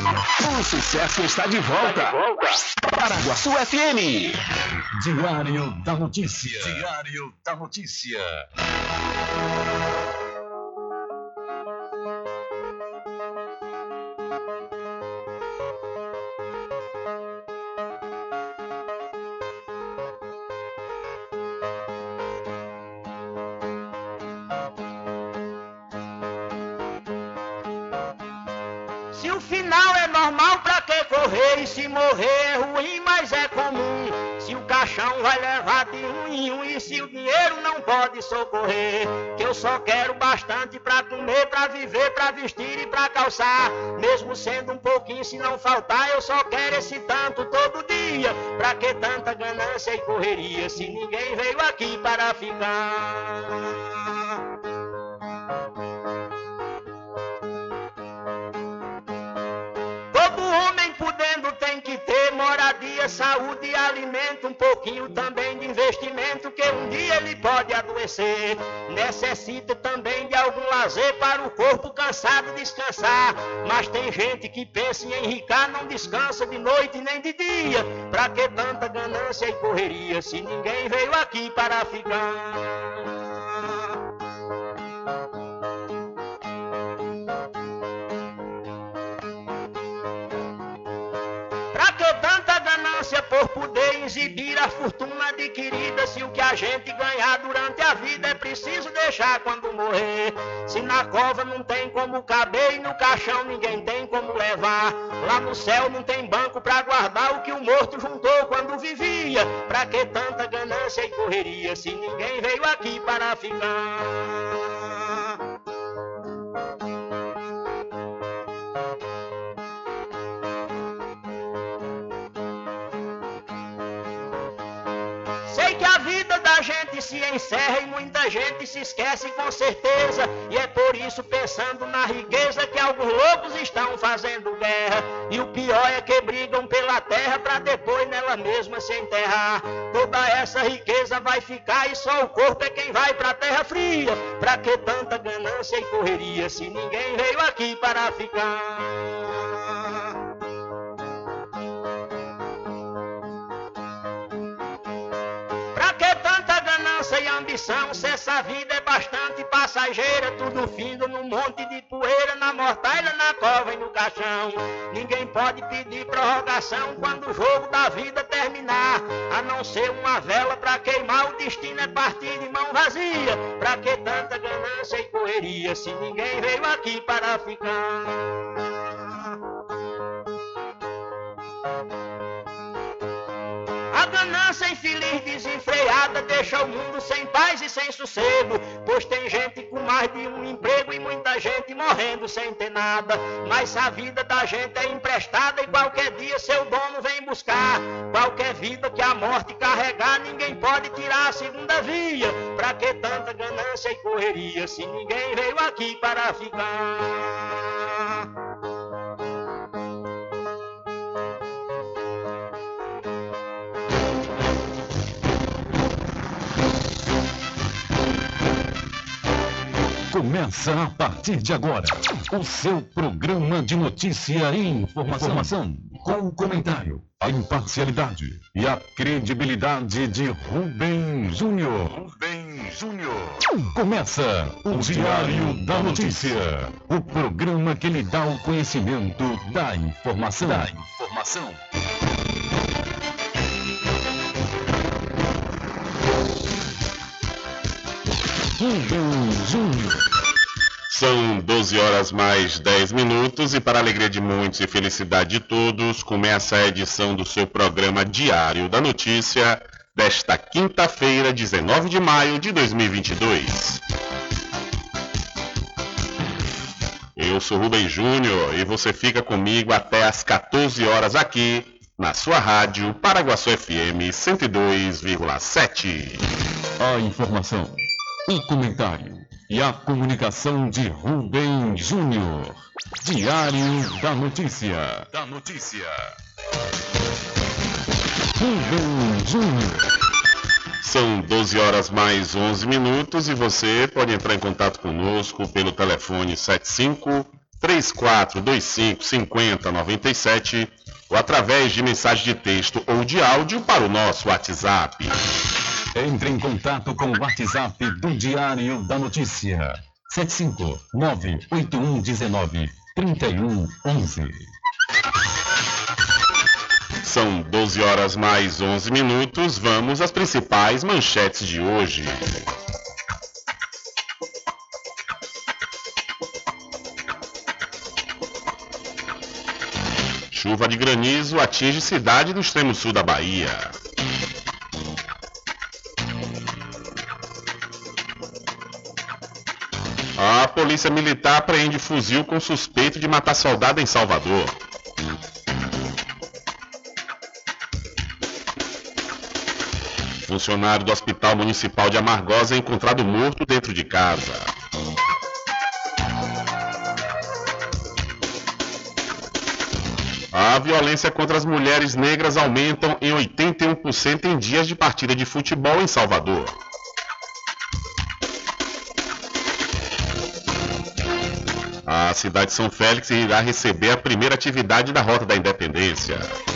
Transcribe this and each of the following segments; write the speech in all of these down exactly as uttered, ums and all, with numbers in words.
O sucesso está de volta. Paraguaçu F M. Diário da Notícia. Diário da Notícia. Se o final é normal, pra que correr? E se morrer é ruim, mas é comum. Se o caixão vai levar de um em um, e se o dinheiro não pode socorrer, que eu só quero bastante pra comer, pra viver, pra vestir e pra calçar. Mesmo sendo um pouquinho, se não faltar, eu só quero esse tanto todo dia. Pra que tanta ganância e correria, se ninguém veio aqui para ficar? Todo homem podendo tem que ter moradia, saúde e alimento, um pouquinho também de investimento, que um dia ele pode adoecer. Necessita também de algum lazer para o corpo cansado descansar. Mas tem gente que pensa em enricar, não descansa de noite nem de dia. Pra que tanta ganância e correria, se ninguém veio aqui para ficar? Pra que tanta ganância por poder exibir a fortuna adquirida, se o que a gente ganhar durante a vida é preciso deixar quando morrer? Se na cova não tem como caber e no caixão ninguém tem como levar, lá no céu não tem banco pra guardar o que o morto juntou quando vivia. Pra que tanta ganância e correria, se ninguém veio aqui para ficar? Sei que a vida da gente se encerra e muita gente se esquece com certeza. E é por isso, pensando na riqueza, que alguns loucos estão fazendo guerra. E o pior é que brigam pela terra pra depois nela mesma se enterrar. Toda essa riqueza vai ficar e só o corpo é quem vai pra terra fria. Pra que tanta ganância e correria, se ninguém veio aqui para ficar? Pra que tanta ganância e ambição, se essa vida é bastante passageira? Tudo findo num monte de poeira, na mortalha, na cova e no caixão. Ninguém pode pedir prorrogação quando o jogo da vida terminar, a não ser uma vela pra queimar. O destino é partir de mão vazia. Pra que tanta ganância e correria, se ninguém veio aqui para ficar? A ganância infeliz desenfreada deixa o mundo sem paz e sem sossego, pois tem gente com mais de um emprego e muita gente morrendo sem ter nada. Mas a vida da gente é emprestada e qualquer dia seu dono vem buscar. Qualquer vida que a morte carregar, ninguém pode tirar a segunda via. Pra que tanta ganância e correria, se ninguém veio aqui para ficar? Começa a partir de agora o seu programa de notícia e informação, informação com o comentário, a imparcialidade e a credibilidade de Rubem Júnior. Rubem Júnior. Começa o Diário da Notícia, o programa que lhe dá o conhecimento da informação. Da informação. Rubem Júnior. São doze horas mais dez minutos e, para a alegria de muitos e felicidade de todos, começa a edição do seu programa Diário da Notícia desta quinta-feira, dezenove de maio de dois mil e vinte e dois. Eu sou Rubem Júnior e você fica comigo até às quatorze horas aqui na sua rádio Paraguaçu F M cento e dois vírgula sete. A informação, o comentário e a comunicação de Rubem Júnior. Diário da Notícia. Da Notícia. Rubem Júnior. São doze horas mais onze minutos e você pode entrar em contato conosco pelo telefone sete cinco, três quatro dois cinco, cinco zero nove sete ou através de mensagem de texto ou de áudio para o nosso WhatsApp. Entre em contato com o WhatsApp do Diário da Notícia. sete cinco nove oito um um nove três um um um. São doze horas mais onze minutos. Vamos às principais manchetes de hoje. Chuva de granizo atinge cidade do extremo sul da Bahia. A polícia militar apreende fuzil com suspeito de matar soldado em Salvador. Funcionário do Hospital Municipal de Amargosa é encontrado morto dentro de casa. A violência contra as mulheres negras aumentam em oitenta e um por cento em dias de partida de futebol em Salvador. A cidade de São Félix irá receber a primeira atividade da Rota da Independência.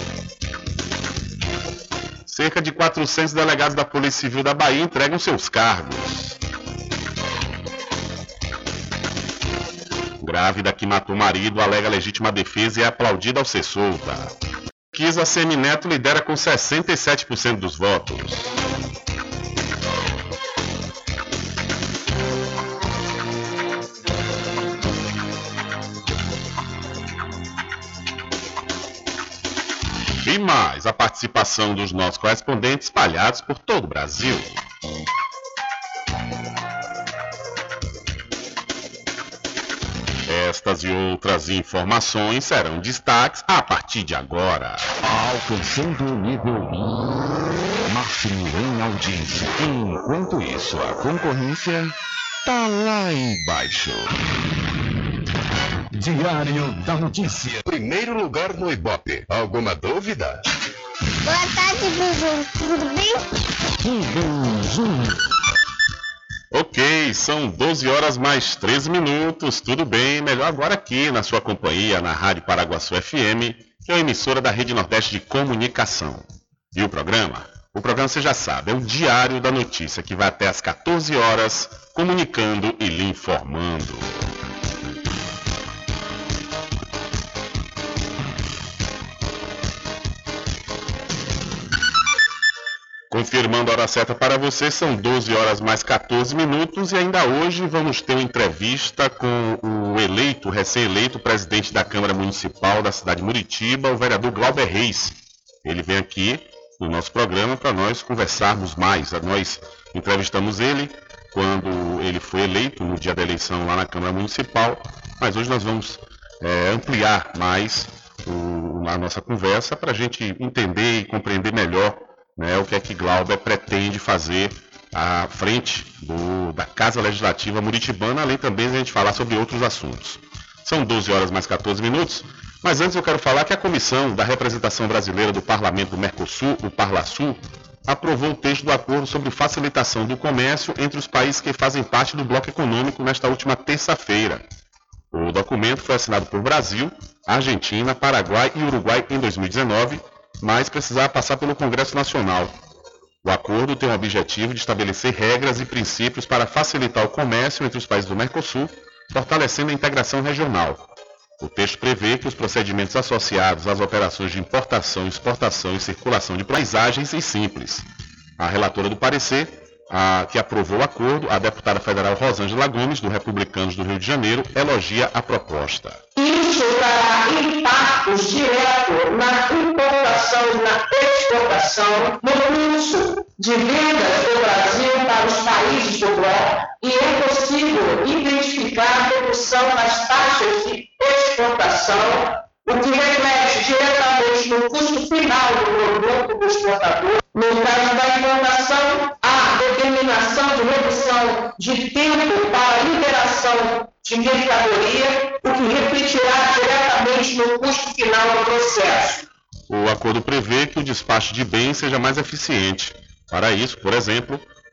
Cerca de quatrocentos delegados da Polícia Civil da Bahia entregam seus cargos. Grávida que matou marido alega legítima defesa e é aplaudida ao ser solta. Pesquisa Semineto lidera com sessenta e sete por cento dos votos. E mais a participação dos nossos correspondentes espalhados por todo o Brasil. Estas e outras informações serão destaques a partir de agora. Alcançando o nível máximo em audiência. Enquanto isso, a concorrência tá lá embaixo. Diário da Notícia. Primeiro lugar no Ibope. Alguma dúvida? Boa tarde, Buzu. Tudo bem? Buzu. Ok, são doze horas mais treze minutos. Tudo bem, melhor agora aqui na sua companhia, na Rádio Paraguaçu F M, que é a emissora da Rede Nordeste de Comunicação. E o programa? O programa você já sabe, é o Diário da Notícia, que vai até às quatorze horas, comunicando e lhe informando. Confirmando a hora certa para você, são doze horas mais quatorze minutos e ainda hoje vamos ter uma entrevista com o eleito, recém-eleito presidente da Câmara Municipal da cidade de Muritiba, o vereador Glauber Reis. Ele vem aqui no nosso programa para nós conversarmos mais. Nós entrevistamos ele quando ele foi eleito, no dia da eleição lá na Câmara Municipal, mas hoje nós vamos é, ampliar mais o, a nossa conversa para a gente entender e compreender melhor, né, o que é que Glauber pretende fazer à frente do, da Casa Legislativa Muritibana, além também de a gente falar sobre outros assuntos. São doze horas mais quatorze minutos, mas antes eu quero falar que a Comissão da Representação Brasileira do Parlamento do Mercosul, o Parlasul, aprovou o texto do acordo sobre facilitação do comércio entre os países que fazem parte do bloco econômico nesta última terça-feira. O documento foi assinado por Brasil, Argentina, Paraguai e Uruguai em dois mil e dezenove, mas precisava passar pelo Congresso Nacional. O acordo tem o objetivo de estabelecer regras e princípios para facilitar o comércio entre os países do Mercosul, fortalecendo a integração regional. O texto prevê que os procedimentos associados às operações de importação, exportação e circulação de paisagens e simples. A relatora do parecer, a, que aprovou o acordo, a deputada federal Rosângela Gomes, do Republicanos do Rio de Janeiro, elogia a proposta. Isso trará impactos diretos na importação e na exportação, no fluxo de vendas do Brasil para os países do bloco, e é possível identificar a redução nas taxas de exportação, o que reflete diretamente no custo final do produto do exportador. No caso da importação, a determinação de redução de tempo para a liberação de mercadoria, o que refletirá diretamente no custo final do processo. O acordo prevê que o despacho de bens seja mais eficiente. Para isso, por exemplo,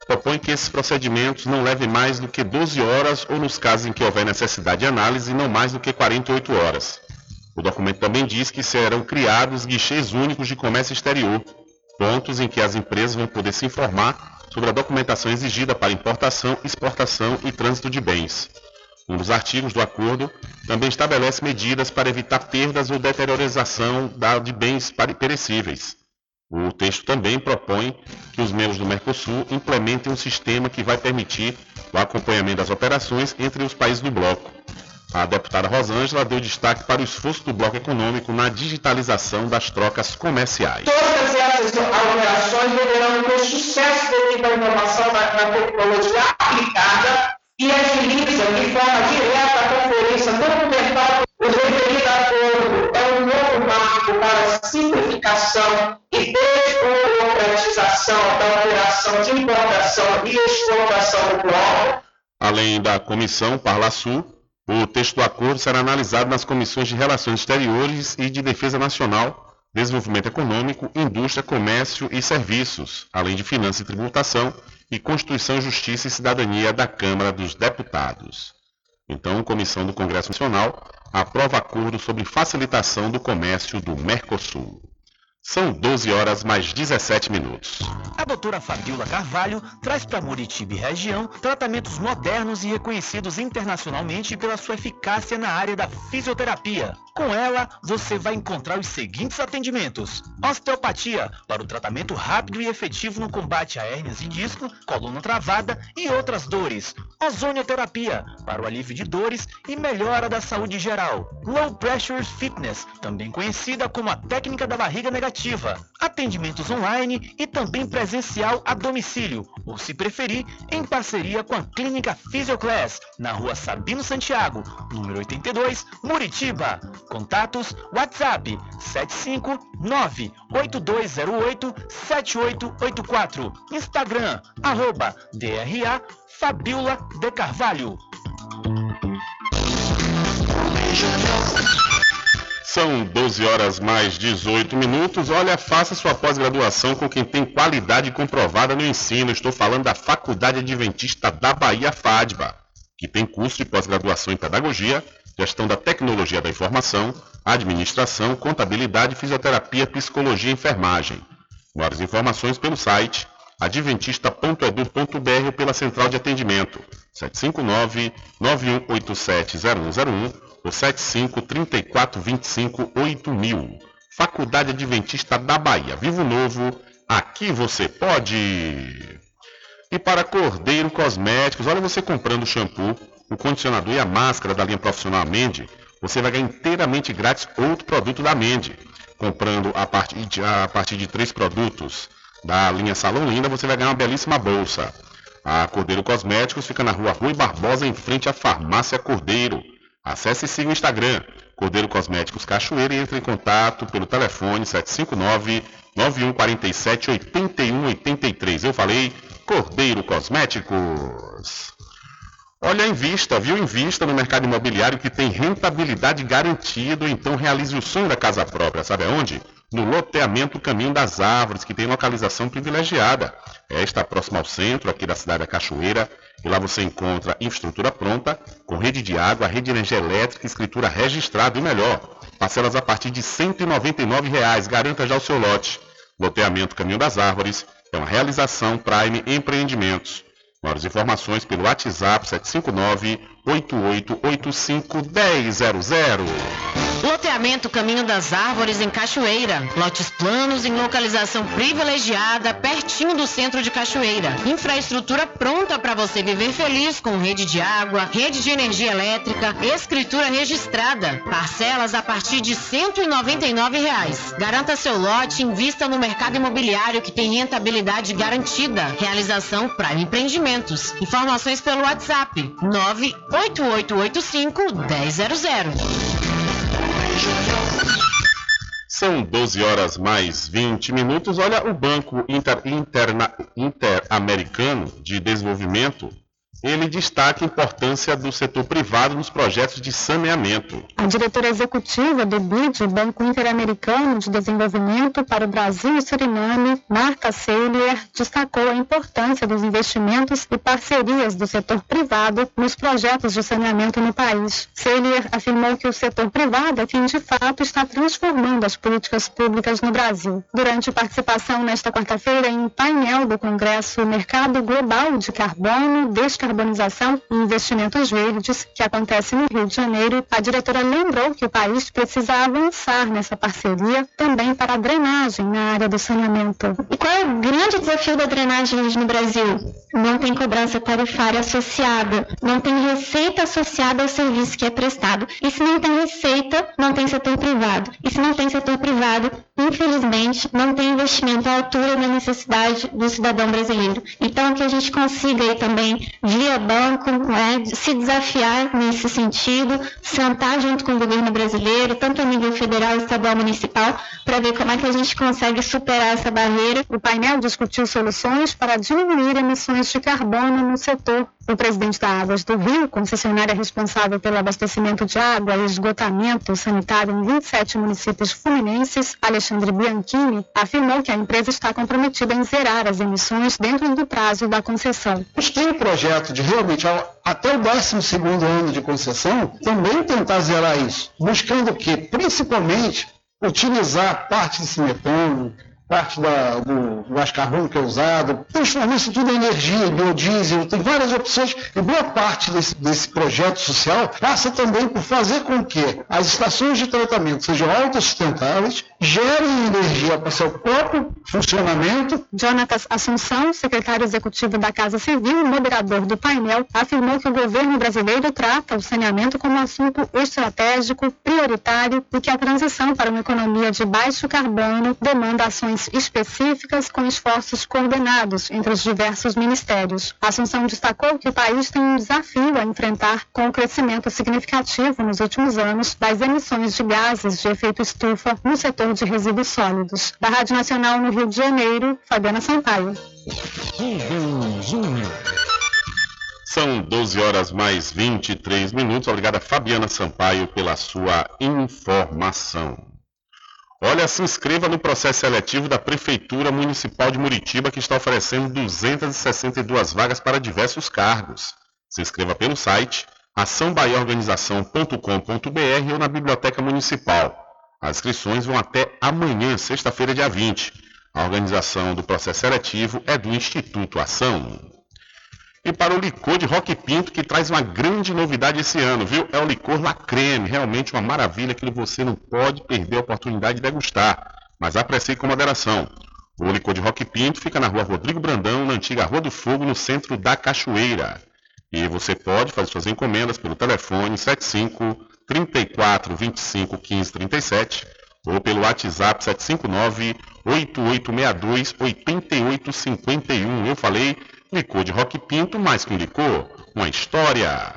propõe que esses procedimentos não levem mais do que doze horas ou, nos casos em que houver necessidade de análise, não mais do que quarenta e oito horas. O documento também diz que serão criados guichês únicos de comércio exterior, pontos em que as empresas vão poder se informar sobre a documentação exigida para importação, exportação e trânsito de bens. Um dos artigos do acordo também estabelece medidas para evitar perdas ou deteriorização de bens perecíveis. O texto também propõe que os membros do Mercosul implementem um sistema que vai permitir o acompanhamento das operações entre os países do bloco. A deputada Rosângela deu destaque para o esforço do bloco econômico na digitalização das trocas comerciais. Todas essas operações deverão ter sucesso devido à inovação na, na tecnologia aplicada e agiliza de forma direta a conferência documental. O referido acordo é um novo marco para a simplificação e desburocratização da operação de importação e exportação do bloco. Além da comissão Parlasul, o texto do acordo será analisado nas comissões de Relações Exteriores e de Defesa Nacional, Desenvolvimento Econômico, Indústria, Comércio e Serviços, além de Finanças e Tributação e Constituição, Justiça e Cidadania da Câmara dos Deputados. Então, a Comissão do Congresso Nacional aprova acordo sobre facilitação do comércio do Mercosul. São doze horas mais dezessete minutos. A doutora Fabiola Carvalho traz para Muritiba e região tratamentos modernos e reconhecidos internacionalmente pela sua eficácia na área da fisioterapia. Com ela, você vai encontrar os seguintes atendimentos: osteopatia, para o tratamento rápido e efetivo no combate a hérnias de disco, coluna travada e outras dores. Ozonioterapia, para o alívio de dores e melhora da saúde geral. Low Pressure Fitness, também conhecida como a técnica da barriga negativa. Atendimentos online e também presencial a domicílio, ou se preferir, em parceria com a Clínica Physioclass, na rua Sabino Santiago, número oitenta e dois, Muritiba. Contatos: WhatsApp sete cinco nove oito dois zero oito sete oito oito quatro. Instagram, arroba D R A Fabiola de Carvalho. São doze horas mais dezoito minutos. Olha, faça sua pós-graduação com quem tem qualidade comprovada no ensino. Estou falando da Faculdade Adventista da Bahia, FADBA, que tem curso de pós-graduação em Pedagogia, Gestão da Tecnologia da Informação, Administração, Contabilidade, Fisioterapia, Psicologia e Enfermagem. Maiores informações pelo site adventista ponto edu ponto b r ou pela central de atendimento sete cinco nove nove um oito sete zero um zero um ou sete cinco três quatro dois cinco oito mil. Faculdade Adventista da Bahia. Vivo Novo, aqui você pode. E para Cordeiro Cosméticos, olha, você comprando o shampoo, o condicionador e a máscara da linha profissional Mende, você vai ganhar inteiramente grátis outro produto da Mende. Comprando a partir de, a partir de três produtos da linha Salão Linda, você vai ganhar uma belíssima bolsa. A Cordeiro Cosméticos fica na rua Rui Barbosa, em frente à Farmácia Cordeiro. Acesse e siga o Instagram, Cordeiro Cosméticos Cachoeira, e entre em contato pelo telefone sete cinco nove nove um quatro sete oito um oito três. Eu falei Cordeiro Cosméticos. Olha, invista, viu? Invista no mercado imobiliário que tem rentabilidade garantida, então realize o sonho da casa própria. Sabe aonde? No loteamento Caminho das Árvores, que tem localização privilegiada. É, está próximo ao centro, aqui da cidade da Cachoeira, e lá você encontra infraestrutura pronta, com rede de água, rede de energia elétrica, escritura registrada e melhor, parcelas a partir de cento e noventa e nove reais. Garanta já o seu lote. Loteamento Caminho das Árvores é uma realização Prime Empreendimentos. Maiores informações pelo WhatsApp sete cinco nove oito oito oito cinco um zero zero zero. Loteamento Caminho das Árvores, em Cachoeira. Lotes planos em localização privilegiada, pertinho do centro de Cachoeira. Infraestrutura pronta para você viver feliz, com rede de água, rede de energia elétrica, escritura registrada. Parcelas a partir de cento e noventa e nove reais. Garanta seu lote e invista no mercado imobiliário que tem rentabilidade garantida. Realização Prime Empreendimentos. Informações pelo WhatsApp nove oito oito oito cinco um zero zero zero. São doze horas mais vinte minutos. Olha, o Banco Inter, Interna, Interamericano de Desenvolvimento Ele destaca a importância do setor privado nos projetos de saneamento. A diretora executiva do B I D, Banco Interamericano de Desenvolvimento para o Brasil e Suriname, Marta Seilier, destacou a importância dos investimentos e parcerias do setor privado nos projetos de saneamento no país. Seilier afirmou que o setor privado é quem de fato está transformando as políticas públicas no Brasil. Durante participação nesta quarta-feira em um painel do Congresso Mercado Global de Carbono, Descarbonização e Investimentos Verdes, que acontece no Rio de Janeiro, a diretora lembrou que o país precisa avançar nessa parceria também para a drenagem na área do saneamento. E qual é o grande desafio da drenagem hoje no Brasil? Não tem cobrança tarifária associada, não tem receita associada ao serviço que é prestado. E se não tem receita, não tem setor privado. E se não tem setor privado, infelizmente, não tem investimento à altura da necessidade do cidadão brasileiro. Então, que a gente consiga aí também, via banco, né, se desafiar nesse sentido, sentar junto com o governo brasileiro, tanto a nível federal, estadual, municipal, para ver como é que a gente consegue superar essa barreira. O painel discutiu soluções para diminuir emissões de carbono no setor. O presidente da Águas do Rio, concessionária responsável pelo abastecimento de água e esgotamento sanitário em vinte e sete municípios fluminenses, Alexandre Bianchini, afirmou que a empresa está comprometida em zerar as emissões dentro do prazo da concessão. A gente tem um projeto de realmente, até o décimo segundo ano de concessão, também tentar zerar isso, buscando o quê? Principalmente utilizar parte desse metano, parte da, do gás carbono que é usado, transformar isso tudo em energia, biodiesel, tem várias opções, e boa parte desse, desse projeto social passa também por fazer com que as estações de tratamento sejam autossustentáveis, gerem energia para seu próprio funcionamento. Jonatas Assunção, secretário executivo da Casa Civil e moderador do painel, afirmou que o governo brasileiro trata o saneamento como assunto estratégico, prioritário e que a transição para uma economia de baixo carbono demanda ações específicas com esforços coordenados entre os diversos ministérios. A Assunção destacou que o país tem um desafio a enfrentar com o crescimento significativo nos últimos anos das emissões de gases de efeito estufa no setor de resíduos sólidos. Da Rádio Nacional no Rio de Janeiro, Fabiana Sampaio. São doze horas mais vinte e três minutos. Obrigada, Fabiana Sampaio, pela sua informação. Olha, se inscreva no processo seletivo da Prefeitura Municipal de Muritiba, que está oferecendo duzentas e sessenta e duas vagas para diversos cargos. Se inscreva pelo site ação bahia organização ponto com ponto b r ou na Biblioteca Municipal. As inscrições vão até amanhã, sexta-feira, dia vinte. A organização do processo seletivo é do Instituto Ação. E para o licor de Roque Pinto, que traz uma grande novidade esse ano, viu? É o licor La Creme, realmente uma maravilha que você não pode perder a oportunidade de degustar, mas aprecie com moderação. O licor de Roque Pinto fica na rua Rodrigo Brandão, na antiga Rua do Fogo, no centro da Cachoeira. E você pode fazer suas encomendas pelo telefone sete cinco, três quatro, vinte e cinco, quinze, trinta e sete ou pelo WhatsApp sete cinco nove, oito oito seis dois, oito oito cinco um. Eu falei licor de Roque Pinto, mais que um licor, uma história.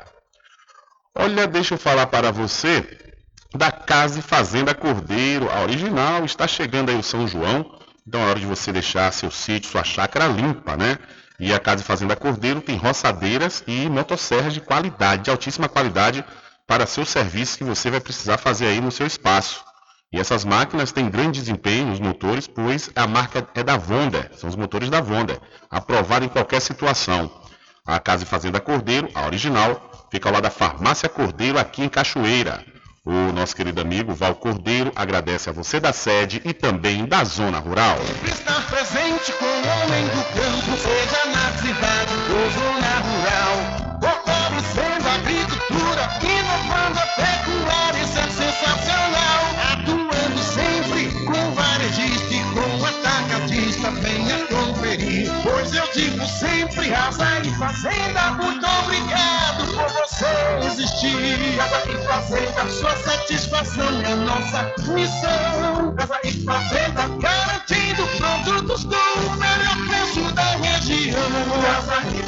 Olha, deixa eu falar para você da Casa e Fazenda Cordeiro, a original. Está chegando aí o São João, então é hora de você deixar seu sítio, sua chácara limpa, né? E a Casa e Fazenda Cordeiro tem roçadeiras e motosserras de qualidade, de altíssima qualidade, para seu serviço que você vai precisar fazer aí no seu espaço. E essas máquinas têm grande desempenho nos motores, pois a marca é da Vonda, são os motores da Vonda, aprovado em qualquer situação. A Casa e Fazenda Cordeiro, a original, fica ao lado da Farmácia Cordeiro, aqui em Cachoeira. O nosso querido amigo Val Cordeiro agradece a você da sede e também da zona rural. Estar presente com o homem do campo, seja na cidade ou zona rural, fortalecendo a agricultura, inovando a pecuária, isso é sensacional. Atuando sempre com varejista e com atacadista, venha conferir, pois eu digo sempre, Casa e Fazenda, muito obrigado por você existir. Casa e Fazenda, sua satisfação é nossa missão. Casa e Fazenda, garantindo produtos do melhor preço da região. Casa e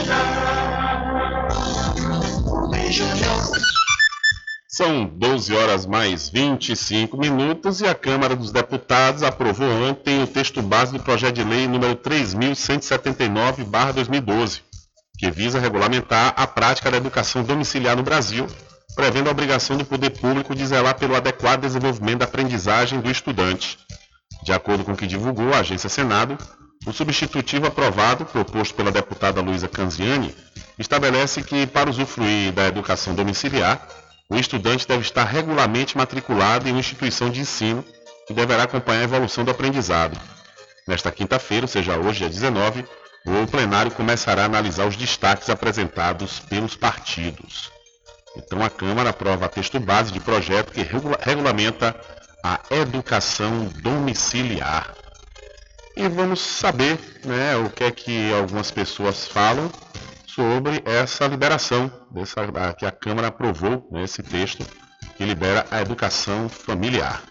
Fazenda. São doze horas mais vinte e cinco minutos e a Câmara dos Deputados aprovou ontem o texto base do projeto de lei número três mil cento e setenta e nove barra dois mil e doze, que visa regulamentar a prática da educação domiciliar no Brasil, prevendo a obrigação do poder público de zelar pelo adequado desenvolvimento da aprendizagem do estudante. De acordo com o que divulgou a Agência Senado, o substitutivo aprovado, proposto pela deputada Luísa Canziani, estabelece que, para usufruir da educação domiciliar, o estudante deve estar regularmente matriculado em uma instituição de ensino e deverá acompanhar a evolução do aprendizado. Nesta quinta-feira, ou seja, hoje, dia dezenove, o plenário começará a analisar os destaques apresentados pelos partidos. Então, a Câmara aprova texto base de projeto que regula- regulamenta a educação domiciliar. E vamos saber, né, o que é que algumas pessoas falam sobre essa liberação, dessa, que a Câmara aprovou, né, esse texto que libera a educação familiar.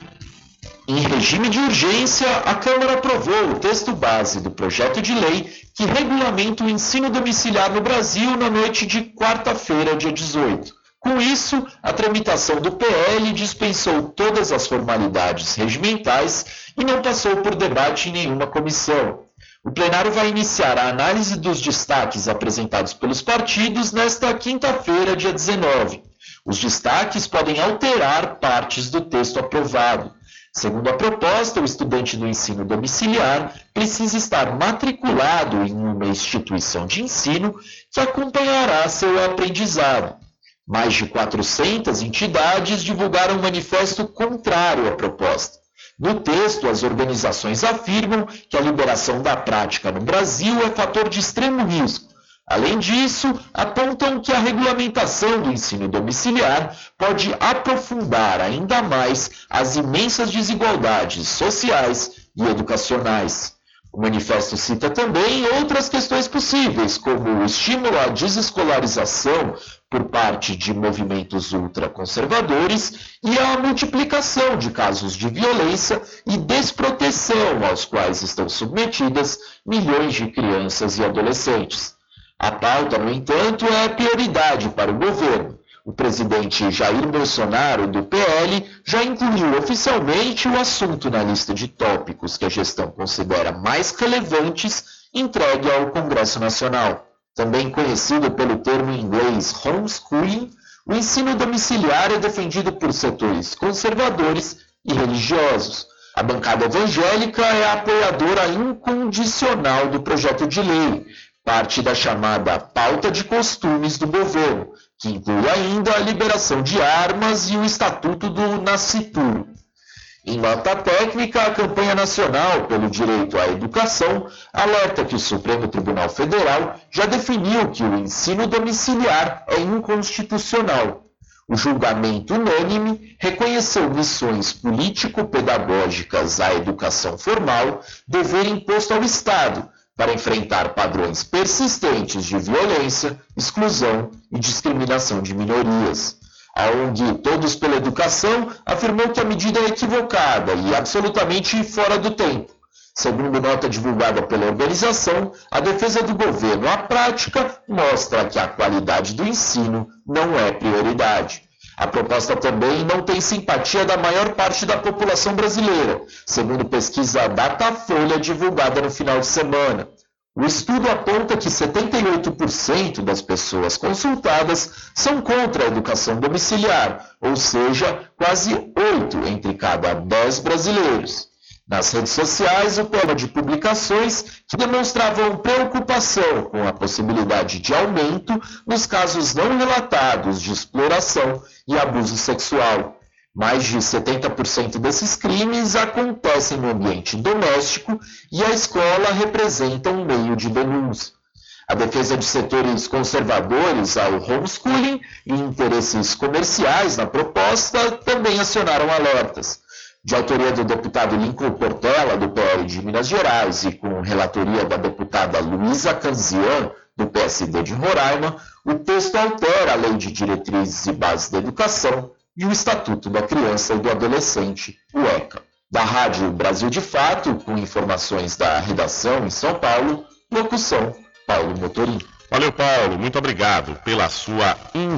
Em regime de urgência, a Câmara aprovou o texto base do projeto de lei que regulamenta o ensino domiciliar no Brasil na noite de quarta-feira, dia dezoito. Com isso, a tramitação do P L dispensou todas as formalidades regimentais e não passou por debate em nenhuma comissão. O plenário vai iniciar a análise dos destaques apresentados pelos partidos nesta quinta-feira, dia dezenove. Os destaques podem alterar partes do texto aprovado. Segundo a proposta, o estudante do ensino domiciliar precisa estar matriculado em uma instituição de ensino que acompanhará seu aprendizado. Mais de quatrocentas entidades divulgaram um manifesto contrário à proposta. No texto, as organizações afirmam que a liberação da prática no Brasil é fator de extremo risco. Além disso, apontam que a regulamentação do ensino domiciliar pode aprofundar ainda mais as imensas desigualdades sociais e educacionais. O manifesto cita também outras questões possíveis, como o estímulo à desescolarização por parte de movimentos ultraconservadores e a multiplicação de casos de violência e desproteção aos quais estão submetidas milhões de crianças e adolescentes. A pauta, no entanto, é prioridade para o governo. O presidente Jair Bolsonaro, do P L, já incluiu oficialmente o assunto na lista de tópicos que a gestão considera mais relevantes entregue ao Congresso Nacional. Também conhecido pelo termo em inglês homeschooling, o ensino domiciliar é defendido por setores conservadores e religiosos. A bancada evangélica é a apoiadora incondicional do projeto de lei, parte da chamada pauta de costumes do governo, que inclui ainda a liberação de armas e o Estatuto do Nascituro. Em nota técnica, a campanha nacional pelo direito à educação alerta que o Supremo Tribunal Federal já definiu que o ensino domiciliar é inconstitucional. O julgamento unânime reconheceu missões político-pedagógicas à educação formal, dever imposto ao Estado, para enfrentar padrões persistentes de violência, exclusão e discriminação de minorias. A O N G Todos pela Educação afirmou que a medida é equivocada e absolutamente fora do tempo. Segundo nota divulgada pela organização, a defesa do governo à prática mostra que a qualidade do ensino não é prioridade. A proposta também não tem simpatia da maior parte da população brasileira, segundo pesquisa Datafolha divulgada no final de semana. O estudo aponta que setenta e oito por cento das pessoas consultadas são contra a educação domiciliar, ou seja, quase oito entre cada dez brasileiros. Nas redes sociais, o tema de publicações que demonstravam preocupação com a possibilidade de aumento nos casos não relatados de exploração e abuso sexual. Mais de setenta por cento desses crimes acontecem no ambiente doméstico e a escola representa um meio de denúncia. A defesa de setores conservadores ao homeschooling e interesses comerciais na proposta também acionaram alertas. De autoria do deputado Lincoln Portela, do P L de Minas Gerais, e com relatoria da deputada Luísa Canzian, do P S D de Roraima, o texto altera a Lei de Diretrizes e Bases da Educação e o Estatuto da Criança e do Adolescente, o ECA. Da Rádio Brasil de Fato, com informações da redação em São Paulo, locução Paulo Motorim. Valeu, Paulo, muito obrigado pela sua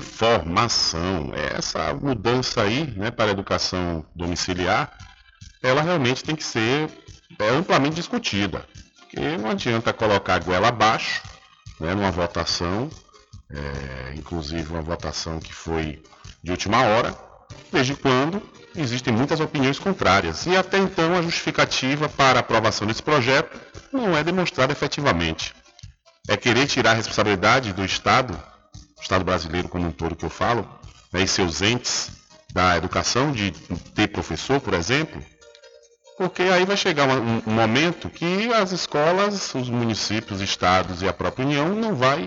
informação. Essa mudança aí, né, para a educação domiciliar, ela realmente tem que ser é, amplamente discutida. Porque não adianta colocar a goela abaixo, né, numa votação, é, inclusive uma votação que foi de última hora, desde quando existem muitas opiniões contrárias. E até então a justificativa para a aprovação desse projeto não é demonstrada efetivamente. É querer tirar a responsabilidade do Estado, o Estado brasileiro como um todo que eu falo, né, e seus entes da educação, de ter professor, por exemplo, porque aí vai chegar um, um momento que as escolas, os municípios, os estados e a própria União não vai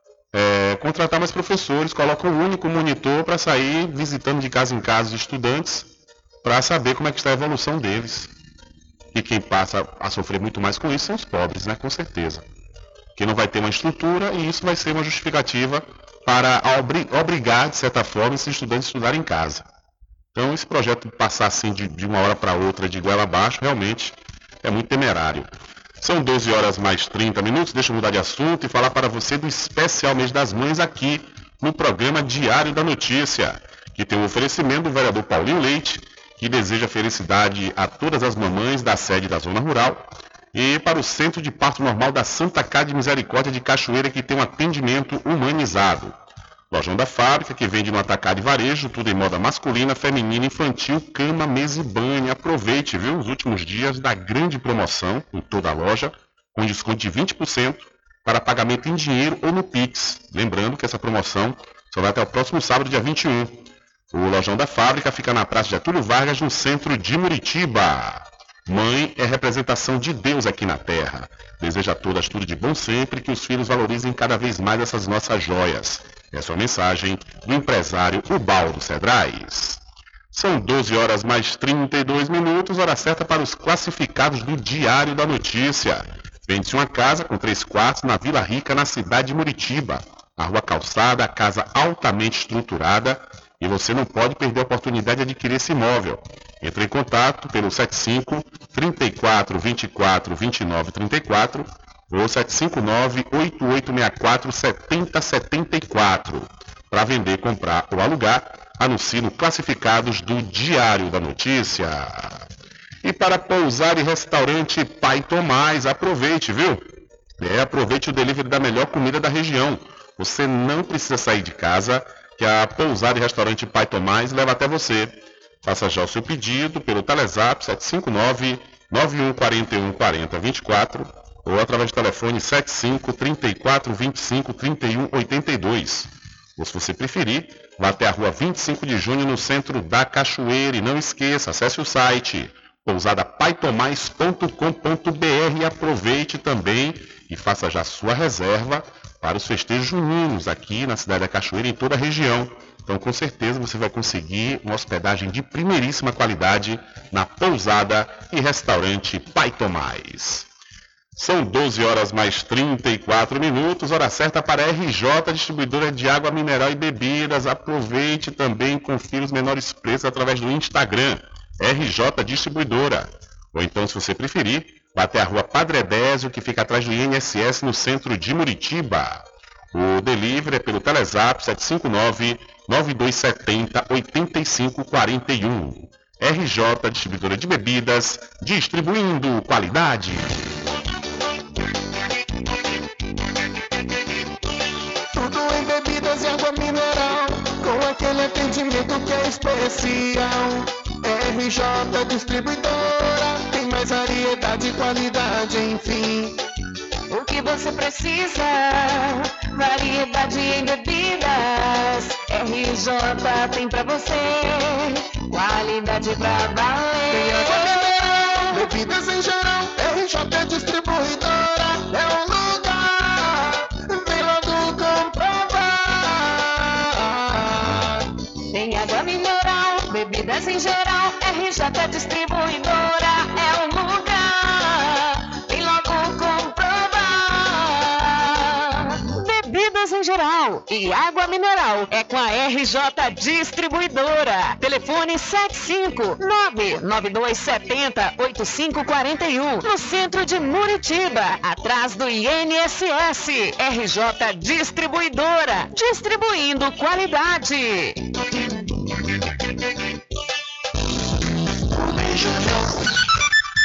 é, contratar mais professores, colocam um único monitor para sair visitando de casa em casa os estudantes para saber como é que está a evolução deles. E quem passa a sofrer muito mais com isso são os pobres, né? Com certeza. Que não vai ter uma estrutura e isso vai ser uma justificativa para obri- obrigar, de certa forma, esses estudantes a estudar em casa. Então, esse projeto passar assim de, de uma hora para outra, de goela abaixo, realmente é muito temerário. São doze horas mais trinta minutos, deixa eu mudar de assunto e falar para você do especial Mês das Mães aqui no programa Diário da Notícia, que tem o oferecimento do vereador Paulinho Leite, que deseja felicidade a todas as mamães da sede da Zona Rural, e para o Centro de Parto Normal da Santa Casa de Misericórdia de Cachoeira, que tem um atendimento humanizado. Lojão da Fábrica, que vende no atacado e varejo, tudo em moda masculina, feminina, infantil, cama, mesa e banho. Aproveite, viu, os últimos dias da grande promoção em toda a loja, com desconto de vinte por cento para pagamento em dinheiro ou no Pix. Lembrando que essa promoção só vai até o próximo sábado, dia vinte e um. O Lojão da Fábrica fica na Praça de Getúlio Vargas, no centro de Muritiba. Mãe é representação de Deus aqui na Terra. Deseja a todas tudo de bom sempre, que os filhos valorizem cada vez mais essas nossas joias. Essa é a mensagem do empresário Ubaldo Cedrais. São doze horas mais trinta e dois minutos, hora certa para os classificados do Diário da Notícia. Vende-se uma casa com três quartos na Vila Rica, na cidade de Muritiba. A rua calçada, a casa altamente estruturada, e você não pode perder a oportunidade de adquirir esse imóvel. Entre em contato pelo sete cinco, trinta e quatro, vinte e quatro, vinte e nove, trinta e quatro ou sete cinco nove, oito oito seis quatro, sete zero sete quatro. Para vender, comprar ou alugar, anuncie no Classificados do Diário da Notícia. E para pousar e restaurante Pai Tomás, aproveite, viu? É, aproveite o delivery da melhor comida da região. Você não precisa sair de casa, que a pousada e restaurante Pai Tomás leva até você. Faça já o seu pedido pelo Telezap sete cinco nove, nove um quatro um, quatro zero dois quatro ou através do telefone sete cinco, trinta e quatro, vinte e cinco, trinta e um, oitenta e dois. Ou se você preferir, vá até a rua vinte e cinco de junho no centro da Cachoeira. E não esqueça, acesse o site pousada pai tomás ponto com ponto b r e aproveite também e faça já sua reserva para os festejos juninos aqui na cidade da Cachoeira e em toda a região. Então, com certeza, você vai conseguir uma hospedagem de primeiríssima qualidade na pousada e restaurante Pai Tomás. São doze horas mais trinta e quatro minutos, hora certa para a R J, distribuidora de água mineral e bebidas. Aproveite também e confira os menores preços através do Instagram, R J Distribuidora. Ou então, se você preferir, vá até a rua Padre Edésio, que fica atrás do I N S S, no centro de Muritiba. O delivery é pelo Telezap sete cinco nove, nove dois sete zero, oito cinco quatro um. R J Distribuidora de Bebidas, distribuindo qualidade. Tudo em bebidas e água mineral, com aquele atendimento que é especial. R J Distribuidora, tem mais variedade e qualidade, enfim. O que você precisa, variedade em bebidas, R J tem pra você, qualidade pra valer. Tem água mineral, bebidas em geral, R J Distribuidora é um lugar, vem logo comprovar. Tem água mineral, bebidas em geral, R J Distribuidora é um lugar, vem logo comprovar. Bebidas em geral e água mineral é com a R J Distribuidora. Telefone sete cinco nove, nove dois sete zero, oito cinco quatro um, no centro de Muritiba, atrás do I N S S. R J Distribuidora, distribuindo qualidade. São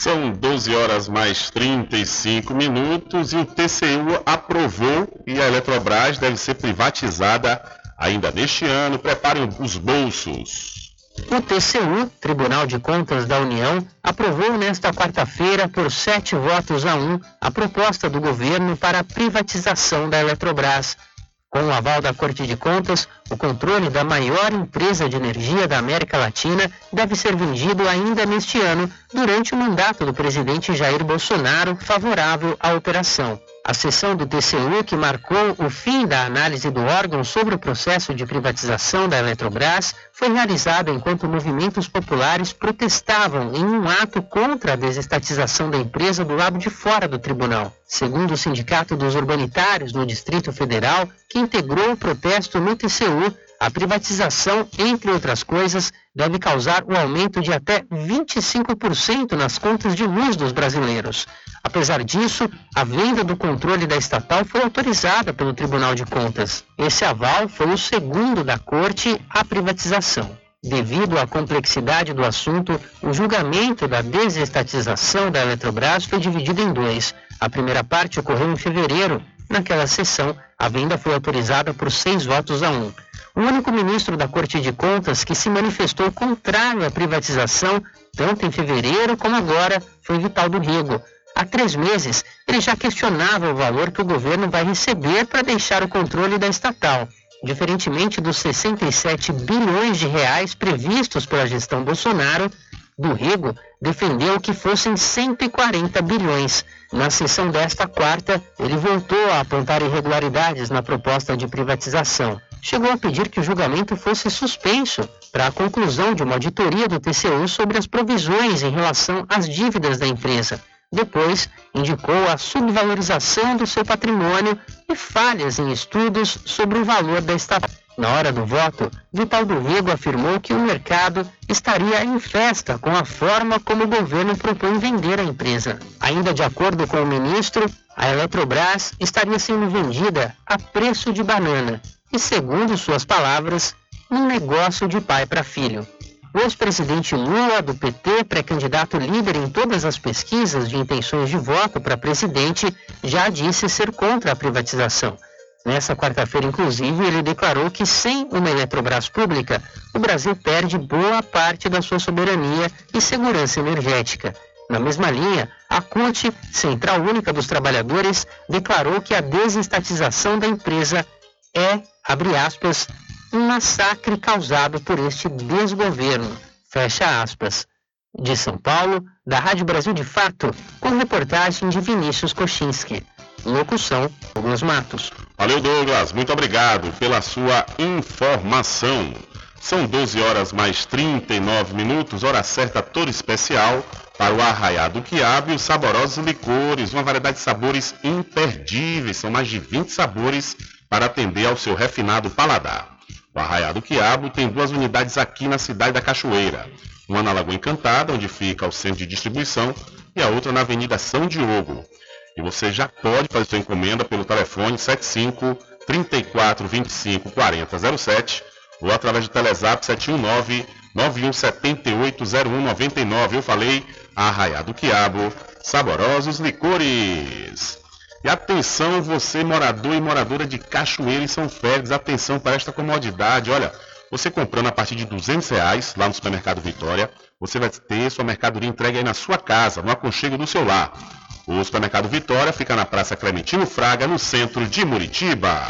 São doze horas mais trinta e cinco minutos e o T C U aprovou e a Eletrobras deve ser privatizada ainda neste ano. Preparem os bolsos. O T C U, Tribunal de Contas da União, aprovou nesta quarta-feira por sete votos a um a proposta do governo para a privatização da Eletrobras. Com o aval da Corte de Contas, o controle da maior empresa de energia da América Latina deve ser vendido ainda neste ano, durante o mandato do presidente Jair Bolsonaro, favorável à operação. A sessão do T C U, que marcou o fim da análise do órgão sobre o processo de privatização da Eletrobras, foi realizada enquanto movimentos populares protestavam em um ato contra a desestatização da empresa do lado de fora do tribunal. Segundo o Sindicato dos Urbanitários no Distrito Federal, que integrou o protesto no T C U, a privatização, entre outras coisas, deve causar um aumento de até vinte e cinco por cento nas contas de luz dos brasileiros. Apesar disso, a venda do controle da estatal foi autorizada pelo Tribunal de Contas. Esse aval foi o segundo da Corte à privatização. Devido à complexidade do assunto, o julgamento da desestatização da Eletrobras foi dividido em dois. A primeira parte ocorreu em fevereiro. Naquela sessão, a venda foi autorizada por seis votos a um. O único ministro da Corte de Contas que se manifestou contrário à privatização, tanto em fevereiro como agora, foi Vital do Rego. Há três meses, ele já questionava o valor que o governo vai receber para deixar o controle da estatal. Diferentemente dos sessenta e sete bilhões de reais previstos pela gestão Bolsonaro, do Rego defendeu que fossem cento e quarenta bilhões. Na sessão desta quarta, ele voltou a apontar irregularidades na proposta de privatização. Chegou a pedir que o julgamento fosse suspenso para a conclusão de uma auditoria do T C U sobre as provisões em relação às dívidas da empresa. Depois, indicou a subvalorização do seu patrimônio e falhas em estudos sobre o valor da estatal. Na hora do voto, Vital do Rego afirmou que o mercado estaria em festa com a forma como o governo propõe vender a empresa. Ainda de acordo com o ministro, a Eletrobras estaria sendo vendida a preço de banana e, segundo suas palavras, um negócio de pai para filho. O ex-presidente Lula, do P T, pré-candidato líder em todas as pesquisas de intenções de voto para presidente, já disse ser contra a privatização. Nessa quarta-feira, inclusive, ele declarou que sem uma Eletrobras pública, o Brasil perde boa parte da sua soberania e segurança energética. Na mesma linha, a C U T, Central Única dos Trabalhadores, declarou que a desestatização da empresa é, abre aspas, um massacre causado por este desgoverno, fecha aspas. De São Paulo, da Rádio Brasil de Fato, com reportagem de Vinícius Kochinski. Locução, Douglas Matos. Valeu, Douglas. Muito obrigado pela sua informação. São doze horas mais trinta e nove minutos, hora certa toda especial para o Arraiá do Quiabo e os saborosos licores, uma variedade de sabores imperdíveis. São mais de vinte sabores para atender ao seu refinado paladar. O Arraiá do Quiabo tem duas unidades aqui na cidade da Cachoeira. Uma na Lagoa Encantada, onde fica o centro de distribuição, e a outra na Avenida São Diogo. E você já pode fazer sua encomenda pelo telefone sete cinco, três quatro, vinte e cinco, quarenta zero sete ou através do Telezap sete um nove, nove um sete oito, zero um nove nove. Eu falei Arraiá do Quiabo, saborosos licores. E atenção, você morador e moradora de Cachoeira e São Félix, atenção para esta comodidade. Olha, você comprando a partir de duzentos reais lá no Supermercado Vitória, você vai ter sua mercadoria entregue aí na sua casa, no aconchego do seu lar. O Supermercado Vitória fica na Praça Clementino Fraga, no centro de Muritiba.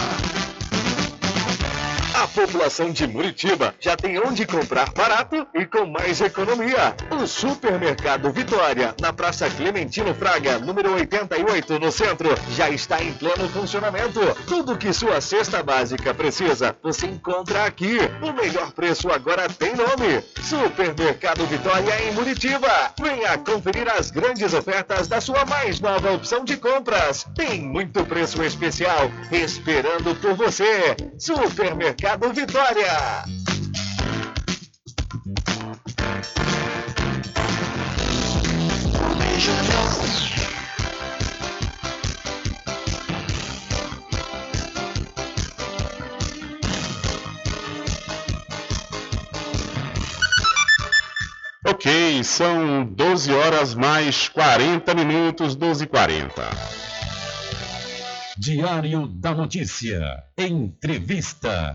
A população de Muritiba já tem onde comprar barato e com mais economia. O Supermercado Vitória, na Praça Clementino Fraga, número oitenta e oito, no centro, já está em pleno funcionamento. Tudo que sua cesta básica precisa, você encontra aqui. O melhor preço agora tem nome: Supermercado Vitória em Muritiba. Venha conferir as grandes ofertas da sua mais nova opção de compras. Tem muito preço especial esperando por você. Supermercado Vitória. Ok, são doze horas mais quarenta minutos, doze e quarenta. Diário da Notícia. Entrevista.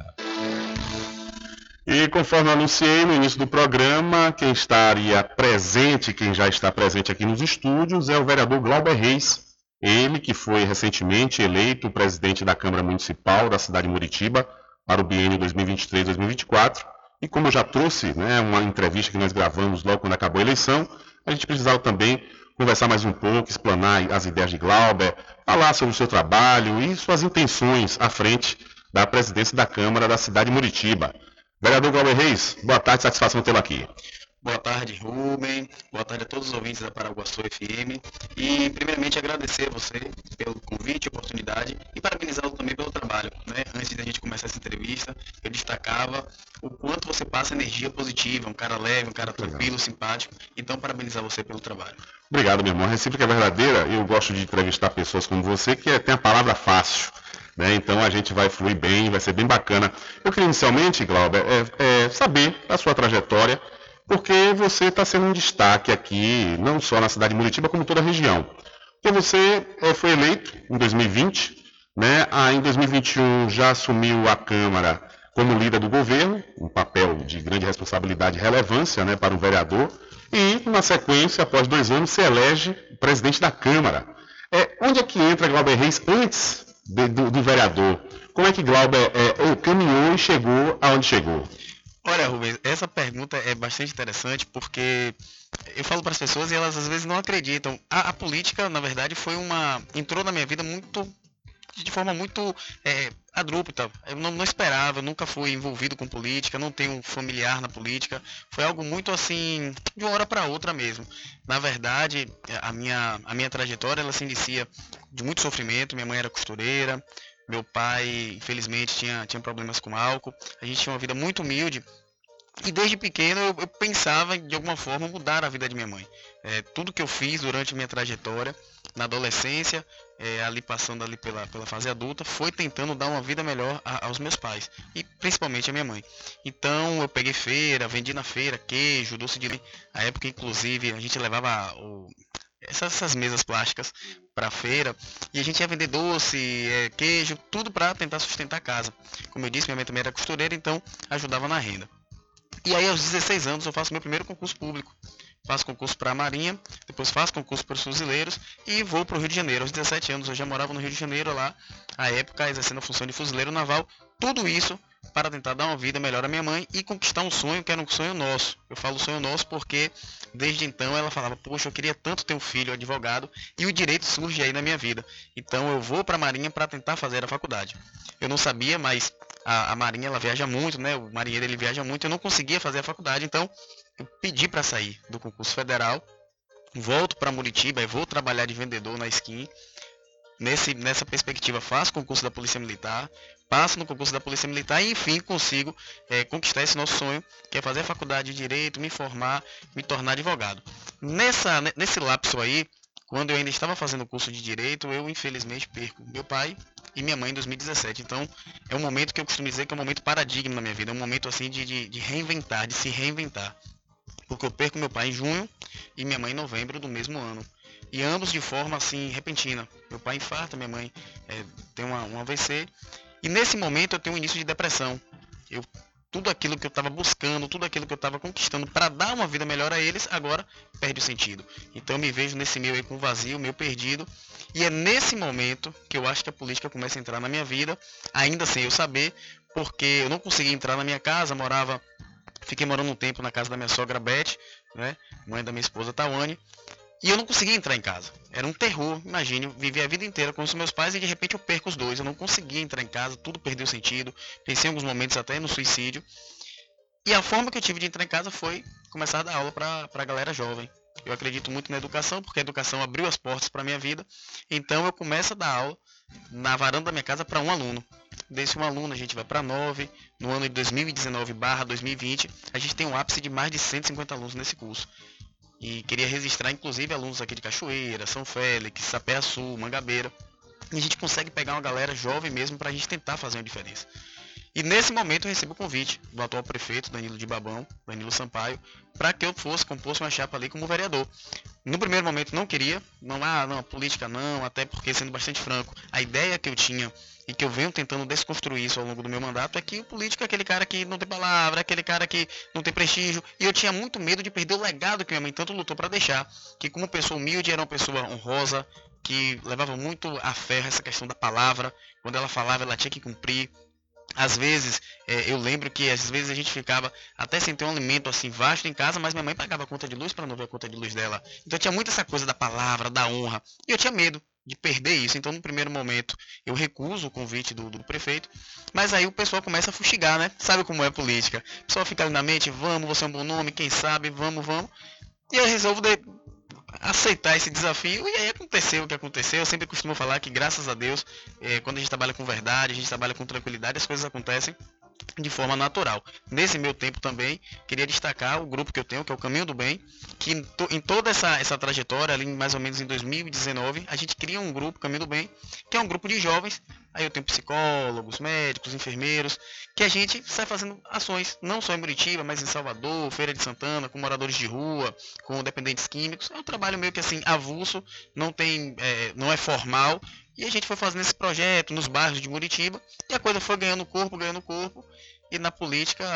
E conforme anunciei no início do programa, quem estaria presente, quem já está presente aqui nos estúdios, é o vereador Glauber Reis. Ele que foi recentemente eleito presidente da Câmara Municipal da cidade de Muritiba para o biênio dois mil e vinte e três a dois mil e vinte e quatro. E como eu já trouxe, né, uma entrevista que nós gravamos logo quando acabou a eleição, a gente precisava também conversar mais um pouco, explanar as ideias de Glauber, falar sobre o seu trabalho e suas intenções à frente da presidência da Câmara da cidade de Muritiba. Vereador Glauber Reis, boa tarde, satisfação tê-lo aqui. Boa tarde, Rubem. Boa tarde a todos os ouvintes da Paraguaçu F M. E, primeiramente, agradecer a você pelo convite e oportunidade e parabenizá-lo também pelo trabalho. Né? Antes da gente começar essa entrevista, eu destacava o quanto você passa energia positiva, um cara leve, um cara tranquilo, simpático. Então, parabenizar você pelo trabalho. Obrigado, meu irmão. A recíproca é verdadeira. Eu gosto de entrevistar pessoas como você, que é, tem a palavra fácil. Né? Então, a gente vai fluir bem, vai ser bem bacana. Eu queria, inicialmente, Glauber, é, é, saber a sua trajetória, porque você está sendo um destaque aqui, não só na cidade de Muritiba, como em toda a região. Porque você é, foi eleito em dois mil e vinte, né? Ah, em dois mil e vinte e um já assumiu a Câmara como líder do governo, um papel de grande responsabilidade e relevância, né, para um vereador, e, na sequência, após dois anos, se elege presidente da Câmara. É, onde é que entra Glauber Reis antes de, do, do vereador? Como é que Glauber é, caminhou e chegou aonde chegou? Olha, Rubens, essa pergunta é bastante interessante porque eu falo para as pessoas e elas às vezes não acreditam. A, a política, na verdade, foi uma entrou na minha vida muito de forma muito é, abrupta. Eu não, não esperava, eu nunca fui envolvido com política, não tenho um familiar na política. Foi algo muito assim, de uma hora para outra mesmo. Na verdade, a minha, a minha trajetória ela se inicia de muito sofrimento. Minha mãe era costureira. Meu pai, infelizmente, tinha, tinha problemas com álcool. A gente tinha uma vida muito humilde. E desde pequeno eu, eu pensava em, de alguma forma, mudar a vida de minha mãe. É, tudo que eu fiz durante a minha trajetória, na adolescência, é, ali passando ali pela, pela fase adulta, foi tentando dar uma vida melhor a, aos meus pais. E principalmente a minha mãe. Então eu peguei feira, vendi na feira queijo, doce de leite. Na época, inclusive, a gente levava o... Essas, essas mesas plásticas para a feira e a gente ia vender doce, é, queijo, tudo para tentar sustentar a casa. Como eu disse, minha mãe também era costureira, então ajudava na renda. E aí aos dezesseis anos eu faço meu primeiro concurso público. Faço concurso para a Marinha, depois faço concurso para os fuzileiros e vou para o Rio de Janeiro. Aos dezessete anos eu já morava no Rio de Janeiro lá, à época exercendo a função de fuzileiro naval. Tudo isso para tentar dar uma vida melhor à minha mãe e conquistar um sonho que era um sonho nosso. Eu falo sonho nosso porque desde então ela falava, poxa, eu queria tanto ter um filho advogado e o direito surge aí na minha vida. Então eu vou para a Marinha para tentar fazer a faculdade. Eu não sabia, mas a, a Marinha ela viaja muito, né? O marinheiro ele viaja muito, eu não conseguia fazer a faculdade, então eu pedi para sair do concurso federal, volto para Muritiba e vou trabalhar de vendedor na Skin. Nesse, nessa perspectiva faço concurso da Polícia Militar, passo no concurso da Polícia Militar e enfim consigo é, conquistar esse nosso sonho, que é fazer a faculdade de Direito, me formar, me tornar advogado. Nessa, nesse lapso aí, quando eu ainda estava fazendo o curso de Direito, eu infelizmente perco meu pai e minha mãe em dois mil e dezessete. Então é um momento que eu costumo dizer que é um momento paradigma na minha vida, é um momento assim de, de, de reinventar, de se reinventar. Porque eu perco meu pai em junho e minha mãe em novembro do mesmo ano. E ambos de forma assim repentina. Meu pai infarta, minha mãe é, tem uma, um A V C. E nesse momento eu tenho um início de depressão. Eu, tudo aquilo que eu estava buscando, tudo aquilo que eu estava conquistando para dar uma vida melhor a eles, agora perde o sentido. Então eu me vejo nesse meio aí com vazio, meio perdido. E é nesse momento que eu acho que a política começa a entrar na minha vida, ainda sem eu saber, porque eu não conseguia entrar na minha casa, morava... Fiquei morando um tempo na casa da minha sogra Beth, né, mãe da minha esposa Tawane, e eu não conseguia entrar em casa. Era um terror, imagine, viver a vida inteira com os meus pais e de repente eu perco os dois. Eu não conseguia entrar em casa, tudo perdeu sentido. Pensei em alguns momentos até no suicídio. E a forma que eu tive de entrar em casa foi começar a dar aula para a galera jovem. Eu acredito muito na educação, porque a educação abriu as portas para a minha vida. Então eu começo a dar aula na varanda da minha casa para um aluno. Desse um aluno a gente vai para nove. No ano de dois mil e dezenove barra dois mil e vinte, a gente tem um ápice de mais de cento e cinquenta alunos nesse curso. E queria registrar inclusive alunos aqui de Cachoeira, São Félix, Sapé-Açu, Mangabeira. E a gente consegue pegar uma galera jovem mesmo para a gente tentar fazer uma diferença. E nesse momento eu recebo o convite do atual prefeito, Danilo de Babão, Danilo Sampaio, para que eu fosse, composto uma chapa ali como vereador. No primeiro momento não queria, não, ah, não, política não, até porque, sendo bastante franco, a ideia que eu tinha e que eu venho tentando desconstruir isso ao longo do meu mandato é que o político é aquele cara que não tem palavra, é aquele cara que não tem prestígio, e eu tinha muito medo de perder o legado que minha mãe tanto lutou para deixar, que como pessoa humilde era uma pessoa honrosa, que levava muito a ferro essa questão da palavra, quando ela falava ela tinha que cumprir. Às vezes, é, eu lembro que às vezes a gente ficava até sem ter um alimento assim vasto em casa, mas minha mãe pagava a conta de luz para não ver a conta de luz dela. Então tinha muito essa coisa da palavra, da honra, e eu tinha medo de perder isso. Então no primeiro momento eu recuso o convite do, do prefeito, mas aí o pessoal começa a fustigar, né? Sabe como é a política? O pessoal fica ali na mente, vamos, você é um bom nome, quem sabe, vamos, vamos. E eu resolvo de... aceitar esse desafio, e aí aconteceu o que aconteceu. Eu sempre costumo falar que, graças a Deus, é, quando a gente trabalha com verdade, a gente trabalha com tranquilidade, as coisas acontecem de forma natural. Nesse meu tempo também, queria destacar o grupo que eu tenho, que é o Caminho do Bem, que em, to, em toda essa, essa trajetória, ali mais ou menos em dois mil e dezenove, a gente cria um grupo, Caminho do Bem, que é um grupo de jovens. Aí eu tenho psicólogos, médicos, enfermeiros, que a gente sai fazendo ações, não só em Muritiba, mas em Salvador, Feira de Santana, com moradores de rua, com dependentes químicos. É um trabalho meio que assim, avulso, não tem, é, não é formal. E a gente foi fazendo esse projeto nos bairros de Muritiba, e a coisa foi ganhando corpo, ganhando corpo, e na política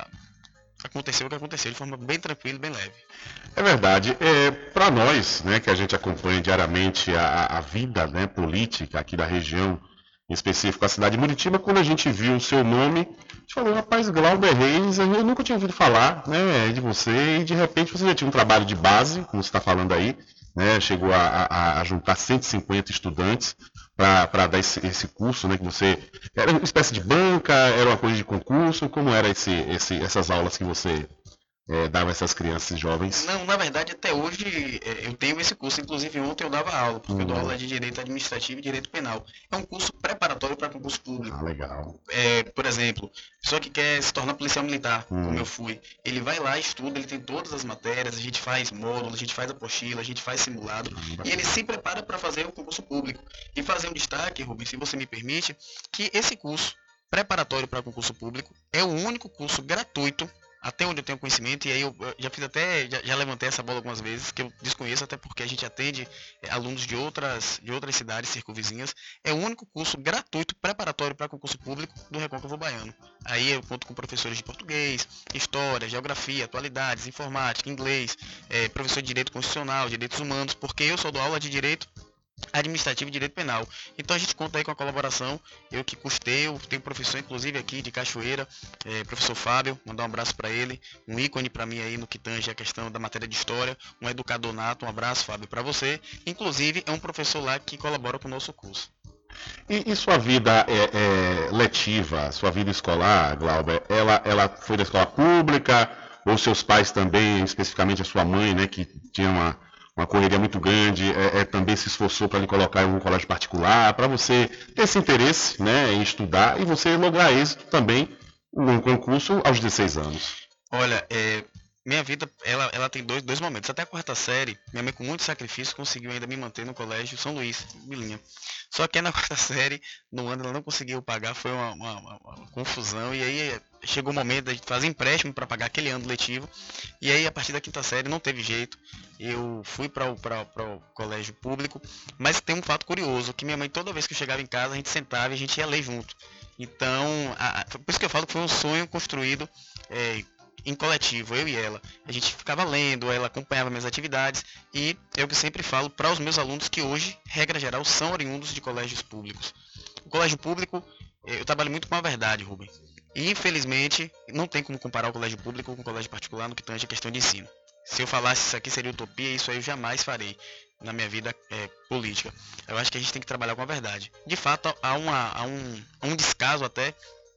aconteceu o que aconteceu, de forma bem tranquila e bem leve. É verdade. É, para nós, né, que a gente acompanha diariamente a, a vida, né, política aqui da região, em específico a cidade de Muritiba, quando a gente viu o seu nome, a gente falou, rapaz, Glauber Reis, eu nunca tinha ouvido falar, né, de você, e de repente você já tinha um trabalho de base, como você está falando aí, né, chegou a, a, a juntar cento e cinquenta estudantes para dar esse, esse curso, né, que você... Era uma espécie de banca, era uma coisa de concurso, como era esse, esse, essas aulas que você é, dava a essas crianças jovens? Não, na verdade, até hoje é, eu tenho esse curso, inclusive ontem eu dava aula, porque hum. eu dou aula de Direito Administrativo e Direito Penal. É um curso preparatório para concurso público. Ah, legal. É, por exemplo, pessoa que quer se tornar policial militar, hum. como eu fui, ele vai lá, estuda, ele tem todas as matérias, a gente faz módulo, a gente faz apostila, a gente faz simulado, hum. e ele se prepara para fazer o concurso público. E fazer um destaque, Rubens, se você me permite, que esse curso preparatório para concurso público é o único curso gratuito, até onde eu tenho conhecimento, e aí eu já fiz até, já, já levantei essa bola algumas vezes, que eu desconheço até porque a gente atende é, alunos de outras, de outras cidades circunvizinhas. É o único curso gratuito preparatório para concurso público do Recôncavo Baiano. Aí eu conto com professores de português, história, geografia, atualidades, informática, inglês, é, professor de direito constitucional, direitos humanos, porque eu só dou aula de direito administrativo e direito penal. Então a gente conta aí com a colaboração, eu que custei, eu tenho professor inclusive aqui de Cachoeira, é, professor Fábio, mandar um abraço para ele, um ícone para mim aí no que tange a questão da matéria de história, um educador nato, um abraço, Fábio, para você. Inclusive é um professor lá que colabora com o nosso curso. E, e sua vida é, é, letiva, sua vida escolar, Glauber, ela, ela foi da escola pública, ou seus pais também, especificamente a sua mãe, né, que tinha uma uma correria muito grande, é, é, também se esforçou para lhe colocar em um colégio particular, para você ter esse interesse, né, em estudar e você lograr êxito também no concurso aos dezesseis anos. Olha, é, minha vida, ela, ela tem dois, dois momentos. Até a quarta série, minha mãe com muito sacrifício conseguiu ainda me manter no colégio São Luís, Milinha. Só que na quarta série, no ano, ela não conseguiu pagar, foi uma, uma, uma, uma confusão, e aí chegou o momento de fazer empréstimo para pagar aquele ano letivo, e aí a partir da quinta série não teve jeito, eu fui para o colégio público, mas tem um fato curioso, que minha mãe toda vez que eu chegava em casa, a gente sentava e a gente ia ler junto. Então, a, por isso que eu falo que foi um sonho construído é, em coletivo, eu e ela. A gente ficava lendo, ela acompanhava minhas atividades, e eu que sempre falo para os meus alunos que hoje, regra geral, são oriundos de colégios públicos. O colégio público, eu trabalho muito com a verdade, Rubem. E infelizmente, não tem como comparar o colégio público com o colégio particular no que tange a questão de ensino. Se eu falasse isso aqui seria utopia, isso aí eu jamais farei na minha vida é, política. Eu acho que a gente tem que trabalhar com a verdade. De fato, há, uma, há, um, há um descaso até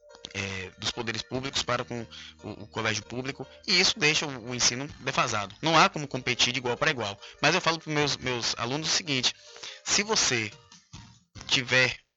é, dos poderes públicos para com o, o colégio público, e isso deixa o, o ensino defasado. Não há como competir de igual para igual. Mas eu falo para os meus, meus alunos o seguinte: se você tiver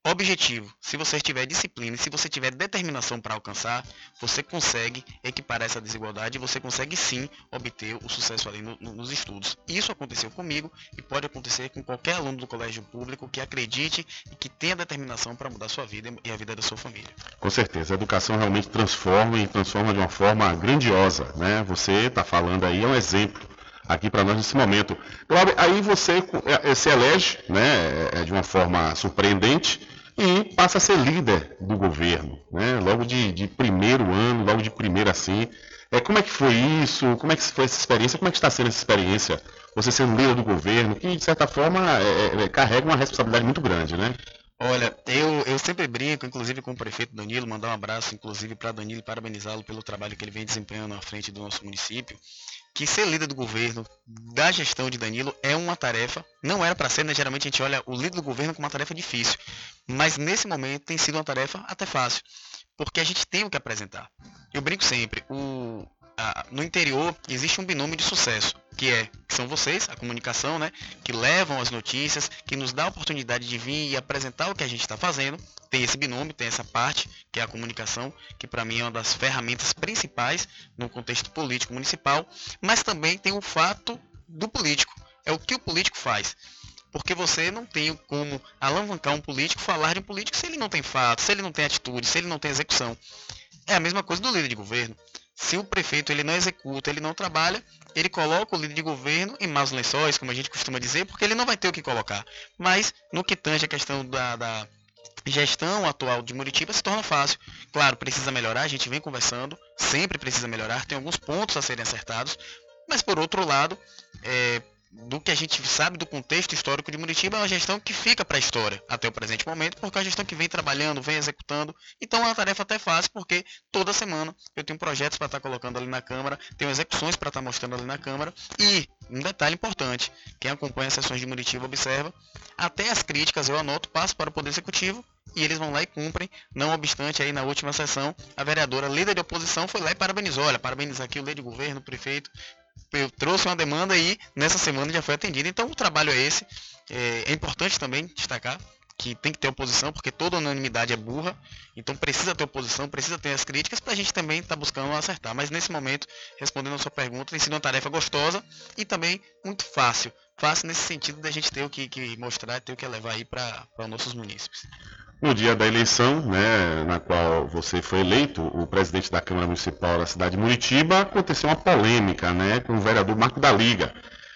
objetivo, se você tiver disciplina e se você tiver determinação para alcançar, você consegue equiparar essa desigualdade e você consegue sim obter o sucesso ali no, no, nos estudos. Isso aconteceu comigo e pode acontecer com qualquer aluno do colégio público que acredite e que tenha determinação para mudar sua vida e a vida da sua família. Com certeza, a educação realmente transforma e transforma de uma forma grandiosa, né? Você está falando aí, é um exemplo aqui para nós nesse momento. Cláudio, aí você se elege, né, de uma forma surpreendente e passa a ser líder do governo, né? Logo de, de primeiro ano, logo de primeira assim. É, como é que foi isso? Como é que foi essa experiência? Como é que está sendo essa experiência? Você sendo líder do governo, que de certa forma é, é, carrega uma responsabilidade muito grande, né? Olha, eu, eu sempre brinco, inclusive com o prefeito Danilo, mandar um abraço, inclusive, para Danilo e parabenizá-lo pelo trabalho que ele vem desempenhando à frente do nosso município, que ser líder do governo, da gestão de Danilo, é uma tarefa, não era para ser, né? Geralmente a gente olha o líder do governo como uma tarefa difícil, mas nesse momento tem sido uma tarefa até fácil, porque a gente tem o que apresentar. Eu brinco sempre, o, a, no interior existe um binômio de sucesso, que é que são vocês, a comunicação, né, que levam as notícias, que nos dá a oportunidade de vir e apresentar o que a gente está fazendo. Tem esse binômio, tem essa parte, que é a comunicação, que para mim é uma das ferramentas principais no contexto político municipal, mas também tem o fato do político, é o que o político faz. Porque você não tem como alavancar um político, falar de um político se ele não tem fato, se ele não tem atitude, se ele não tem execução. É a mesma coisa do líder de governo. Se o prefeito ele não executa, ele não trabalha, ele coloca o líder de governo em maus lençóis, como a gente costuma dizer, porque ele não vai ter o que colocar. Mas no que tange a questão da, da gestão atual de Muritiba, se torna fácil. Claro, precisa melhorar, a gente vem conversando, sempre precisa melhorar, tem alguns pontos a serem acertados, mas por outro lado, é, do que a gente sabe do contexto histórico de Muritiba, é uma gestão que fica para a história até o presente momento, porque é uma gestão que vem trabalhando, vem executando, então é uma tarefa até fácil, porque toda semana eu tenho projetos para estar colocando ali na Câmara, tenho execuções para estar mostrando ali na Câmara, e um detalhe importante, quem acompanha as sessões de Muritiba observa, até as críticas eu anoto, passo para o Poder Executivo, e eles vão lá e cumprem, não obstante aí na última sessão, a vereadora líder de oposição foi lá e parabenizou, olha, parabeniza aqui o líder de governo, o prefeito, eu trouxe uma demanda e nessa semana já foi atendida. Então o trabalho é esse. É, é importante também destacar que tem que ter oposição, porque toda unanimidade é burra. Então precisa ter oposição, precisa ter as críticas para a gente também estar tá buscando acertar. Mas nesse momento, respondendo a sua pergunta, tem sido uma tarefa gostosa e também muito fácil. Fácil nesse sentido da gente ter o que, que mostrar, ter o que levar aí para os nossos munícipes. No dia da eleição, né, na qual você foi eleito, o presidente da Câmara Municipal da cidade de Muritiba, aconteceu uma polêmica, né, com o vereador Marco da Liga,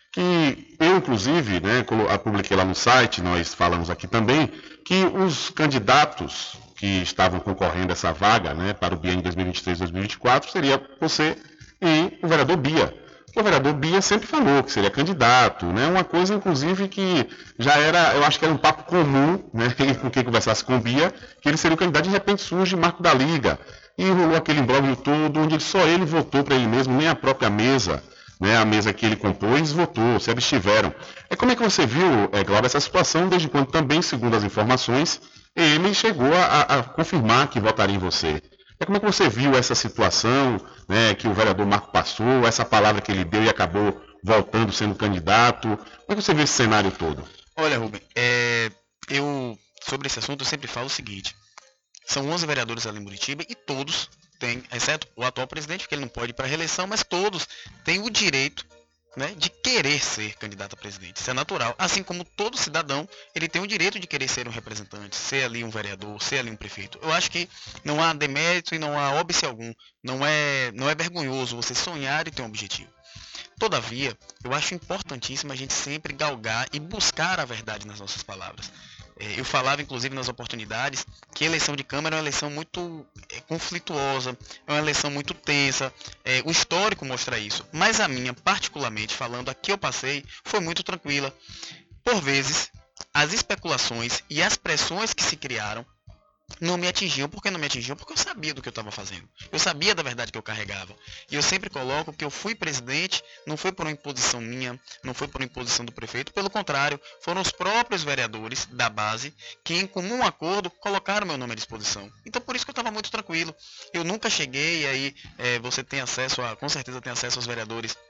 que eu, inclusive, né, publiquei lá no site, nós falamos aqui também, que os candidatos que estavam concorrendo a essa vaga, né, para o biênio dois mil e vinte e três dois mil e vinte e quatro seria você e o vereador Bia. O vereador Bia sempre falou que seria candidato, né? Uma coisa, inclusive, que já era, eu acho que era um papo comum, né? Com quem conversasse com o Bia, que ele seria o candidato, de repente surge Marco da Liga. E rolou aquele imbróglio todo, onde só ele votou para ele mesmo, nem a própria mesa, né? A mesa que ele compôs, votou, se abstiveram. É, como é que você viu, é, Glauber, essa situação, desde quando também, segundo as informações, ele chegou a, a confirmar que votaria em você? É, como é que você viu essa situação, né, que o vereador Marco passou, essa palavra que ele deu e acabou voltando sendo candidato? Como é que você vê esse cenário todo? Olha, Rubem, é, eu sobre esse assunto eu sempre falo o seguinte, são onze vereadores ali em Muritiba e todos têm, exceto o atual presidente, porque ele não pode ir para a reeleição, mas todos têm o direito, né, de querer ser candidato a presidente. Isso é natural. Assim como todo cidadão, ele tem o direito de querer ser um representante, ser ali um vereador, ser ali um prefeito. Eu acho que não há demérito e não há óbice algum. Não é, não é vergonhoso você sonhar e ter um objetivo. Todavia, eu acho importantíssimo a gente sempre galgar e buscar a verdade nas nossas palavras. Eu falava, inclusive, nas oportunidades, que a eleição de Câmara é uma eleição muito é, conflituosa, é uma eleição muito tensa, é, o histórico mostra isso. Mas a minha, particularmente, falando, a que eu passei, foi muito tranquila. Por vezes, as especulações e as pressões que se criaram não me atingiam. Por que não me atingiam? Porque eu sabia do que eu estava fazendo. Eu sabia da verdade que eu carregava. E eu sempre coloco que eu fui presidente, não foi por uma imposição minha, não foi por uma imposição do prefeito. Pelo contrário, foram os próprios vereadores da base que, em comum acordo, colocaram meu nome à disposição. Então, por isso que eu estava muito tranquilo. Eu nunca cheguei, e aí é, você tem acesso a, com certeza tem acesso aos vereadores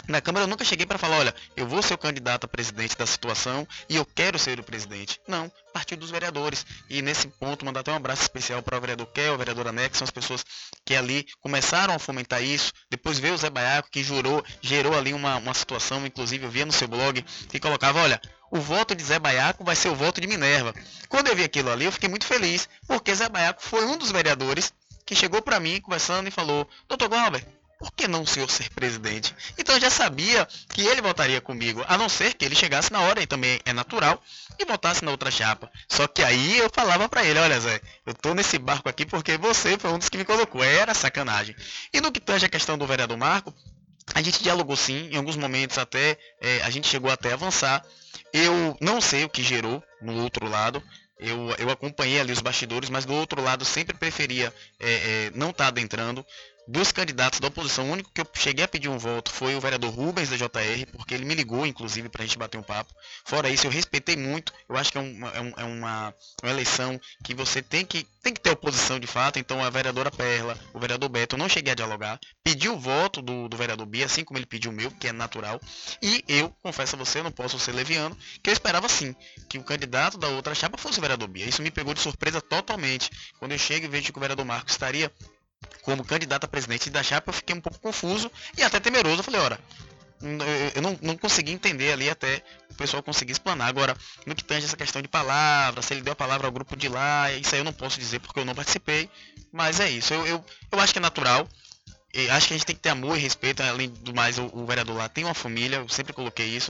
Na Câmara eu nunca cheguei para falar, olha, eu vou ser o candidato a presidente da situação e eu quero ser o presidente. Não, partiu dos vereadores. E nesse ponto, mandar até um abraço especial para o vereador Kel, o vereador Anex, que são as pessoas que ali começaram a fomentar isso. Depois veio o Zé Baiaco, que jurou, gerou ali uma, uma situação, inclusive eu via no seu blog, que colocava, olha, o voto de Zé Baiaco vai ser o voto de Minerva. Quando eu vi aquilo ali, eu fiquei muito feliz, porque Zé Baiaco foi um dos vereadores que chegou para mim, conversando, e falou, doutor Glauber, por que não o senhor ser presidente? Então eu já sabia que ele votaria comigo, a não ser que ele chegasse na hora, e também é natural, e votasse na outra chapa. Só que aí eu falava para ele, olha Zé, eu tô nesse barco aqui porque você foi um dos que me colocou, era sacanagem. E no que tange a questão do vereador Marco, a gente dialogou sim, em alguns momentos até, é, a gente chegou até a avançar. Eu não sei o que gerou no outro lado, eu, eu acompanhei ali os bastidores, mas do outro lado sempre preferia é, é, não estar tá adentrando. Dos candidatos da oposição, o único que eu cheguei a pedir um voto foi o vereador Rubens da J R, porque ele me ligou, inclusive, para a gente bater um papo. Fora isso, eu respeitei muito. Eu acho que é, um, é, um, é uma, uma eleição que você tem que, tem que ter oposição de fato. Então, a vereadora Perla, o vereador Beto, eu não cheguei a dialogar. Pedi o voto do, do vereador Bia, assim como ele pediu o meu, que é natural. E eu, confesso a você, eu não posso ser leviano, que eu esperava sim, que o candidato da outra chapa fosse o vereador Bia. Isso me pegou de surpresa totalmente. Quando eu chego e vejo que o vereador Marcos estaria como candidato a presidente da chapa, eu fiquei um pouco confuso e até temeroso. Eu falei, ora, eu não, não consegui entender ali até o pessoal conseguir explanar. Agora, no que tange essa questão de palavra, se ele deu a palavra ao grupo de lá, isso aí eu não posso dizer porque eu não participei, mas é isso. Eu, eu, eu acho que é natural, eu acho que a gente tem que ter amor e respeito. Além do mais, o, o vereador lá tem uma família, eu sempre coloquei isso.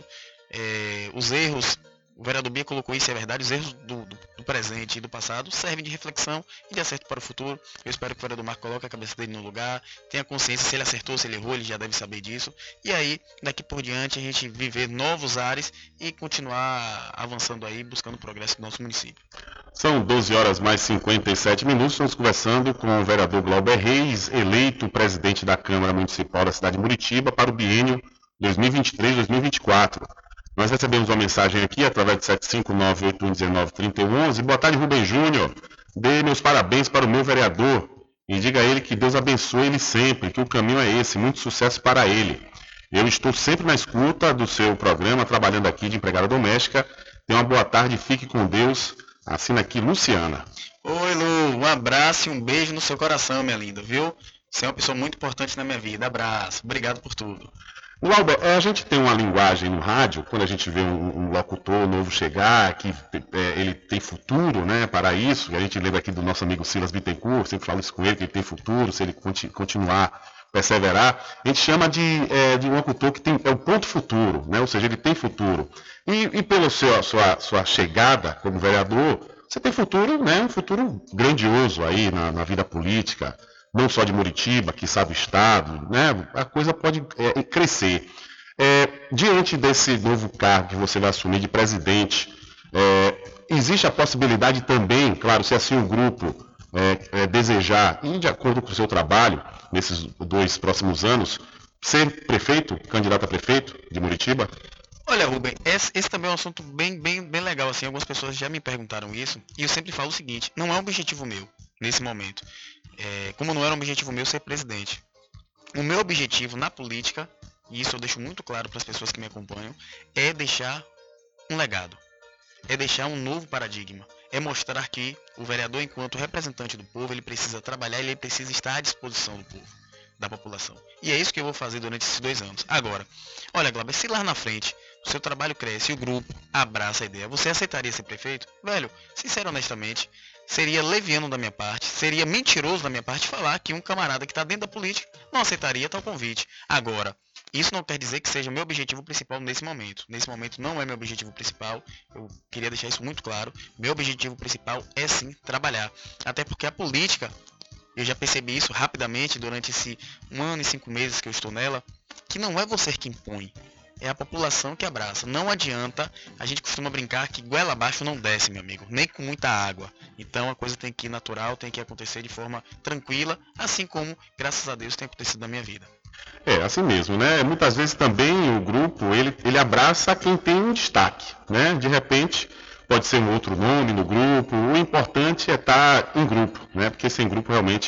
É, os erros, o vereador Bia colocou isso, é verdade, os erros do, do, do presente e do passado servem de reflexão e de acerto para o futuro. Eu espero que o vereador Marco coloque a cabeça dele no lugar, tenha consciência, se ele acertou, se ele errou, ele já deve saber disso. E aí, daqui por diante, a gente viver novos ares e continuar avançando aí, buscando o progresso do nosso município. São doze horas mais cinquenta e sete minutos, estamos conversando com o vereador Glauber Reis, eleito presidente da Câmara Municipal da cidade de Muritiba para o biênio dois mil e vinte e três a dois mil e vinte e quatro. Nós recebemos uma mensagem aqui através de sete cinco nove, oito um um nove, três um um zero. Boa tarde, Rubem Júnior. Dê meus parabéns para o meu vereador e diga a ele que Deus abençoe ele sempre, que o caminho é esse. Muito sucesso para ele. Eu estou sempre na escuta do seu programa, trabalhando aqui de empregada doméstica. Tenha uma boa tarde, fique com Deus. Assina aqui, Luciana. Oi, Lu. Um abraço e um beijo no seu coração, minha linda, viu? Você é uma pessoa muito importante na minha vida. Abraço. Obrigado por tudo. Glauber, a gente tem uma linguagem no rádio, quando a gente vê um, um locutor novo chegar, que é, ele tem futuro, né, para isso, a gente lembra aqui do nosso amigo Silas Bittencourt, sempre falo isso com ele, que ele tem futuro, se ele conti- continuar, perseverar, a gente chama de, é, de um locutor que tem, é o ponto futuro, né, ou seja, ele tem futuro. E, e pela sua, sua, sua chegada como vereador, você tem futuro, né, um futuro grandioso aí na, na vida política, não só de Muritiba, que sabe o Estado, né? A coisa pode é, crescer. É, diante desse novo cargo que você vai assumir de presidente, é, existe a possibilidade também, claro, se assim o grupo é, é, desejar, e de acordo com o seu trabalho, nesses dois próximos anos, ser prefeito, candidato a prefeito de Muritiba? Olha, Rubem, esse, esse também é um assunto bem, bem, bem legal, assim, algumas pessoas já me perguntaram isso, e eu sempre falo o seguinte, não é um objetivo meu, nesse momento. É, como não era um objetivo meu ser presidente. O meu objetivo na política, e isso eu deixo muito claro para as pessoas que me acompanham, é deixar um legado. É deixar um novo paradigma. É mostrar que o vereador, enquanto representante do povo, ele precisa trabalhar e ele precisa estar à disposição do povo, da população. E é isso que eu vou fazer durante esses dois anos. Agora, olha, Glauber, se lá na frente o seu trabalho cresce e o grupo abraça a ideia, você aceitaria ser prefeito? Velho, sincero, honestamente, seria leviano da minha parte, seria mentiroso da minha parte falar que um camarada que está dentro da política não aceitaria tal convite. Agora, isso não quer dizer que seja meu objetivo principal nesse momento. Nesse momento não é meu objetivo principal, eu queria deixar isso muito claro. Meu objetivo principal é sim trabalhar. Até porque a política, eu já percebi isso rapidamente durante esse um ano e cinco meses que eu estou nela, que não é você que impõe. É a população que abraça. Não adianta, a gente costuma brincar que goela abaixo não desce, meu amigo, nem com muita água. Então a coisa tem que ir natural, tem que acontecer de forma tranquila, assim como, graças a Deus, tem acontecido na minha vida. É, assim mesmo, né? Muitas vezes também o grupo, ele, ele abraça quem tem um destaque, né? De repente, pode ser um outro nome no grupo, o importante é estar em grupo, né? Porque sem grupo realmente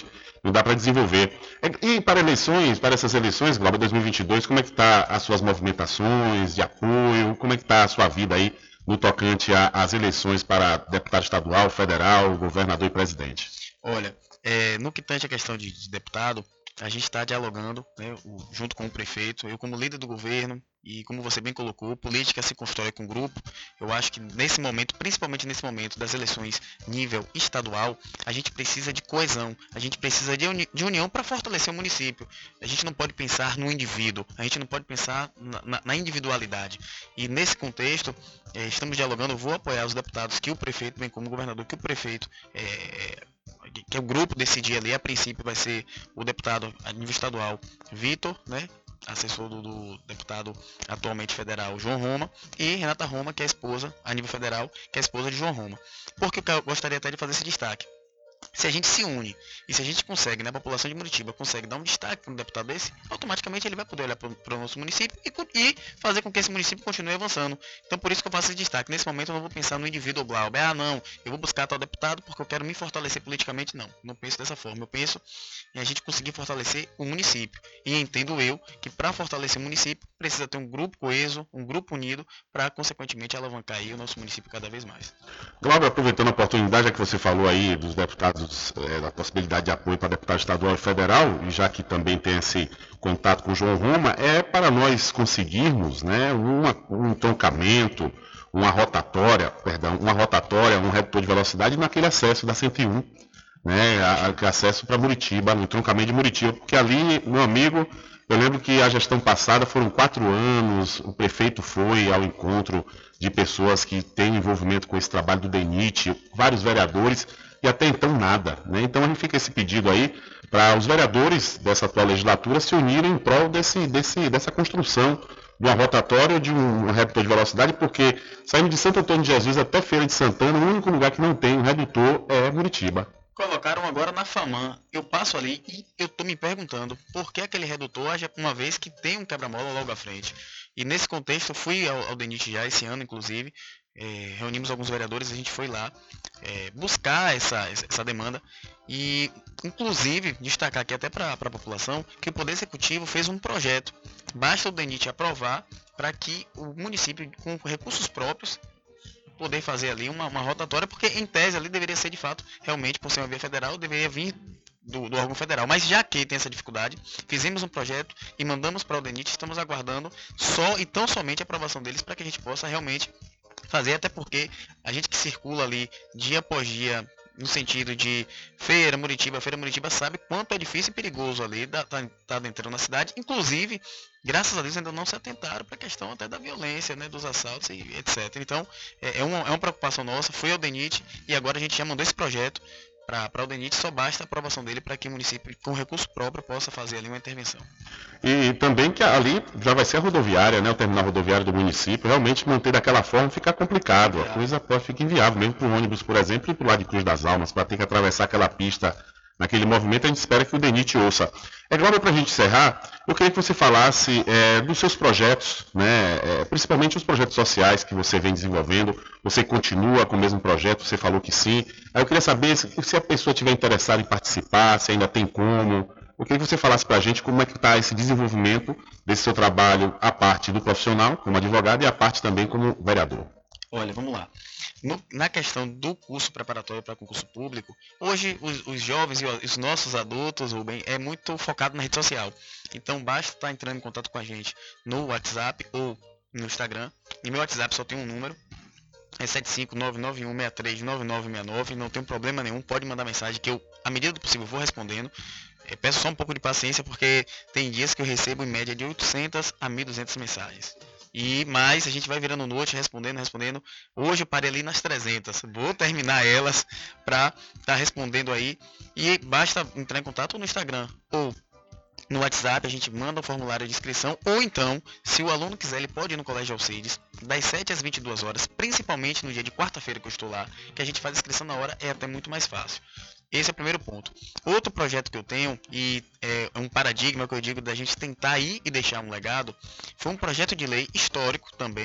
não dá para desenvolver. E para eleições, para essas eleições, Glauber, dois mil e vinte e dois, como é que está as suas movimentações de apoio? Como é que está a sua vida aí no tocante às eleições para deputado estadual, federal, governador e presidente? Olha, é, no que tange a questão de, de deputado, a gente está dialogando, né, o, junto com o prefeito, eu como líder do governo, e como você bem colocou, política se constrói com grupo. Eu acho que nesse momento, principalmente nesse momento das eleições nível estadual, a gente precisa de coesão, a gente precisa de, uni de união para fortalecer o município. A gente não pode pensar no indivíduo, a gente não pode pensar na, na, na individualidade. E nesse contexto, é, estamos dialogando, eu vou apoiar os deputados que o prefeito, bem como o governador, que o prefeito é, que o grupo decidir ali, a princípio vai ser o deputado a nível estadual Vitor, né, assessor do, do deputado atualmente federal João Roma, e Renata Roma, que é a esposa, a nível federal, que é a esposa de João Roma. Porque eu gostaria até de fazer esse destaque. Se a gente se une e se a gente consegue, né, a população de Muritiba consegue dar um destaque para um deputado desse, automaticamente ele vai poder olhar para o nosso município e, e fazer com que esse município continue avançando. Então por isso que eu faço esse destaque. Nesse momento eu não vou pensar no indivíduo Glauber. Ah não, eu vou buscar tal deputado porque eu quero me fortalecer politicamente. Não, não penso dessa forma. Eu penso em a gente conseguir fortalecer o município. E entendo eu que para fortalecer o município precisa ter um grupo coeso, um grupo unido, para consequentemente alavancar aí o nosso município cada vez mais. Glauber, aproveitando a oportunidade, já que você falou aí dos deputados, é, da possibilidade de apoio para deputado estadual e federal, e já que também tem esse contato com o João Roma, é para nós conseguirmos, né, uma, um entroncamento, uma rotatória, perdão, uma rotatória, um redutor de velocidade naquele acesso da cento e um, né, a, a, acesso para Muritiba, no entroncamento de Muritiba, porque ali, meu amigo, eu lembro que a gestão passada foram quatro anos, o prefeito foi ao encontro de pessoas que têm envolvimento com esse trabalho do D E N I T, vários vereadores, e até então nada, né? Então a gente fica esse pedido aí para os vereadores dessa atual legislatura se unirem em prol desse, desse, dessa construção de uma rotatória, de um redutor de velocidade, porque saindo de Santo Antônio de Jesus até Feira de Santana, o único lugar que não tem um redutor é Muritiba. Colocaram agora na FAMAN, eu passo ali e eu estou me perguntando por que aquele redutor, uma vez que tem um quebra-mola logo à frente. E nesse contexto eu fui ao, ao D E N I T já esse ano, inclusive, é, reunimos alguns vereadores, a gente foi lá é, buscar essa, essa demanda e, inclusive, destacar aqui até para a população que o Poder Executivo fez um projeto. Basta o D E N I T aprovar para que o município, com recursos próprios, poder fazer ali uma, uma rotatória, porque em tese ali deveria ser de fato, realmente, por ser uma via federal, deveria vir do, do órgão federal. Mas já que tem essa dificuldade, fizemos um projeto e mandamos para o D E N I T, estamos aguardando só e tão somente a aprovação deles para que a gente possa realmente fazer, até porque a gente que circula ali dia após dia no sentido de Feira, Muritiba, Feira, Muritiba, sabe quanto é difícil e perigoso ali tá, tá entrando na cidade. Inclusive, graças a Deus ainda não se atentaram para a questão até da violência, né, dos assaltos e etcétera. Então, é, é, uma, é uma preocupação nossa, foi ao D E N I T e agora a gente já mandou esse projeto para o D E N I T, só basta a aprovação dele para que o município, com recurso próprio, possa fazer ali uma intervenção. E também que ali já vai ser a rodoviária, né, o terminal rodoviário do município, realmente manter daquela forma fica complicado, a coisa pode ficar inviável, mesmo para o ônibus, por exemplo, e para o lado de Cruz das Almas, para ter que atravessar aquela pista naquele movimento, a gente espera que o D E N I T ouça. É claro, para a gente encerrar, eu queria que você falasse é, dos seus projetos, né, é, principalmente os projetos sociais que você vem desenvolvendo. Você continua com o mesmo projeto, você falou que sim. Aí eu queria saber se, se a pessoa estiver interessada em participar, se ainda tem como. Eu queria que você falasse para a gente como é que está esse desenvolvimento desse seu trabalho, a parte do profissional, como advogado, e a parte também como vereador. Olha, vamos lá. No, na questão do curso preparatório para concurso público, hoje os, os jovens e os nossos adultos, Rubem, é muito focado na rede social. Então basta estar entrando em contato com a gente no WhatsApp ou no Instagram. E meu WhatsApp só tem um número, é sete cinco nove nove um seis três nove nove seis nove. Não tem problema nenhum, pode mandar mensagem que eu, à medida do possível, vou respondendo. Eu peço só um pouco de paciência, porque tem dias que eu recebo em média de oitocentas a mil e duzentas mensagens. E mais, a gente vai virando noite, respondendo, respondendo. Hoje eu parei ali nas trezentas. Vou terminar elas para estar tá respondendo aí. E basta entrar em contato no Instagram ou no WhatsApp. A gente manda o formulário de inscrição. Ou então, se o aluno quiser, ele pode ir no Colégio Alcides, das sete às vinte e duas horas, principalmente no dia de quarta-feira que eu estou lá, que a gente faz a inscrição na hora, é até muito mais fácil. Esse é o primeiro ponto. Outro projeto que eu tenho, e é um paradigma que eu digo da gente tentar ir e deixar um legado, foi um projeto de lei histórico também,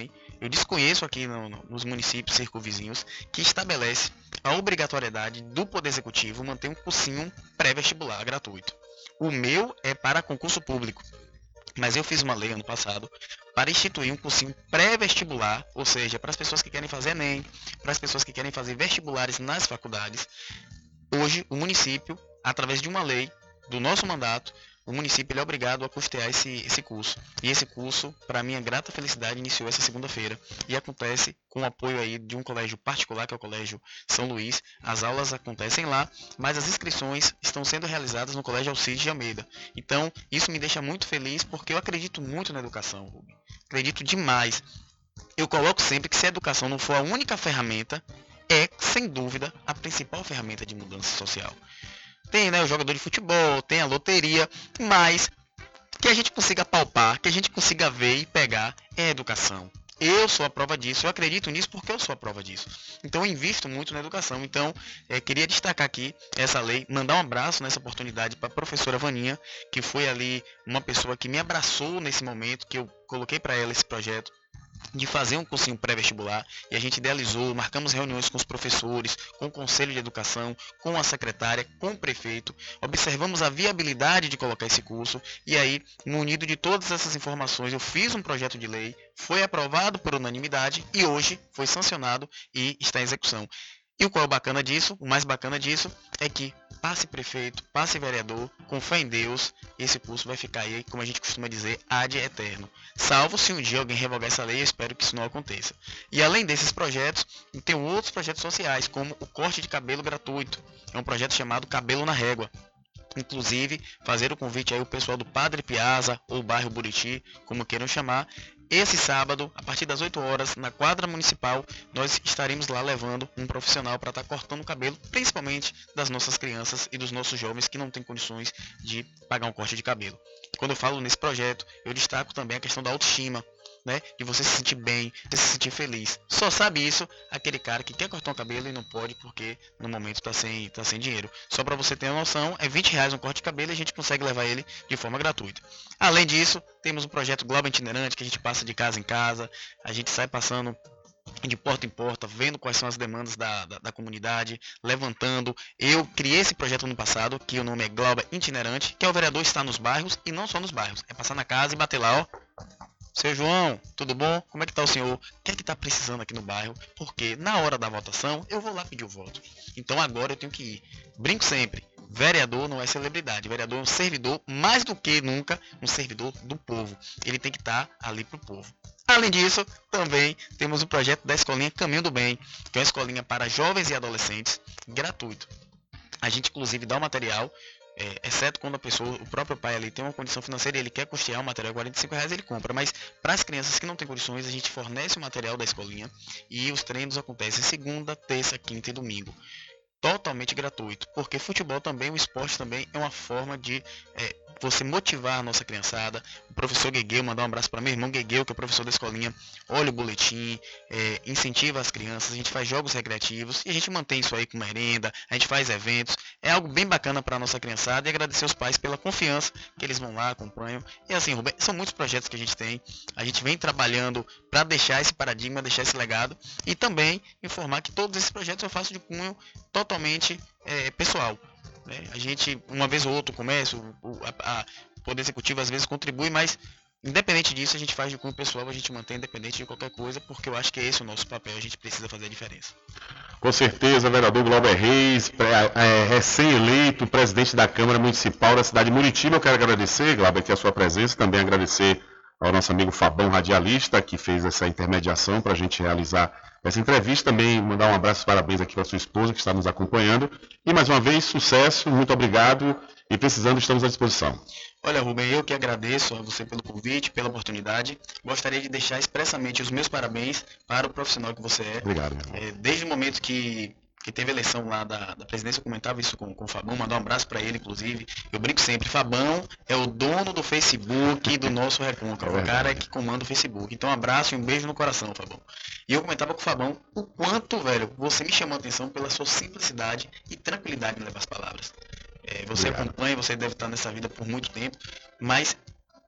eu desconheço aqui no, no, nos municípios circunvizinhos que estabelece a obrigatoriedade do Poder Executivo manter um cursinho pré-vestibular gratuito. O meu é para concurso público, mas eu fiz uma lei ano passado para instituir um cursinho pré-vestibular, ou seja, para as pessoas que querem fazer Enem, para as pessoas que querem fazer vestibulares nas faculdades. Hoje, o município, através de uma lei do nosso mandato, o município ele é obrigado a custear esse, esse curso. E esse curso, para minha grata felicidade, iniciou essa segunda-feira. E acontece com o apoio aí de um colégio particular, que é o Colégio São Luís. As aulas acontecem lá, mas as inscrições estão sendo realizadas no Colégio Alcides de Almeida. Então, isso me deixa muito feliz, porque eu acredito muito na educação, Rubem. Acredito demais. Eu coloco sempre que se a educação não for a única ferramenta, é, sem dúvida, a principal ferramenta de mudança social. Tem, né, o jogador de futebol, tem a loteria, mas que a gente consiga palpar, que a gente consiga ver e pegar é a educação. Eu sou a prova disso, eu acredito nisso porque eu sou a prova disso. Então eu invisto muito na educação. Então, é, queria destacar aqui essa lei, mandar um abraço nessa oportunidade para a professora Vaninha, que foi ali uma pessoa que me abraçou nesse momento, que eu coloquei para ela esse projeto de fazer um cursinho pré-vestibular, e a gente idealizou, marcamos reuniões com os professores, com o Conselho de Educação, com a secretária, com o prefeito, observamos a viabilidade de colocar esse curso, e aí, munido de todas essas informações, eu fiz um projeto de lei, foi aprovado por unanimidade, e hoje foi sancionado e está em execução. E o qual é o bacana disso, o mais bacana disso, é que passe prefeito, passe vereador, com fé em Deus, esse curso vai ficar aí, como a gente costuma dizer, ad eterno. Salvo se um dia alguém revogar essa lei, eu espero que isso não aconteça. E além desses projetos, tem outros projetos sociais, como o corte de cabelo gratuito. É um projeto chamado Cabelo na Régua. Inclusive, fazer o convite aí ao pessoal do Padre Piazza, ou bairro Buriti, como queiram chamar. Esse sábado, a partir das oito horas, na quadra municipal, nós estaremos lá levando um profissional para estar cortando o cabelo, principalmente das nossas crianças e dos nossos jovens que não têm condições de pagar um corte de cabelo. Quando eu falo nesse projeto, eu destaco também a questão da autoestima, né? De você se sentir bem, de se sentir feliz. Só sabe isso aquele cara que quer cortar um cabelo e não pode porque no momento está sem, tá sem dinheiro. Só para você ter uma noção, é vinte reais um corte de cabelo e a gente consegue levar ele de forma gratuita. Além disso, temos o projeto Globo Itinerante, que a gente passa de casa em casa, a gente sai passando de porta em porta, vendo quais são as demandas da, da, da comunidade, levantando. Eu criei esse projeto no passado, que o nome é Globo Itinerante, que é o vereador estar nos bairros e não só nos bairros, é passar na casa e bater lá, ó. Seu João, tudo bom? Como é que tá o senhor? O que é que tá precisando aqui no bairro? Porque na hora da votação, eu vou lá pedir o voto. Então agora eu tenho que ir. Brinco sempre, vereador não é celebridade. Vereador é um servidor, mais do que nunca, um servidor do povo. Ele tem que estar ali pro povo. Além disso, também temos o projeto da Escolinha Caminho do Bem, que é uma escolinha para jovens e adolescentes, gratuito. A gente inclusive dá o material, É, exceto quando a pessoa, o próprio pai ali tem uma condição financeira e ele quer custear o material, quarenta e cinco reais ele compra, mas para as crianças que não têm condições, a gente fornece o material da escolinha e os treinos acontecem segunda, terça, quinta e domingo. Totalmente gratuito, porque futebol também, o esporte também é uma forma de é, você motivar a nossa criançada. O professor Guegueu, mandar um abraço para meu irmão Guegueu, que é o professor da escolinha, olha o boletim, é, incentiva as crianças, a gente faz jogos recreativos e a gente mantém isso aí com merenda, a gente faz eventos, é algo bem bacana para a nossa criançada, e agradecer aos pais pela confiança que eles vão lá, acompanham. E assim, Rubem, são muitos projetos que a gente tem, a gente vem trabalhando para deixar esse paradigma, deixar esse legado, e também informar que todos esses projetos eu faço de cunho totalmente é, pessoal. Né? A gente, uma vez ou outra, o comércio, o a, a Poder Executivo às vezes contribui, mas independente disso, a gente faz de cunho pessoal, a gente mantém independente de qualquer coisa, porque eu acho que esse é o nosso papel, a gente precisa fazer a diferença. Com certeza, vereador Glauber Reis, é, recém-eleito presidente da Câmara Municipal da cidade de Muritiba. Eu quero agradecer, Glauber, aqui a sua presença, também agradecer ao nosso amigo Fabão, radialista, que fez essa intermediação para a gente realizar essa entrevista. Também mandar um abraço e parabéns aqui para sua esposa que está nos acompanhando. E mais uma vez, sucesso, muito obrigado, e precisando, estamos à disposição. Olha, Rubem, eu que agradeço a você pelo convite, pela oportunidade. Gostaria de deixar expressamente os meus parabéns para o profissional que você é. Obrigado, meu irmão. É, desde o momento que, que teve a eleição lá da, da presidência, eu comentava isso com, com o Fabão, mandar um abraço para ele, inclusive. Eu brinco sempre, Fabão é o dono do Facebook do nosso Recôncavo, é o cara que comanda o Facebook. Então, um abraço e um beijo no coração, Fabão. E eu comentava com o Fabão o quanto, velho, você me chamou a atenção pela sua simplicidade e tranquilidade em levar as palavras. É, você Obrigado. Acompanha, você deve estar nessa vida por muito tempo, mas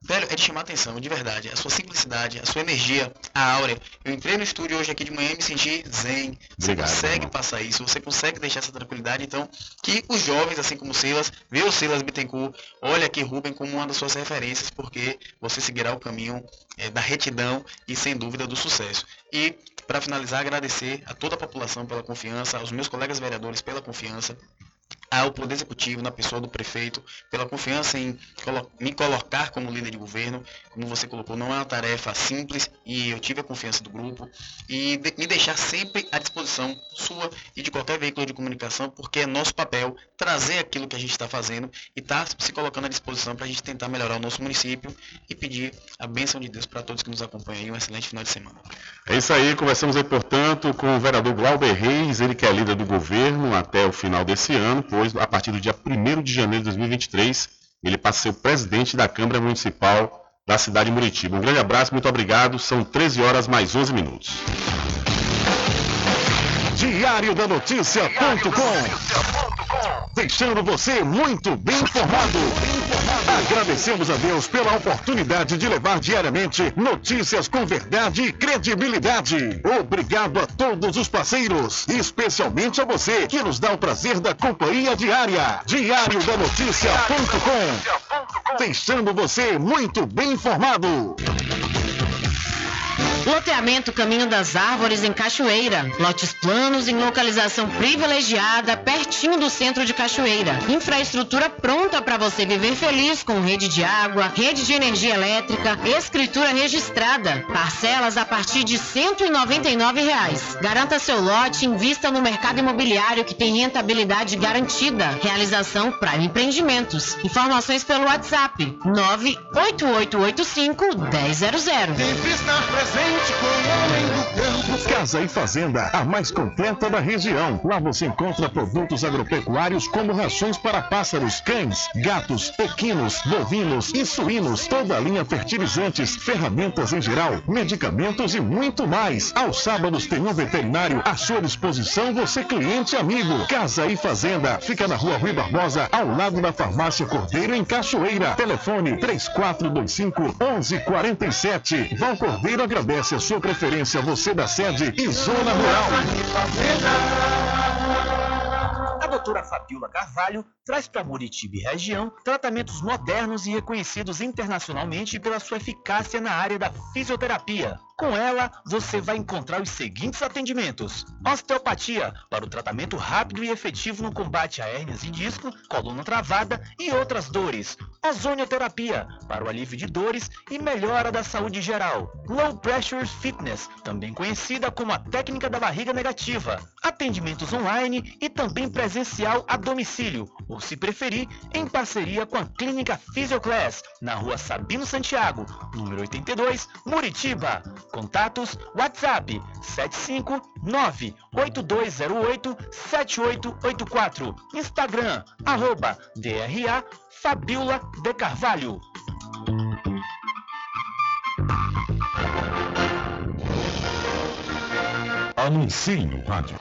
velho, é de chamar atenção, de verdade. A sua simplicidade, a sua energia, a áurea. Eu entrei no estúdio hoje aqui de manhã e me senti zen. Você Obrigado, consegue irmão. passar isso, você consegue deixar essa tranquilidade. Então, que os jovens, assim como o Silas, vê o Silas Bittencourt, olha aqui Rubem como uma das suas referências, porque você seguirá o caminho é, da retidão e, sem dúvida, do sucesso. E, para finalizar, agradecer a toda a população pela confiança, aos meus colegas vereadores pela confiança, ao Poder Executivo, na pessoa do prefeito, pela confiança em colo- me colocar como líder de governo. Como você colocou, não é uma tarefa simples e eu tive a confiança do grupo. E de- me deixar sempre à disposição sua e de qualquer veículo de comunicação, porque é nosso papel trazer aquilo que a gente está fazendo e estar se colocando à disposição para a gente tentar melhorar o nosso município e pedir a bênção de Deus para todos que nos acompanham aí. Um excelente final de semana. É isso aí, conversamos aí, portanto, com o vereador Glauber Reis, ele que é líder do governo até o final desse ano, pois a partir do dia primeiro de janeiro de dois mil e vinte e três, ele passa a ser o presidente da Câmara Municipal da cidade de Muritiba. Um grande abraço, muito obrigado, são treze horas mais onze minutos. Diário da Notícia ponto com, deixando você muito bem informado. Agradecemos a Deus pela oportunidade de levar diariamente notícias com verdade e credibilidade. Obrigado a todos os parceiros, especialmente a você que nos dá o prazer da companhia diária. Diário da Notícia ponto com, deixando você muito bem informado. Loteamento Caminho das Árvores em Cachoeira. Lotes planos em localização privilegiada, pertinho do centro de Cachoeira. Infraestrutura pronta para você viver feliz com rede de água, rede de energia elétrica, escritura registrada. Parcelas a partir de cento e noventa e nove reais. Garanta seu lote e invista no mercado imobiliário que tem rentabilidade garantida. Realização Prime Empreendimentos. Informações pelo WhatsApp nove oito oito oito cinco um zero zero zero. Sempre estar presente com o homem do campo. Casa e Fazenda, a mais completa da região. Lá você encontra produtos agropecuários como rações para pássaros, cães, gatos, equinos, bovinos e suínos, toda a linha fertilizantes, ferramentas em geral, medicamentos e muito mais. Aos sábados tem um veterinário à sua disposição, você cliente amigo. Casa e Fazenda, fica na rua Rui Barbosa, ao lado da Farmácia Cordeiro, em Cachoeira. Telefone três quatro dois cinco, um um quatro sete. Val Cordeiro agradece a sua preferência, você da sede e zona rural. A doutora Fabiola Carvalho traz para Muritiba e região tratamentos modernos e reconhecidos internacionalmente pela sua eficácia na área da fisioterapia. Com ela, você vai encontrar os seguintes atendimentos: osteopatia, para o tratamento rápido e efetivo no combate a hérnias e disco, coluna travada e outras dores. Ozonioterapia, para o alívio de dores e melhora da saúde geral. Low Pressure Fitness, também conhecida como a técnica da barriga negativa. Atendimentos online e também presencial a domicílio, ou se preferir, em parceria com a Clínica Physioclass, na rua Sabino Santiago, número oitenta e dois, Muritiba. Contatos: WhatsApp sete cinco nove oito dois zero oito sete oito oito quatro. Instagram, arroba D R A Fabiola de Carvalho. Anuncie no rádio.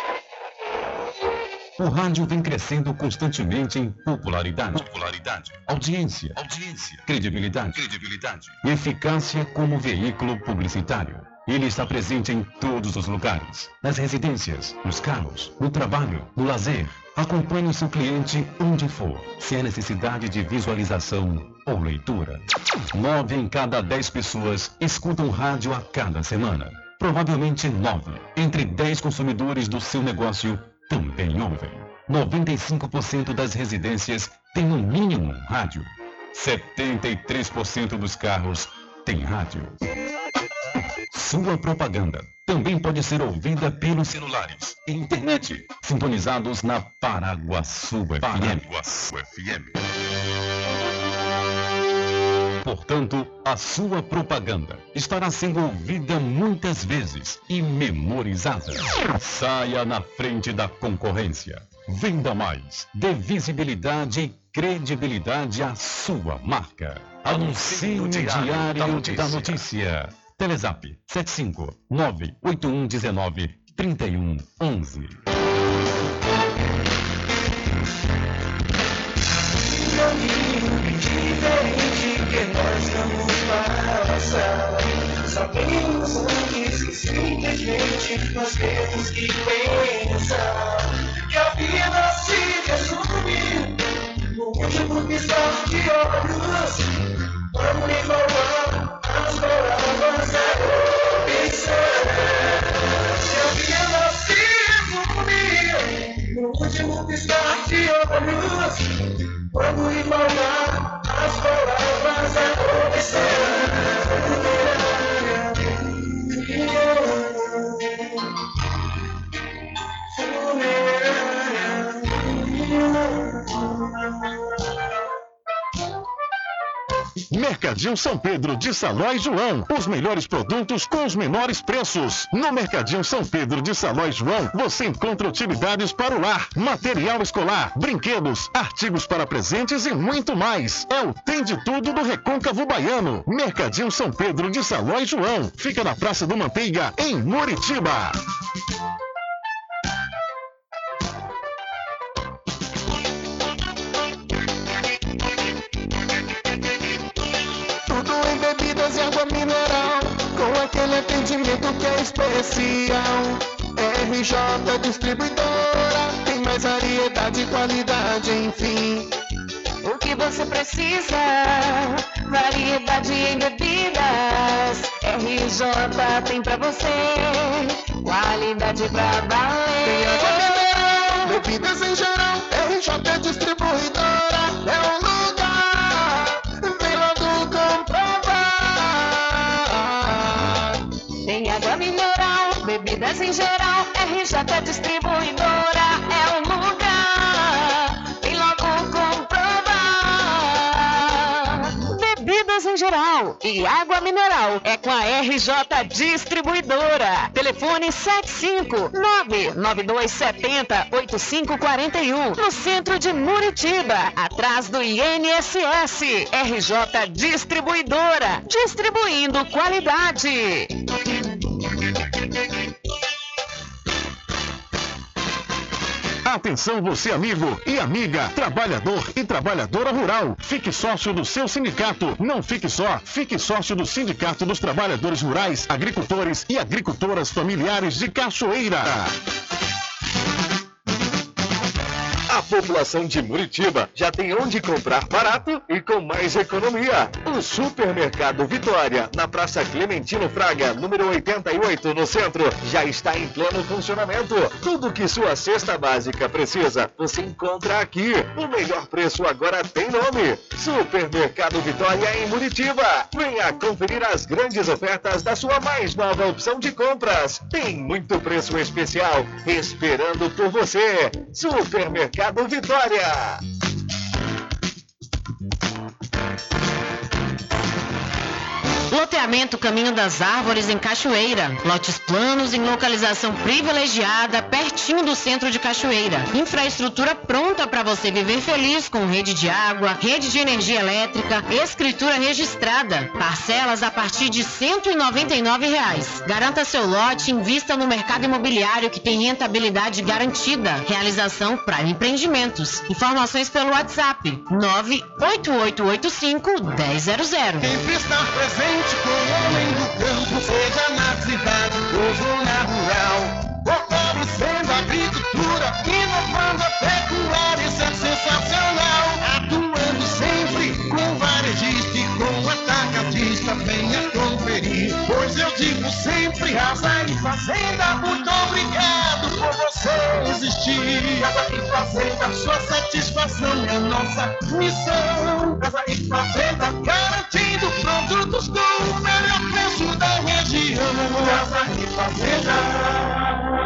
O rádio vem crescendo constantemente em popularidade, popularidade, audiência, audiência, credibilidade, credibilidade e eficácia como veículo publicitário. Ele está presente em todos os lugares, nas residências, nos carros, no trabalho, no lazer. Acompanhe o seu cliente onde for, se há necessidade de visualização ou leitura. Nove em cada dez pessoas escutam rádio a cada semana. Provavelmente nove entre dez consumidores do seu negócio também ouvem. noventa e cinco por cento das residências têm no mínimo um rádio. setenta e três por cento dos carros têm rádio. Sua propaganda também pode ser ouvida pelos celulares e internet, sintonizados na Paraguaçu F M. Portanto, a sua propaganda estará sendo ouvida muitas vezes e memorizada. Saia na frente da concorrência. Venda mais. Dê visibilidade e credibilidade à sua marca. Anuncie no Diário da Notícia. Da Notícia. Telezap sete cinco nove oito um um nove três um um um. caminho diferente que nós vamos passar. Sabemos antes que simplesmente nós temos que pensar que a vida se resume no último piscar de olhos. Vamos igualar as palavras a observar que a vida se resume no último piscar de olhos. Vamos igualar as palavras a observar. Mercadinho São Pedro de Saló e João. Os melhores produtos com os menores preços. No Mercadinho São Pedro de Saló e João, você encontra utilidades para o lar, material escolar, brinquedos, artigos para presentes e muito mais. É o Tem de Tudo do Recôncavo Baiano. Mercadinho São Pedro de Saló e João. Fica na Praça do Manteiga, em Muritiba. Bebidas e água mineral, com aquele atendimento que é especial. R J Distribuidora, tem mais variedade e qualidade, enfim. O que você precisa, variedade em bebidas. R J tem pra você, qualidade pra valer. Tem água mineral, bebidas em geral. R J Distribuidora é um lugar, vem logo comprar. Tem água mineral, bebidas em geral, R J Distribuidora é o lugar, vem logo comprovar. Bebidas em geral e água mineral é com a R J Distribuidora. Telefone sete cinco nove nove dois sete zero oito cinco quatro um, no centro de Muritiba, atrás do I N S S. R J Distribuidora, distribuindo qualidade. Atenção você amigo e amiga, trabalhador e trabalhadora rural. Fique sócio do seu sindicato. Não fique só, fique sócio do Sindicato dos Trabalhadores Rurais, Agricultores e Agricultoras Familiares de Cachoeira. A população de Muritiba já tem onde comprar barato e com mais economia. O Supermercado Vitória, na Praça Clementino Fraga, número oitenta e oito, no centro, já está em pleno funcionamento. Tudo que sua cesta básica precisa, você encontra aqui. O melhor preço agora tem nome: Supermercado Vitória em Muritiba. Venha conferir as grandes ofertas da sua mais nova opção de compras. Tem muito preço especial esperando por você. Supermercado Vitória. Loteamento Caminho das Árvores em Cachoeira. Lotes planos em localização privilegiada, pertinho do centro de Cachoeira. Infraestrutura pronta para você viver feliz, com rede de água, rede de energia elétrica, escritura registrada. Parcelas a partir de cento e noventa e nove reais. Garanta seu lote e invista no mercado imobiliário que tem rentabilidade garantida. Realização Prime Empreendimentos. Informações pelo WhatsApp nove oito oito oito cinco um zero zero zero. Sempre estar presente com o homem do campo, seja na cidade ou zona rural. Fortalecendo a agricultura, inovando a pecuária, isso é sensacional. Atuando sempre com varejista e com atacadista, venha conferir. Pois eu digo sempre, Casa e Fazenda, muito obrigado por você existir. Casa e Fazenda, sua satisfação é nossa missão. Casa e Fazenda, garantindo produtos com o melhor preço da região. Casa e Fazenda.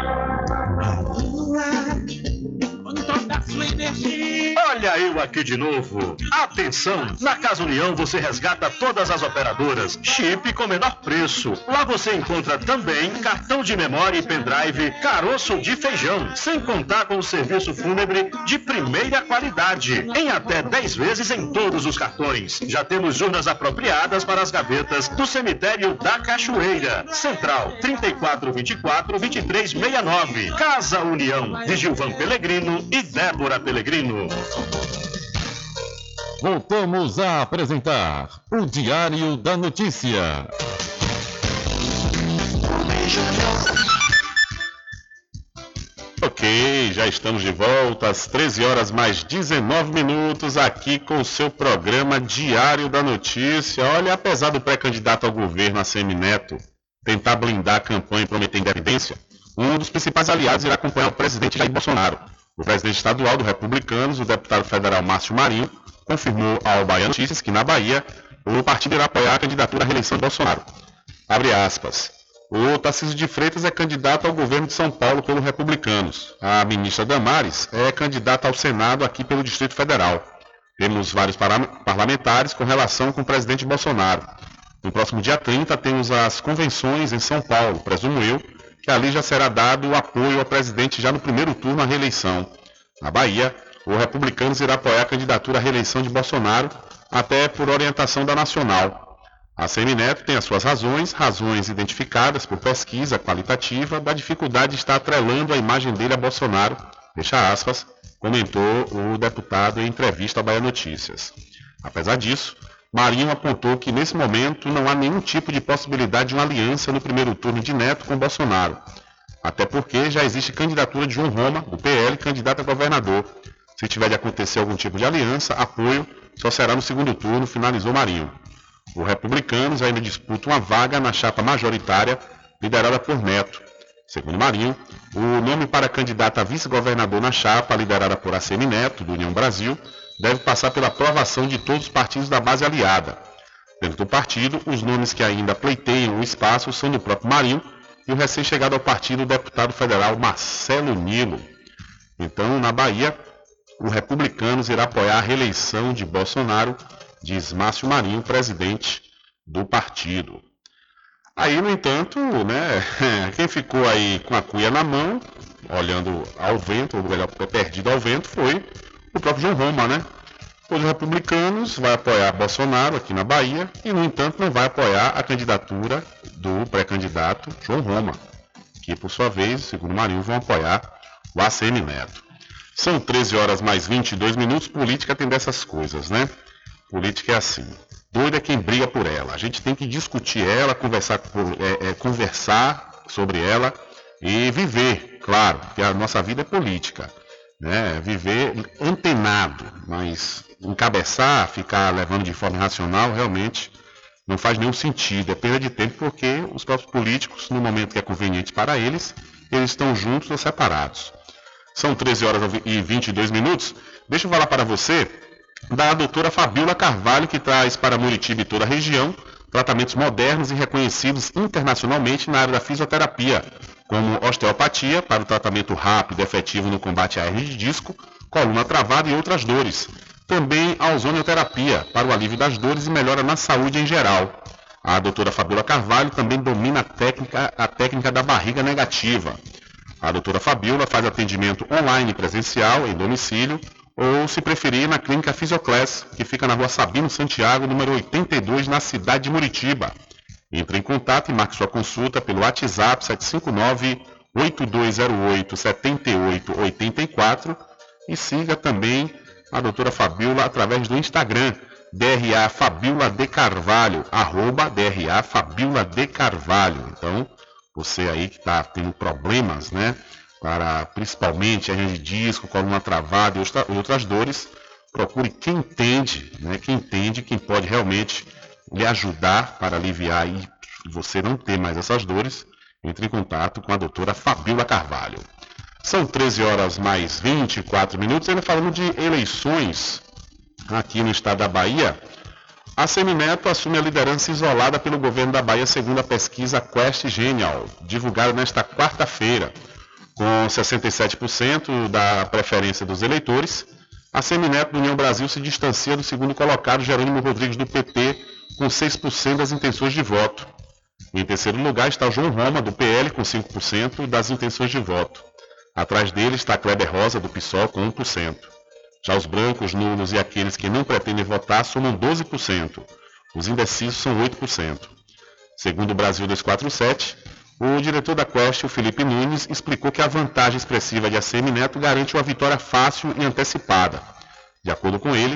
Olha eu aqui de novo. Atenção! Na Casa União você resgata todas as operadoras, chip com menor preço. Lá você encontra também cartão de memória e pendrive, caroço de feijão, sem contar com o serviço fúnebre de primeira qualidade, em até dez vezes em todos os cartões. Já temos urnas apropriadas para as gavetas do cemitério da Cachoeira. Central trinta e quatro vinte e quatro, vinte e três sessenta e nove. Casa União, de Gilvan Pelegrino e Débora Pelegrino. voltamos a apresentar o Diário da Notícia. Ok, já estamos de volta às treze horas mais dezenove minutos aqui com o seu programa Diário da Notícia. Olha, apesar do pré-candidato ao governo, ACM Neto, tentar blindar a campanha e prometer independência, um dos principais aliados irá acompanhar o presidente Jair Bolsonaro. O presidente estadual do Republicanos, o deputado federal Márcio Marinho, confirmou ao Bahia Notícias que na Bahia o partido irá apoiar a candidatura à reeleição de Bolsonaro. Abre aspas. O Tarcísio de Freitas é candidato ao governo de São Paulo pelo Republicanos. A ministra Damares é candidata ao Senado aqui pelo Distrito Federal. Temos vários parlamentares com relação com o presidente Bolsonaro. No próximo dia trinta temos as convenções em São Paulo, presumo eu, que ali já será dado o apoio ao presidente já no primeiro turno à reeleição. Na Bahia, o Republicanos irá apoiar a candidatura à reeleição de Bolsonaro, até por orientação da Nacional. A ACM Neto tem as suas razões, razões identificadas por pesquisa qualitativa da dificuldade de estar atrelando a imagem dele a Bolsonaro, fecha aspas, comentou o deputado em entrevista ao Bahia Notícias. Apesar disso, Marinho apontou que nesse momento não há nenhum tipo de possibilidade de uma aliança no primeiro turno de Neto com Bolsonaro, até porque já existe candidatura de João Roma, do P L, candidato a governador. Se tiver de acontecer algum tipo de aliança, apoio só será no segundo turno, finalizou Marinho. Os Republicanos ainda disputam uma vaga na chapa majoritária liderada por Neto. Segundo Marinho, o nome para candidato a vice-governador na chapa liderada por ACM Neto, do União Brasil, deve passar pela aprovação de todos os partidos da base aliada. Dentro do partido, os nomes que ainda pleiteiam o espaço são do próprio Marinho e o recém-chegado ao partido, o deputado federal Marcelo Nilo. Então, na Bahia, o Republicanos irá apoiar a reeleição de Bolsonaro, diz Márcio Marinho, presidente do partido. Aí, no entanto, né, quem ficou aí com a cuia na mão, olhando ao vento, ou melhor, perdido ao vento, foi o próprio João Roma, né? Os Republicanos vai apoiar Bolsonaro aqui na Bahia e, no entanto, não vai apoiar a candidatura do pré-candidato João Roma, que, por sua vez, segundo Marinho, vão apoiar o ACM Neto. São treze horas mais vinte e dois minutos, política tem dessas coisas, né? Política é assim, doido é quem briga por ela. A gente tem que discutir ela, conversar, por, é, é, conversar sobre ela e viver, claro, porque a nossa vida é política, né? Viver antenado, mas encabeçar, ficar levando de forma irracional, realmente não faz nenhum sentido, é perda de tempo, porque os próprios políticos, no momento que é conveniente para eles, eles estão juntos ou separados. São treze horas e vinte e dois minutos, deixa eu falar para você da doutora Fabíola Carvalho, que traz para Muritiba e toda a região tratamentos modernos e reconhecidos internacionalmente na área da fisioterapia, como osteopatia, para o tratamento rápido e efetivo no combate à hernia de disco, coluna travada e outras dores. Também a ozonioterapia, para o alívio das dores e melhora na saúde em geral. A doutora Fabíola Carvalho também domina a técnica, a técnica da barriga negativa. A doutora Fabíola faz atendimento online e presencial, em domicílio, ou, se preferir, na Clínica Fisioclass, que fica na Rua Sabino Santiago, número oitenta e dois, na cidade de Muritiba. Entre em contato e marque sua consulta pelo WhatsApp sete cinco nove, oito dois zero oito, sete oito oito quatro e siga também a doutora Fabíola através do Instagram, D R A Fabíola de Carvalho, arroba D R A Fabíola de Carvalho. Então, você aí que está tendo problemas, né? Para principalmente a hernia de disco, coluna travada e outras dores, procure quem entende, né, quem entende, quem pode realmente lhe ajudar para aliviar e você não ter mais essas dores. Entre em contato com a doutora Fabíola Carvalho. São treze horas mais vinte e quatro minutos, ainda falando de eleições aqui no estado da Bahia. A ACM Neto assume a liderança isolada pelo governo da Bahia, segundo a pesquisa Quest Genial, divulgada nesta quarta-feira. Com sessenta e sete por cento da preferência dos eleitores, a ACM Neto do União Brasil se distancia do segundo colocado, Jerônimo Rodrigues do P T, com seis por cento das intenções de voto. Em terceiro lugar está o João Roma, do P L, com cinco por cento das intenções de voto. Atrás dele está Kleber Rosa, do PSOL, com um por cento. Já os brancos, nulos e aqueles que não pretendem votar somam doze por cento. Os indecisos são oito por cento. Segundo o Brasil duzentos e quarenta e sete, o diretor da Quest, o Felipe Nunes, explicou que a vantagem expressiva de ACM Neto garante uma vitória fácil e antecipada. De acordo com ele,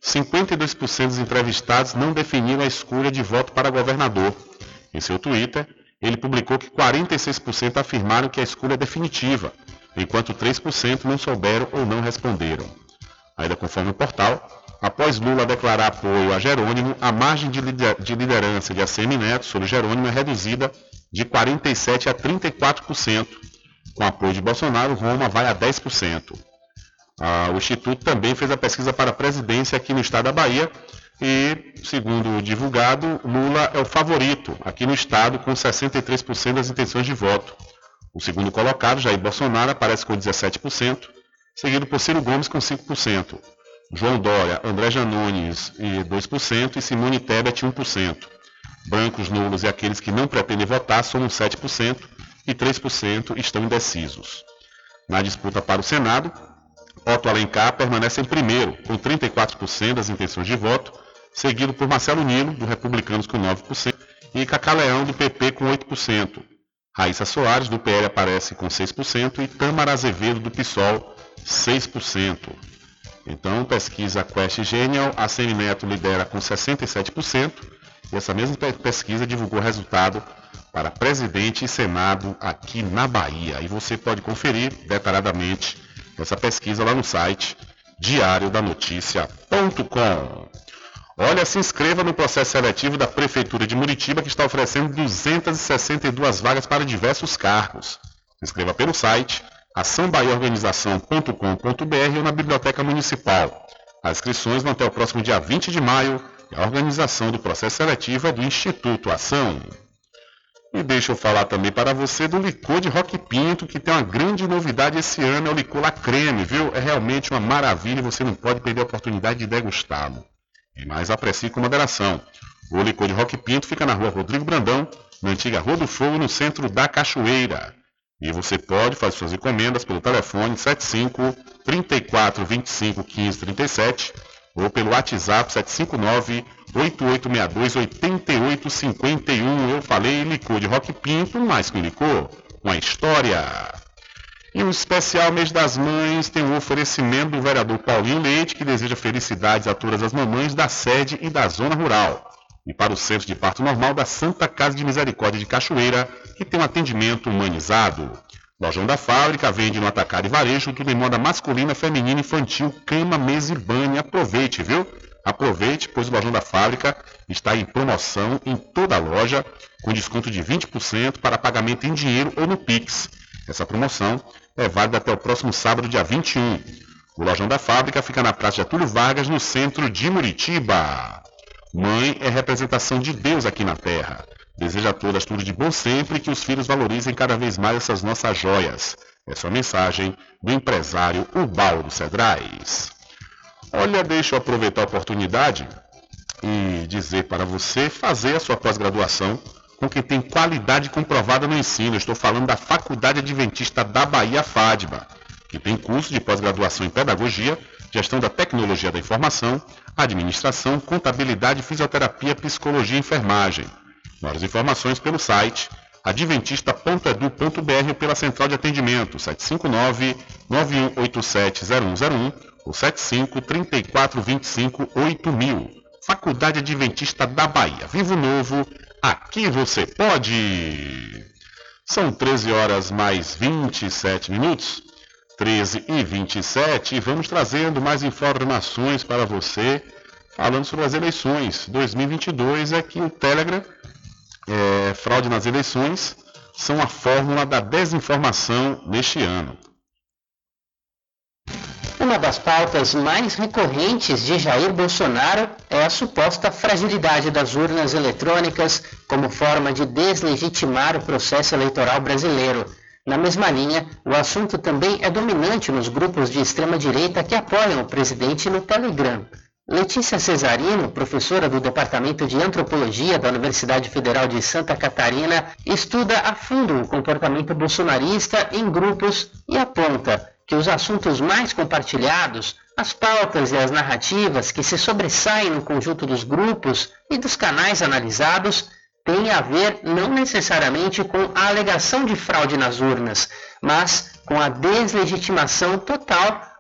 cinquenta e dois por cento dos entrevistados não definiram a escolha de voto para governador. Em seu Twitter, ele publicou que quarenta e seis por cento afirmaram que a escolha é definitiva, enquanto três por cento não souberam ou não responderam. Ainda conforme o portal, após Lula declarar apoio a Jerônimo, a margem de liderança de A C M Neto sobre Jerônimo é reduzida de quarenta e sete por cento a trinta e quatro por cento. Com apoio de Bolsonaro, Roma vai a dez por cento. Ah, o Instituto também fez a pesquisa para a presidência aqui no estado da Bahia e, segundo o divulgado, Lula é o favorito aqui no estado com sessenta e três por cento das intenções de voto. O segundo colocado, Jair Bolsonaro, aparece com dezessete por cento, seguido por Ciro Gomes com cinco por cento. João Dória, André Janones e dois por cento e Simone Tebet um por cento. Brancos, nulos e aqueles que não pretendem votar somam sete por cento e três por cento estão indecisos. Na disputa para o Senado, Otto Alencar permanece em primeiro, com trinta e quatro por cento das intenções de voto, seguido por Marcelo Nilo, do Republicanos, com nove por cento, e Cacá Leão, do P P, com oito por cento. Raíssa Soares, do P L, aparece com seis por cento e Tâmara Azevedo, do PSOL, seis por cento. Então, pesquisa Quest Genial, A C M Neto lidera com sessenta e sete por cento, e essa mesma pesquisa divulgou o resultado para presidente e Senado aqui na Bahia. E você pode conferir detalhadamente essa pesquisa lá no site diário da notícia ponto com. Olha, se inscreva no processo seletivo da Prefeitura de Muritiba, que está oferecendo duzentas e sessenta e duas vagas para diversos cargos. Se inscreva pelo site ação bahia organização ponto com ponto b r ou na Biblioteca Municipal. As inscrições vão até o próximo dia vinte de maio e a organização do processo seletivo é do Instituto Ação. E deixa eu falar também para você do licor de Roque Pinto, que tem uma grande novidade esse ano, é o licor La Creme, viu? É realmente uma maravilha e você não pode perder a oportunidade de degustá-lo. E mais, aprecie com moderação. O licor de Roque Pinto fica na rua Rodrigo Brandão, na antiga Rua do Fogo, no centro da Cachoeira. E você pode fazer suas encomendas pelo telefone sete cinco, trinta e quatro, vinte e cinco, quinze, trinta e sete ou pelo WhatsApp sete cinco nove, oito oito seis dois, oito oito cinco um. Eu falei licor de Roque Pinto, mais que um licor, uma história. E o especial Mês das Mães tem um oferecimento do vereador Paulinho Leite, que deseja felicidades a todas as mamães da sede e da zona rural. E para o Centro de Parto Normal da Santa Casa de Misericórdia de Cachoeira, que tem um atendimento humanizado. Lojão da Fábrica vende no atacado e varejo tudo em moda masculina, feminina, infantil, cama, mesa e banho. Aproveite, viu? Aproveite, pois o Lojão da Fábrica está em promoção em toda a loja, com desconto de vinte por cento para pagamento em dinheiro ou no Pix. Essa promoção é válida até o próximo sábado, dia vinte e um. O Lojão da Fábrica fica na Praça Getúlio Vargas, no centro de Muritiba. Mãe é representação de Deus aqui na Terra. Deseja a todas tudo de bom sempre e que os filhos valorizem cada vez mais essas nossas joias. Essa é a mensagem do empresário Ubaldo Cedrais. Olha, deixa eu aproveitar a oportunidade e dizer para você fazer a sua pós-graduação com quem tem qualidade comprovada no ensino. Eu estou falando da Faculdade Adventista da Bahia, FADBA, que tem curso de pós-graduação em Pedagogia, Gestão da Tecnologia da Informação, Administração, Contabilidade, Fisioterapia, Psicologia e Enfermagem. Maiores informações pelo site adventista ponto edu ponto b r ou pela central de atendimento sete cinco nove, nove um oito sete, zero um zero um ou sete cinco, trinta e quatro, vinte e cinco, oito mil. Faculdade Adventista da Bahia. Vivo Novo, aqui você pode! São treze horas mais vinte e sete minutos. treze e vinte e sete, e vamos trazendo mais informações para você, falando sobre as eleições dois mil e vinte e dois. É que o Telegram, é, fraude nas eleições, são a fórmula da desinformação neste ano. Uma das pautas mais recorrentes de Jair Bolsonaro é a suposta fragilidade das urnas eletrônicas como forma de deslegitimar o processo eleitoral brasileiro. Na mesma linha, o assunto também é dominante nos grupos de extrema-direita que apoiam o presidente no Telegram. Letícia Cesarino, professora do Departamento de Antropologia da Universidade Federal de Santa Catarina, estuda a fundo o comportamento bolsonarista em grupos e aponta que os assuntos mais compartilhados, as pautas e as narrativas que se sobressaem no conjunto dos grupos e dos canais analisados têm a ver não necessariamente com a alegação de fraude nas urnas, mas com a deslegitimação total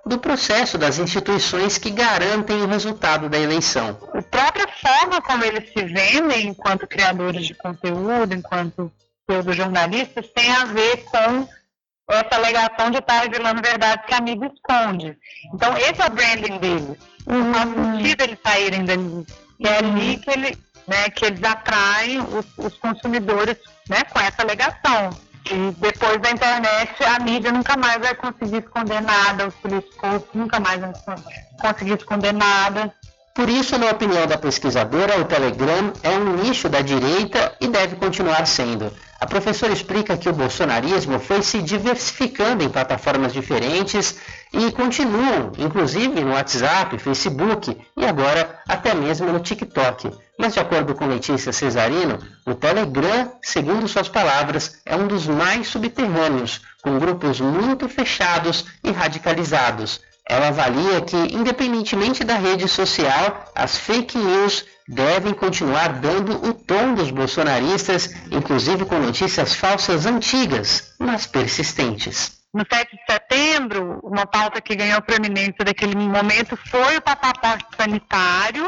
do processo das instituições que garantem o resultado da eleição. A própria forma como eles se vendem enquanto criadores de conteúdo, enquanto pseudo-jornalistas, tem a ver com essa alegação de estar revelando verdades que a mídia esconde. Então, esse é o branding deles. Não faz sentido eles saírem dali. E é ali que, ele, né, que eles atraem os, os consumidores, né, com essa alegação. E depois da internet, a mídia nunca mais vai conseguir esconder nada, os políticos nunca mais vão conseguir esconder nada. Por isso, na opinião da pesquisadora, o Telegram é um nicho da direita e deve continuar sendo. A professora explica que o bolsonarismo foi se diversificando em plataformas diferentes e continuam, inclusive no WhatsApp, Facebook e agora até mesmo no TikTok. Mas, de acordo com Letícia Cesarino, o Telegram, segundo suas palavras, é um dos mais subterrâneos, com grupos muito fechados e radicalizados. Ela avalia que, independentemente da rede social, as fake news devem continuar dando o tom dos bolsonaristas, inclusive com notícias falsas antigas, mas persistentes. No sete de setembro, uma pauta que ganhou proeminência daquele momento foi o passaporte sanitário,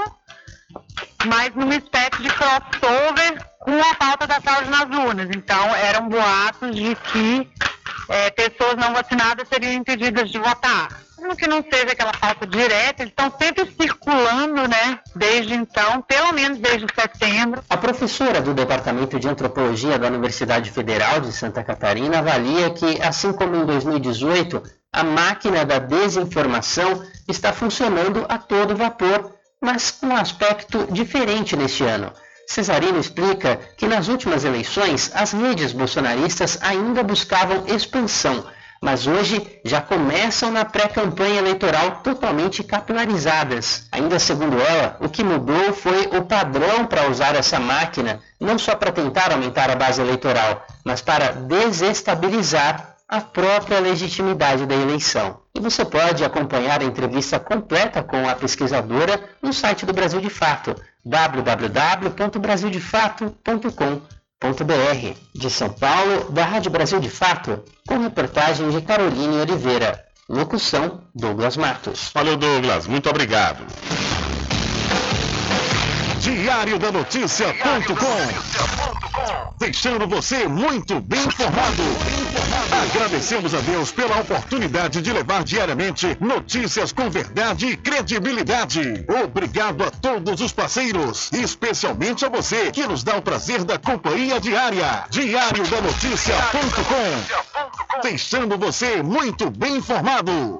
mas numa espécie de crossover com a pauta da saúde nas urnas. Então, eram boatos de que é, pessoas não vacinadas seriam impedidas de votar. Mesmo que não seja aquela pauta direta, eles estão sempre circulando, né, desde então, pelo menos desde setembro. A professora do Departamento de Antropologia da Universidade Federal de Santa Catarina avalia que, assim como em dois mil e dezoito, a máquina da desinformação está funcionando a todo vapor, mas com um aspecto diferente neste ano. Cesarino explica que nas últimas eleições as redes bolsonaristas ainda buscavam expansão, mas hoje já começam na pré-campanha eleitoral totalmente capilarizadas. Ainda segundo ela, o que mudou foi o padrão para usar essa máquina, não só para tentar aumentar a base eleitoral, mas para desestabilizar a própria legitimidade da eleição. E você pode acompanhar a entrevista completa com a pesquisadora no site do Brasil de Fato, w w w ponto brasil de fato ponto com ponto b r. De São Paulo, da Rádio Brasil de Fato, com reportagem de Caroline Oliveira. Locução, Douglas Matos. Valeu, Douglas. Muito obrigado. Diário da Notícia ponto com, deixando você muito bem informado. Agradecemos a Deus pela oportunidade de levar diariamente notícias com verdade e credibilidade. Obrigado a todos os parceiros, especialmente a você que nos dá o prazer da companhia diária. Diário da Notícia ponto com, deixando você muito bem informado.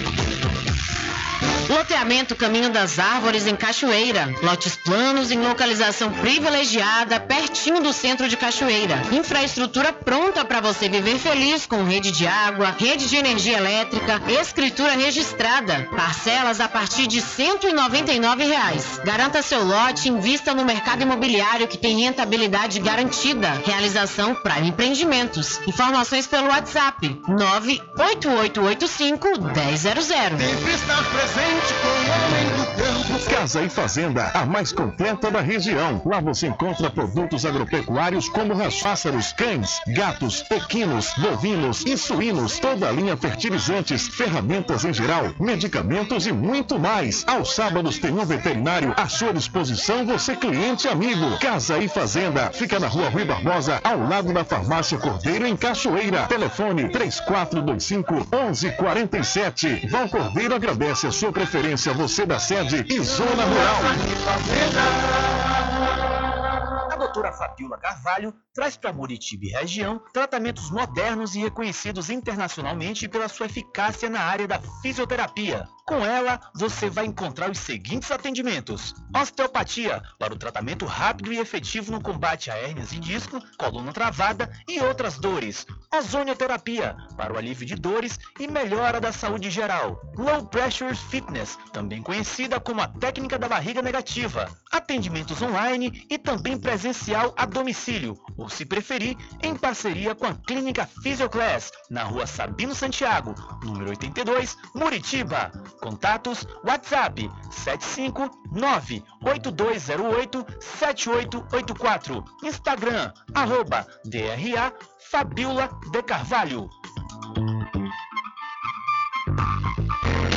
Loteamento Caminho das Árvores em Cachoeira. Lotes planos em localização privilegiada, pertinho do centro de Cachoeira. Infraestrutura pronta para você viver feliz com rede de água, rede de energia elétrica, escritura registrada. Parcelas a partir de cento e noventa e nove reais. Garanta seu lote e invista no mercado imobiliário que tem rentabilidade garantida. Realização Prime Empreendimentos. Informações pelo WhatsApp nove oito oito oito cinco um zero zero zero. Sempre estar presente com o homem do campo. Casa e Fazenda, a mais completa da região. Lá você encontra produtos agropecuários como pássaros, cães, gatos, equinos, bovinos e suínos, toda a linha fertilizantes, ferramentas em geral, medicamentos e muito mais. Aos sábados tem um veterinário à sua disposição, você cliente amigo. Casa e Fazenda, fica na Rua Rui Barbosa, ao lado da Farmácia Cordeiro, em Cachoeira. Telefone três quatro dois cinco, um um quatro sete. Val Cordeiro agradece a sua preferência, você da sede e Zona Rural. A doutora Fabiola Carvalho traz para Muritiba e região tratamentos modernos e reconhecidos internacionalmente pela sua eficácia na área da fisioterapia. Com ela, você vai encontrar os seguintes atendimentos: osteopatia, para o tratamento rápido e efetivo no combate a hérnias em disco, coluna travada e outras dores. Ozonioterapia, para o alívio de dores e melhora da saúde geral. Low Pressure Fitness, também conhecida como a técnica da barriga negativa. Atendimentos online e também presencial a domicílio, ou se preferir, em parceria com a Clínica Physioclass, na Rua Sabino Santiago, número oitenta e dois, Muritiba. Contatos: WhatsApp sete cinco nove oito dois zero oito sete oito oito quatro. Instagram, arroba D R A Fabiola de Carvalho.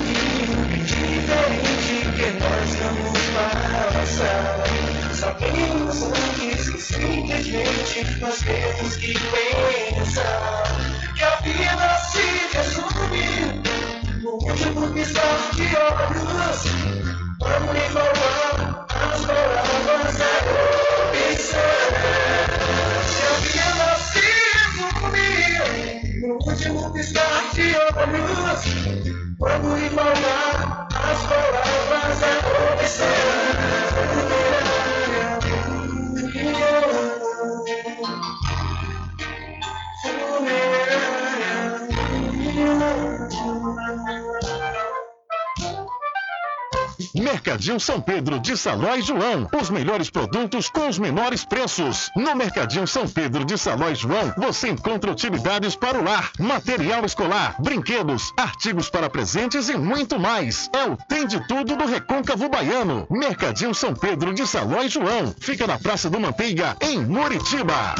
caminho diferente que nós vamos passar. Sabemos antes que simplesmente nós temos que pensar que a vida se resume no último piscar de olhos. Vamos enrolar as palavras a observar que a vida se resume no último piscar de olhos. Vamos enrolar as palavras a observar. Mercadinho São Pedro de Saló e João. Os melhores produtos com os menores preços. No Mercadinho São Pedro de Saló e João, você encontra utilidades para o lar, material escolar, brinquedos, artigos para presentes e muito mais. É o Tem de Tudo do Recôncavo Baiano. Mercadinho São Pedro de Saló e João. Fica na Praça do Manteiga, em Muritiba.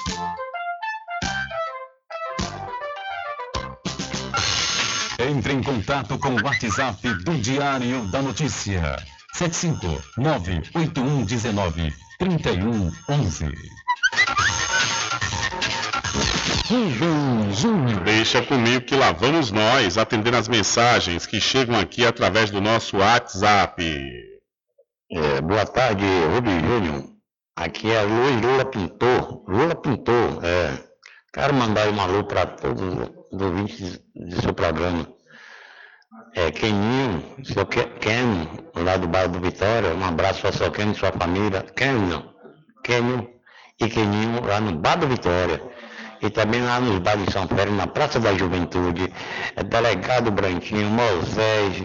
Entre em contato com o WhatsApp do Diário da Notícia. sete cinco nove oito um um nove três um um um. Deixa comigo que lá vamos nós atendendo as mensagens que chegam aqui através do nosso WhatsApp. É, boa tarde, Rubem Júnior. Aqui é Luiz Lula Pintor. Lula Pintor, é. Quero mandar um alô para todos os ouvintes do seu programa. É, Keninho, seu Ken, lá do bairro do Vitória, um abraço para o seu Ken e sua família. Ken, Kenio e Keninho lá no Bar do Vitória. E também lá nos bares de São Pedro, na Praça da Juventude. É Delegado Branquinho, Moisés,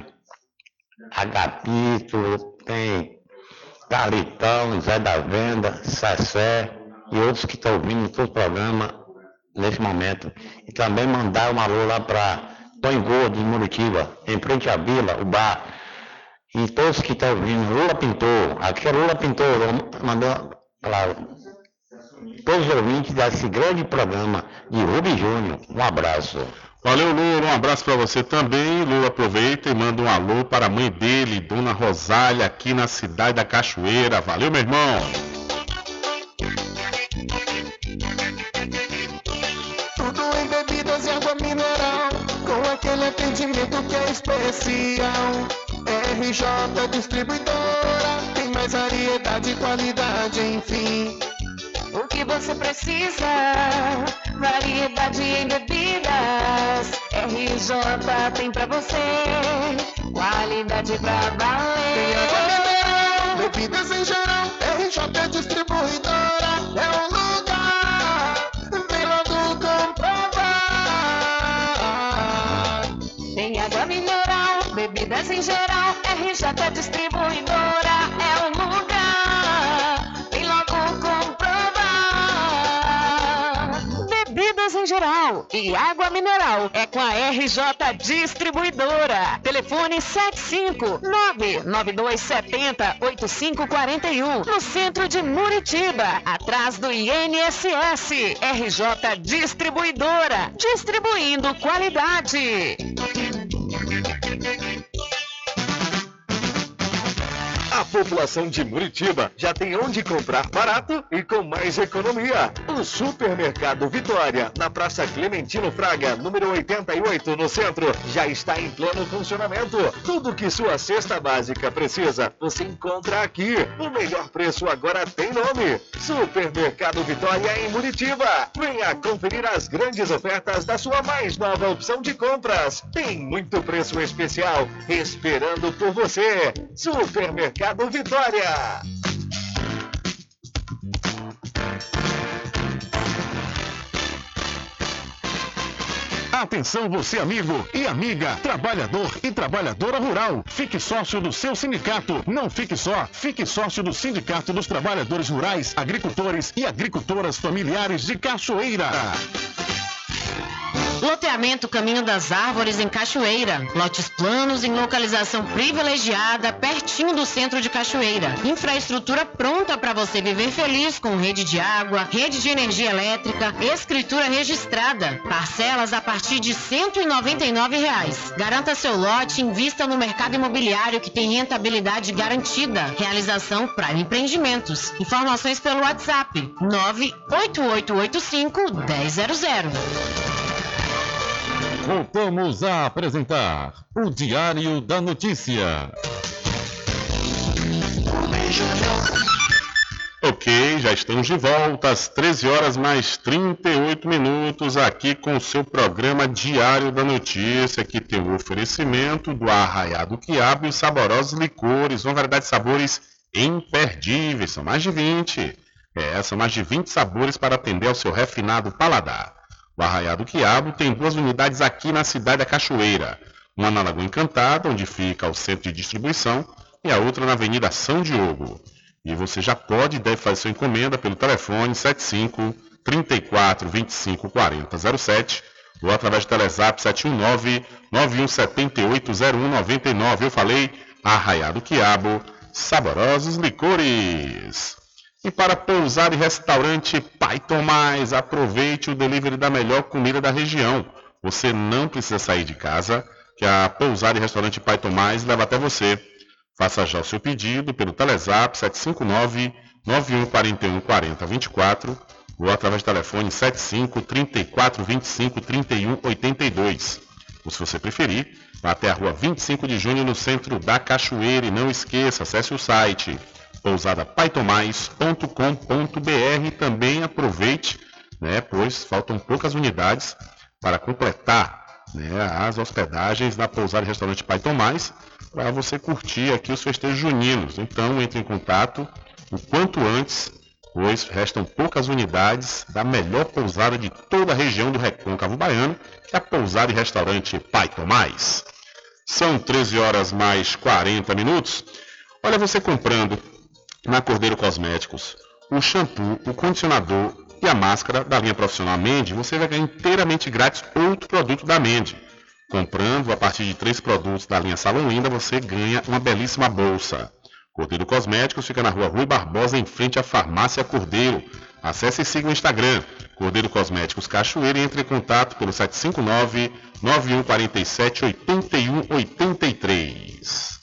Agapito, tem Carlitão, Zé da Venda, Sassé e outros que estão ouvindo todo o programa nesse momento. E também mandar um alô lá para Tony Gordo, de Muritiba, em frente à vila, o bar. E todos que estão ouvindo, Lula Pintor, aqui é Lula Pintor, mandou lá todos os ouvintes desse grande programa de Rubem Júnior. Um abraço. Valeu, Lula, um abraço para você também. Lula aproveita e manda um alô para a mãe dele, Dona Rosália, aqui na cidade da Cachoeira. Valeu, meu irmão. Bebidas e água mineral, com aquele atendimento que é especial. R J Distribuidora, tem mais variedade e qualidade, enfim. O que você precisa, variedade em bebidas. R J tem pra você, qualidade pra valer. Tem água mineral, bebidas em geral. R J Distribuidora é um lugar, vem logo comprovar. Tem água mineral, bebidas em geral. R J Distribuidora é um lugar, vem logo comprovar. Bebidas em geral e água mineral é com a R J Distribuidora. Telefone sete cinco nove nove dois sete zero oito cinco quatro um, no centro de Muritiba, atrás do I N S S. R J Distribuidora, distribuindo qualidade. A população de Muritiba já tem onde comprar barato e com mais economia. O Supermercado Vitória, na Praça Clementino Fraga, número oitenta e oito, no centro, já está em pleno funcionamento. Tudo que sua cesta básica precisa, você encontra aqui. O melhor preço agora tem nome: Supermercado Vitória em Muritiba. Venha conferir as grandes ofertas da sua mais nova opção de compras. Tem muito preço especial esperando por você. Supermercado Vitória. Atenção você amigo e amiga, trabalhador e trabalhadora rural. Fique sócio do seu sindicato. Não fique só, fique sócio do Sindicato dos Trabalhadores Rurais, Agricultores e Agricultoras Familiares de Cachoeira. Loteamento Caminho das Árvores em Cachoeira. Lotes planos em localização privilegiada, pertinho do centro de Cachoeira. Infraestrutura pronta para você viver feliz com rede de água, rede de energia elétrica, escritura registrada. Parcelas a partir de cento e noventa e nove reais. Garanta seu lote e invista no mercado imobiliário que tem rentabilidade garantida. Realização Prime Empreendimentos. Informações pelo WhatsApp nove oito oito oito cinco um zero zero zero. Voltamos a apresentar o Diário da Notícia. Ok, já estamos de volta às treze horas mais trinta e oito minutos aqui com o seu programa Diário da Notícia, que tem o oferecimento do Arraiá do Quiabo e saborosos licores, uma variedade de sabores imperdíveis, são mais de vinte. É, são mais de vinte sabores para atender ao seu refinado paladar. O Arraiá do Quiabo tem duas unidades aqui na cidade da Cachoeira. Uma na Lagoa Encantada, onde fica o centro de distribuição, e a outra na Avenida São Diogo. E você já pode e deve fazer sua encomenda pelo telefone sete cinco, trinta e quatro, vinte e cinco, quarenta, zero sete ou através do Telezap sete um nove, nove um sete oito, zero um nove nove. Eu falei Arraiá do Quiabo, saborosos licores. E para pousar e restaurante Pai Tomás, aproveite o delivery da melhor comida da região. Você não precisa sair de casa, que a pousar e restaurante Pai Tomás leva até você. Faça já o seu pedido pelo Telezap sete cinco nove, nove um quatro um, quatro zero dois quatro ou através do telefone sete cinco, trinta e quatro, vinte e cinco, trinta e um, oitenta e dois. Ou se você preferir, vá até a rua vinte e cinco de junho no centro da Cachoeira e não esqueça, acesse o site pousada pai tomás ponto com ponto b r. Também aproveite, né, pois faltam poucas unidades para completar, né, as hospedagens na pousada e restaurante Pai Tomás, para você curtir aqui os festejos juninos. Então entre em contato o quanto antes, pois restam poucas unidades da melhor pousada de toda a região do Recôncavo Baiano, que é a pousada e restaurante Pai Tomás. São treze horas mais quarenta minutos. Olha, você comprando na Cordeiro Cosméticos o shampoo, o condicionador e a máscara da linha profissional Mende, você vai ganhar inteiramente grátis outro produto da Mende. Comprando a partir de três produtos da linha Salão Linda, você ganha uma belíssima bolsa. Cordeiro Cosméticos fica na rua Rui Barbosa, em frente à Farmácia Cordeiro. Acesse e siga o Instagram, Cordeiro Cosméticos Cachoeira, e entre em contato pelo sete cinco nove, nove um quatro sete, oito um oito três.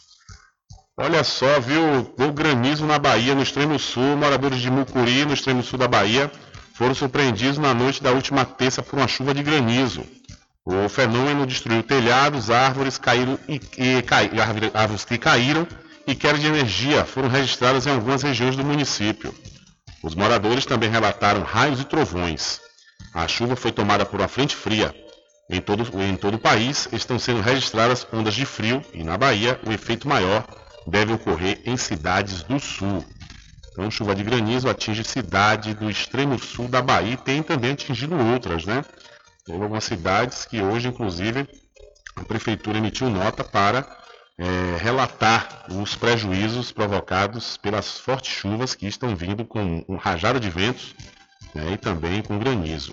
Olha só, viu? O granizo na Bahia, no extremo sul. Moradores de Mucuri, no extremo sul da Bahia, foram surpreendidos na noite da última terça por uma chuva de granizo. O fenômeno destruiu telhados, árvores, caíram e, e cai, árvores que caíram e quedas de energia foram registradas em algumas regiões do município. Os moradores também relataram raios e trovões. A chuva foi tomada por uma frente fria. Em todo, em todo o país estão sendo registradas ondas de frio e na Bahia o efeito maior deve ocorrer em cidades do sul. Então, chuva de granizo atinge cidade do extremo sul da Bahia e tem também atingido outras, né? Tem algumas cidades que hoje, inclusive, a prefeitura emitiu nota para é, relatar os prejuízos provocados pelas fortes chuvas que estão vindo com um rajada de ventos, né, e também com granizo.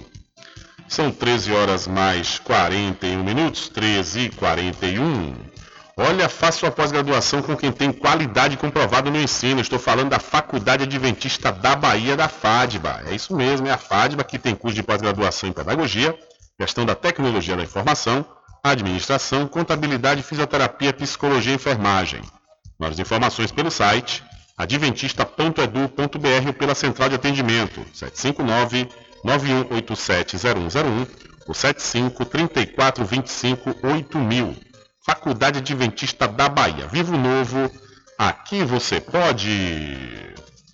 São treze horas mais quarenta e um minutos, treze e quarenta e um. Olha, faça sua pós-graduação com quem tem qualidade comprovada no ensino. Estou falando da Faculdade Adventista da Bahia, da FADBA. É isso mesmo, é a FADBA que tem curso de pós-graduação em Pedagogia, Gestão da Tecnologia da Informação, Administração, Contabilidade, Fisioterapia, Psicologia e Enfermagem. Mais informações pelo site adventista ponto edu ponto b r ou pela central de atendimento sete cinco nove, nove um oito sete, zero um zero um ou sete cinco, trinta e quatro, vinte e cinco, oito mil. Faculdade Adventista da Bahia. Vivo Novo, aqui você pode.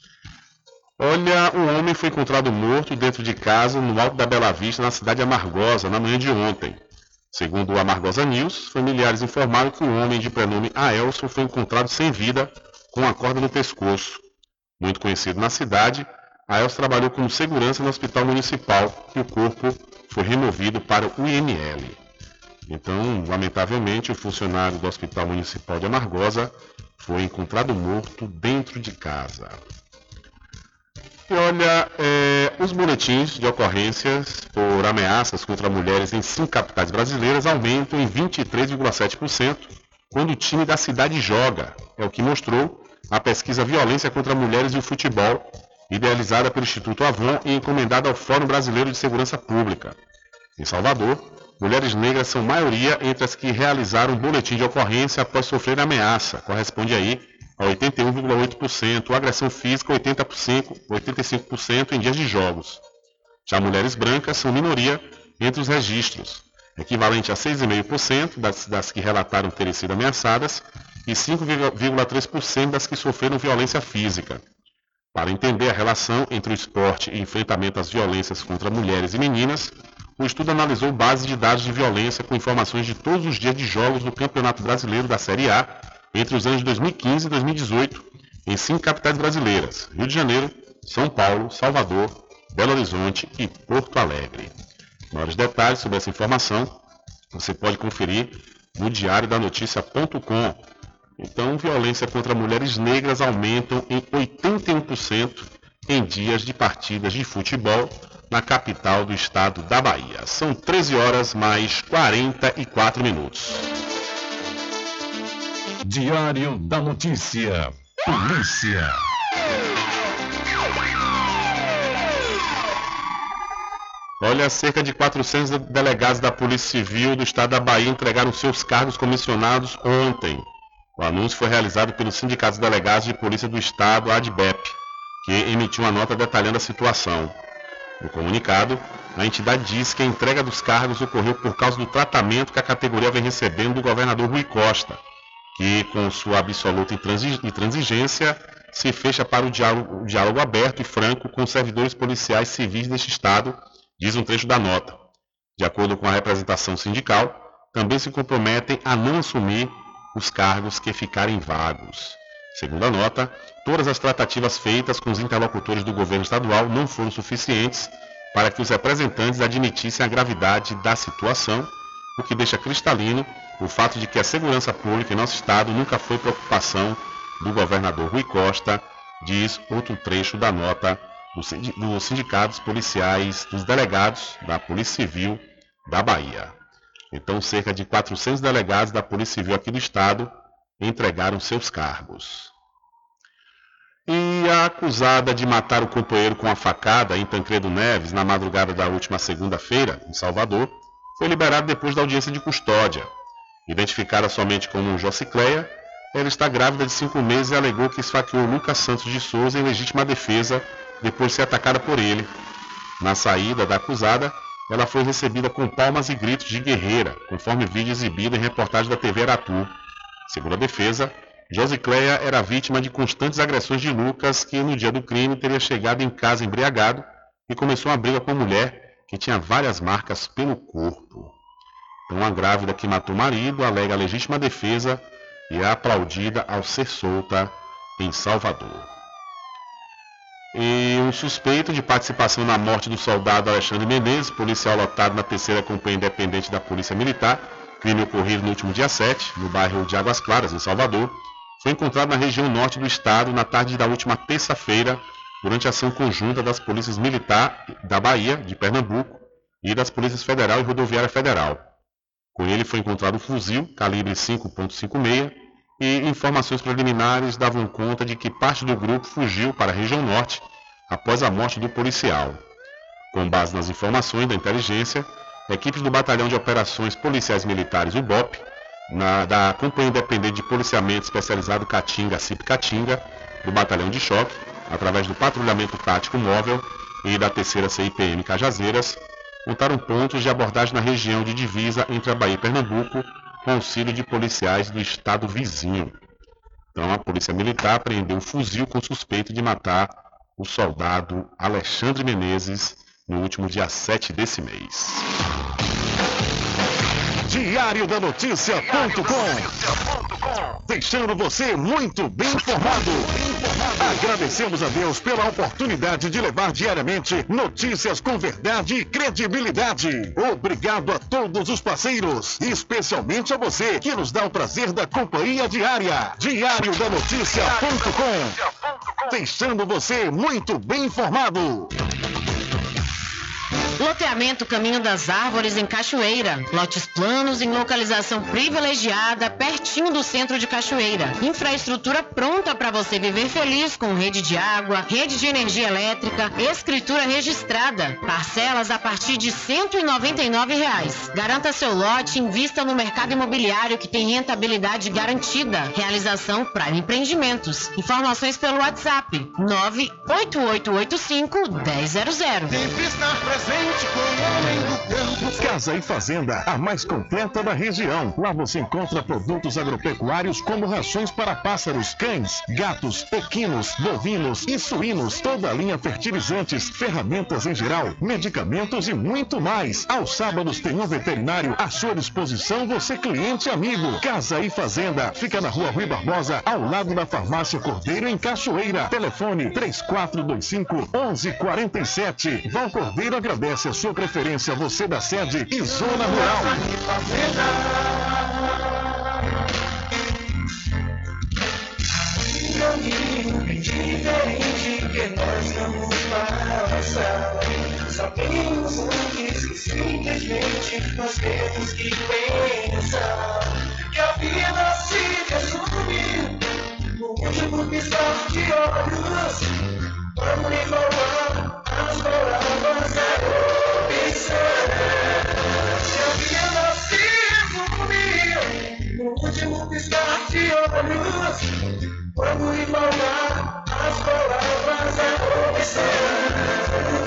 Olha, um homem foi encontrado morto dentro de casa no Alto da Bela Vista, na cidade de Amargosa, na manhã de ontem. Segundo o Amargosa News, familiares informaram que o homem de prenome Aelson foi encontrado sem vida, com a corda no pescoço. Muito conhecido na cidade, Aelson trabalhou como segurança no hospital municipal e o corpo foi removido para o I M L. Então, lamentavelmente, o funcionário do Hospital Municipal de Amargosa foi encontrado morto dentro de casa. E olha, é, os boletins de ocorrências por ameaças contra mulheres em cinco capitais brasileiras aumentam em vinte e três vírgula sete por cento quando o time da cidade joga. É o que mostrou a pesquisa Violência contra Mulheres e o Futebol, idealizada pelo Instituto Avon e encomendada ao Fórum Brasileiro de Segurança Pública. Em Salvador, mulheres negras são maioria entre as que realizaram um boletim de ocorrência após sofrer ameaça. Corresponde aí a oitenta e um vírgula oito por cento, agressão física oitenta por cento, oitenta e cinco por cento em dias de jogos. Já mulheres brancas são minoria entre os registros, equivalente a seis vírgula cinco por cento das, das que relataram terem sido ameaçadas e cinco vírgula três por cento das que sofreram violência física. Para entender a relação entre o esporte e enfrentamento às violências contra mulheres e meninas, o estudo analisou base de dados de violência com informações de todos os dias de jogos do Campeonato Brasileiro da Série A entre os anos de dois mil e quinze e dois mil e dezoito em cinco capitais brasileiras: Rio de Janeiro, São Paulo, Salvador, Belo Horizonte e Porto Alegre. Maiores detalhes sobre essa informação você pode conferir no diário da notícia ponto com. Então, violência contra mulheres negras aumentam em oitenta e um por cento em dias de partidas de futebol na capital do estado da Bahia. São treze horas mais quarenta e quatro minutos. Diário da Notícia. Polícia. Olha, cerca de quatrocentos delegados da Polícia Civil do estado da Bahia entregaram seus cargos comissionados ontem. O anúncio foi realizado pelo Sindicato dos Delegados de Polícia do Estado, A D B E P, que emitiu uma nota detalhando a situação. No comunicado, a entidade diz que a entrega dos cargos ocorreu por causa do tratamento que a categoria vem recebendo do governador Rui Costa, que, com sua absoluta intransigência, se fecha para o diálogo, o diálogo aberto e franco com os servidores policiais civis deste estado, diz um trecho da nota. De acordo com a representação sindical, também se comprometem a não assumir os cargos que ficarem vagos. Segundo a nota, todas as tratativas feitas com os interlocutores do governo estadual não foram suficientes para que os representantes admitissem a gravidade da situação, o que deixa cristalino o fato de que a segurança pública em nosso estado nunca foi preocupação do governador Rui Costa, diz outro trecho da nota dos sindicatos policiais, dos delegados da Polícia Civil da Bahia. Então, cerca de quatrocentos delegados da Polícia Civil aqui do estado entregaram seus cargos. E a acusada de matar o companheiro com a facada em Tancredo Neves na madrugada da última segunda-feira, em Salvador, foi liberada depois da audiência de custódia. Identificada somente como Jocicleia, ela está grávida de cinco meses e alegou que esfaqueou Lucas Santos de Souza em legítima defesa depois de ser atacada por ele. Na saída da acusada, ela foi recebida com palmas e gritos de guerreira, conforme vídeo exibido em reportagem da T V Aratu. Segundo a defesa, Josicleia era vítima de constantes agressões de Lucas, que no dia do crime teria chegado em casa embriagado e começou uma briga com a mulher, que tinha várias marcas pelo corpo. Então a grávida que matou o marido alega legítima defesa e é aplaudida ao ser solta em Salvador. E um suspeito de participação na morte do soldado Alexandre Menezes, policial lotado na terceira Companhia Independente da Polícia Militar, crime ocorrido no último dia sete, no bairro de Águas Claras, em Salvador, foi encontrado na região norte do estado na tarde da última terça-feira, durante a ação conjunta das polícias militar da Bahia, de Pernambuco, e das polícias federal e rodoviária federal. Com ele foi encontrado um fuzil calibre cinco ponto cinquenta e seis e informações preliminares davam conta de que parte do grupo fugiu para a região norte após a morte do policial. Com base nas informações da inteligência, equipes do Batalhão de Operações Policiais Militares, o B O P, na, da Companhia Independente de Policiamento Especializado Caatinga, C I P Caatinga, do Batalhão de Choque, através do Patrulhamento Tático Móvel e da terceira C I P M Cajazeiras, montaram pontos de abordagem na região de divisa entre a Bahia e Pernambuco, com auxílio de policiais do estado vizinho. Então a Polícia Militar apreendeu um fuzil com suspeito de matar o soldado Alexandre Menezes no último dia sete desse mês. Diário da Notícia ponto com, deixando você muito bem informado. Agradecemos a Deus pela oportunidade de levar diariamente notícias com verdade e credibilidade. Obrigado a todos os parceiros, especialmente a você que nos dá o prazer da companhia diária. Diário da Notícia ponto com. deixando você muito bem informado. Loteamento Caminho das Árvores em Cachoeira. Lotes planos em localização privilegiada, pertinho do centro de Cachoeira. Infraestrutura pronta para você viver feliz com rede de água, rede de energia elétrica, escritura registrada. Parcelas a partir de cento e noventa e nove reais. Garanta seu lote e invista no mercado imobiliário que tem rentabilidade garantida. Realização Prime Empreendimentos. Informações pelo WhatsApp nove oito oito oito cinco um zero zero zero. Sempre estar presente com o homem do campo. Casa e Fazenda, a mais completa da região. Lá você encontra produtos agropecuários como rações para pássaros, cães, gatos, equinos, bovinos e suínos, toda a linha fertilizantes, ferramentas em geral, medicamentos e muito mais. Aos sábados tem um veterinário à sua disposição, você cliente amigo. Casa e Fazenda, fica na rua Rui Barbosa, ao lado da Farmácia Cordeiro, em Cachoeira. Telefone três quatro dois cinco, um um quatro sete. Val Cordeiro agradece a sua preferência, você da sede e Zona Rural. Caminho diferente que nós vamos passar. Sabemos antes que simplesmente nós temos que pensar que a vida se resume no último piscar de olhos. Vamos lhe falar as palavras da opção. Que a vida se resume no último piscar de olhos. Vamos lhe falar as palavras da opção.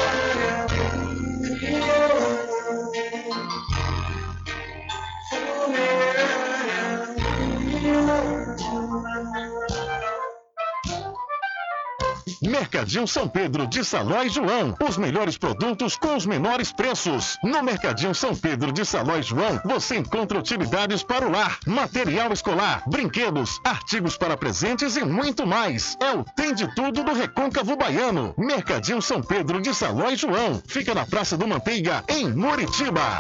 Mercadinho São Pedro de Saló e João. Os melhores produtos com os menores preços. No Mercadinho São Pedro de Saló e João, você encontra utilidades para o lar, material escolar, brinquedos, artigos para presentes e muito mais. É o Tem de Tudo do Recôncavo Baiano. Mercadinho São Pedro de Saló e João. Fica na Praça do Manteiga, em Muritiba.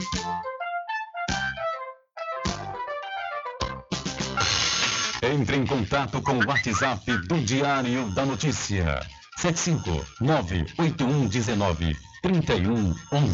Entre em contato com o WhatsApp do Diário da Notícia. sete cinco nove oito um um nove três um um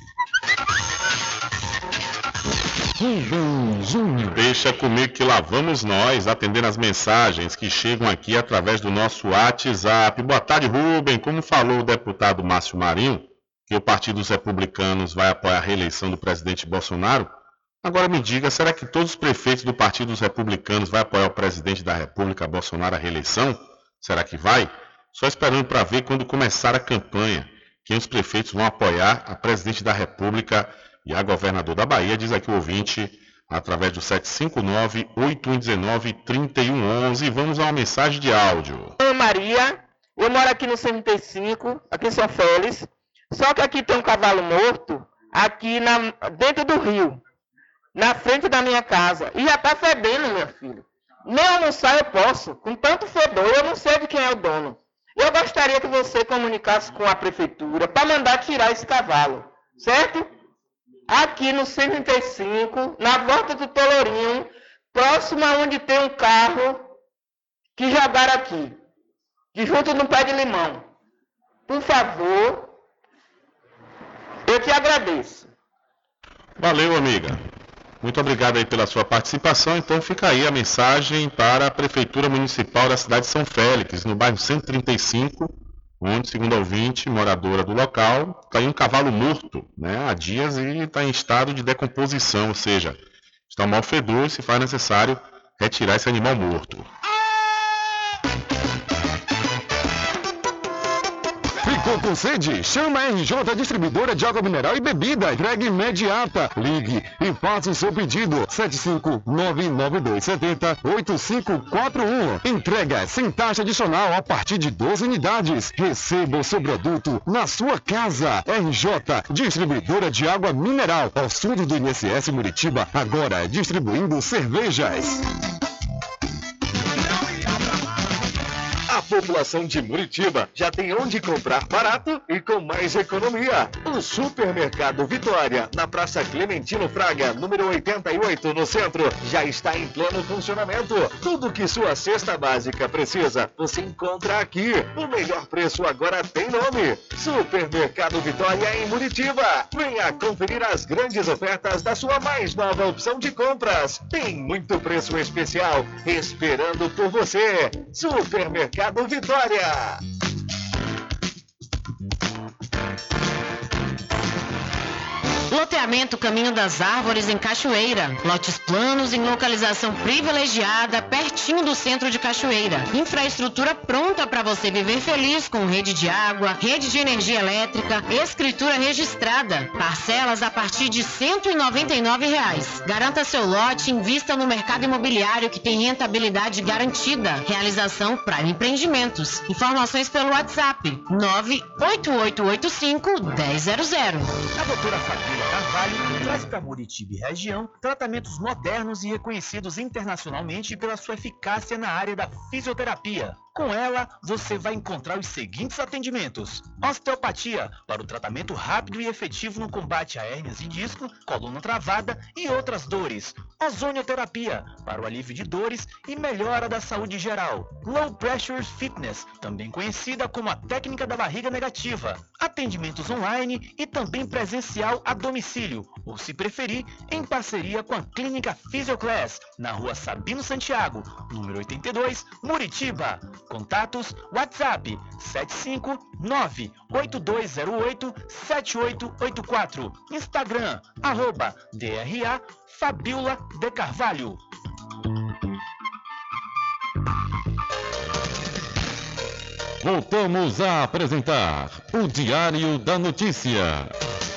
um. Deixa comigo que lá vamos nós, atendendo as mensagens que chegam aqui através do nosso WhatsApp. Boa tarde, Rubem. Como falou o deputado Márcio Marinho, que o Partido dos Republicanos vai apoiar a reeleição do presidente Bolsonaro, agora me diga, será que todos os prefeitos do Partido dos Republicanos vão apoiar o presidente da República, Bolsonaro, a reeleição? Será que vai? Só esperando para ver quando começar a campanha, quem os prefeitos vão apoiar a presidente da República e a governador da Bahia, diz aqui o ouvinte, através do sete cinco nove oito um nove três um um um. Vamos a uma mensagem de áudio. Oi, Maria, eu moro aqui no cento e cinco, aqui em São Félix, só que aqui tem um cavalo morto, aqui na, dentro do rio. Na frente da minha casa. E já está fedendo, meu filho. Nem almoçar eu posso. Com tanto fedor, eu não sei de quem é o dono. Eu gostaria que você comunicasse com a prefeitura para mandar tirar esse cavalo. Certo? Aqui no cento e cinco, na volta do Tolorinho, próximo a onde tem um carro que jogaram aqui. De junto no pé de limão. Por favor, eu te agradeço. Valeu, amiga. Muito obrigado aí pela sua participação. Então fica aí a mensagem para a Prefeitura Municipal da cidade de São Félix, no bairro cento e trinta e cinco, onde, segundo a ouvinte, moradora do local, está aí um cavalo morto, né, há dias e está em estado de decomposição, ou seja, está um mau fedor e se faz necessário retirar esse animal morto. Ficou com sede? Chama a R J Distribuidora de Água Mineral e Bebida. Entrega imediata. Ligue e faça o seu pedido. sete cinco nove nove dois sete zero oito cinco quatro um. Entrega sem taxa adicional a partir de doze unidades. Receba o seu produto na sua casa. R J Distribuidora de Água Mineral. Ao sul do I N S S Muritiba. Agora distribuindo cervejas. população de Muritiba já tem onde comprar barato e com mais economia. O Supermercado Vitória, na Praça Clementino Fraga, número oitenta e oito, no centro, já está em pleno funcionamento. Tudo que sua cesta básica precisa, você encontra aqui. O melhor preço agora tem nome: Supermercado Vitória em Muritiba. Venha conferir as grandes ofertas da sua mais nova opção de compras. Tem muito preço especial esperando por você. Supermercado Vitória. Loteamento Caminho das Árvores em Cachoeira. Lotes planos em localização privilegiada, pertinho do centro de Cachoeira. Infraestrutura pronta para você viver feliz, com rede de água, rede de energia elétrica, escritura registrada. Parcelas a partir de cento e noventa e nove reais. Garanta seu lote e invista no mercado imobiliário que tem rentabilidade garantida. Realização Prime Empreendimentos. Informações pelo WhatsApp nove oito oito oito cinco, um zero zero zero. A doutora Fabíola Carvalho traz para Muritiba e região tratamentos modernos e reconhecidos internacionalmente pela sua eficácia na área da fisioterapia. Com ela, você vai encontrar os seguintes atendimentos: osteopatia, para o tratamento rápido e efetivo no combate a hérnias de disco, coluna travada e outras dores. Ozonioterapia, para o alívio de dores e melhora da saúde geral. Low Pressure Fitness, também conhecida como a técnica da barriga negativa. Atendimentos online e também presencial a domicílio, ou se preferir, em parceria com a Clínica Physioclass, na rua Sabino Santiago, número oitenta e dois, Muritiba. Contatos: WhatsApp sete cinco nove oito dois zero oito sete oito oito quatro. Instagram, arroba D R A Fabíola de Carvalho. Voltamos a apresentar o Diário da Notícia.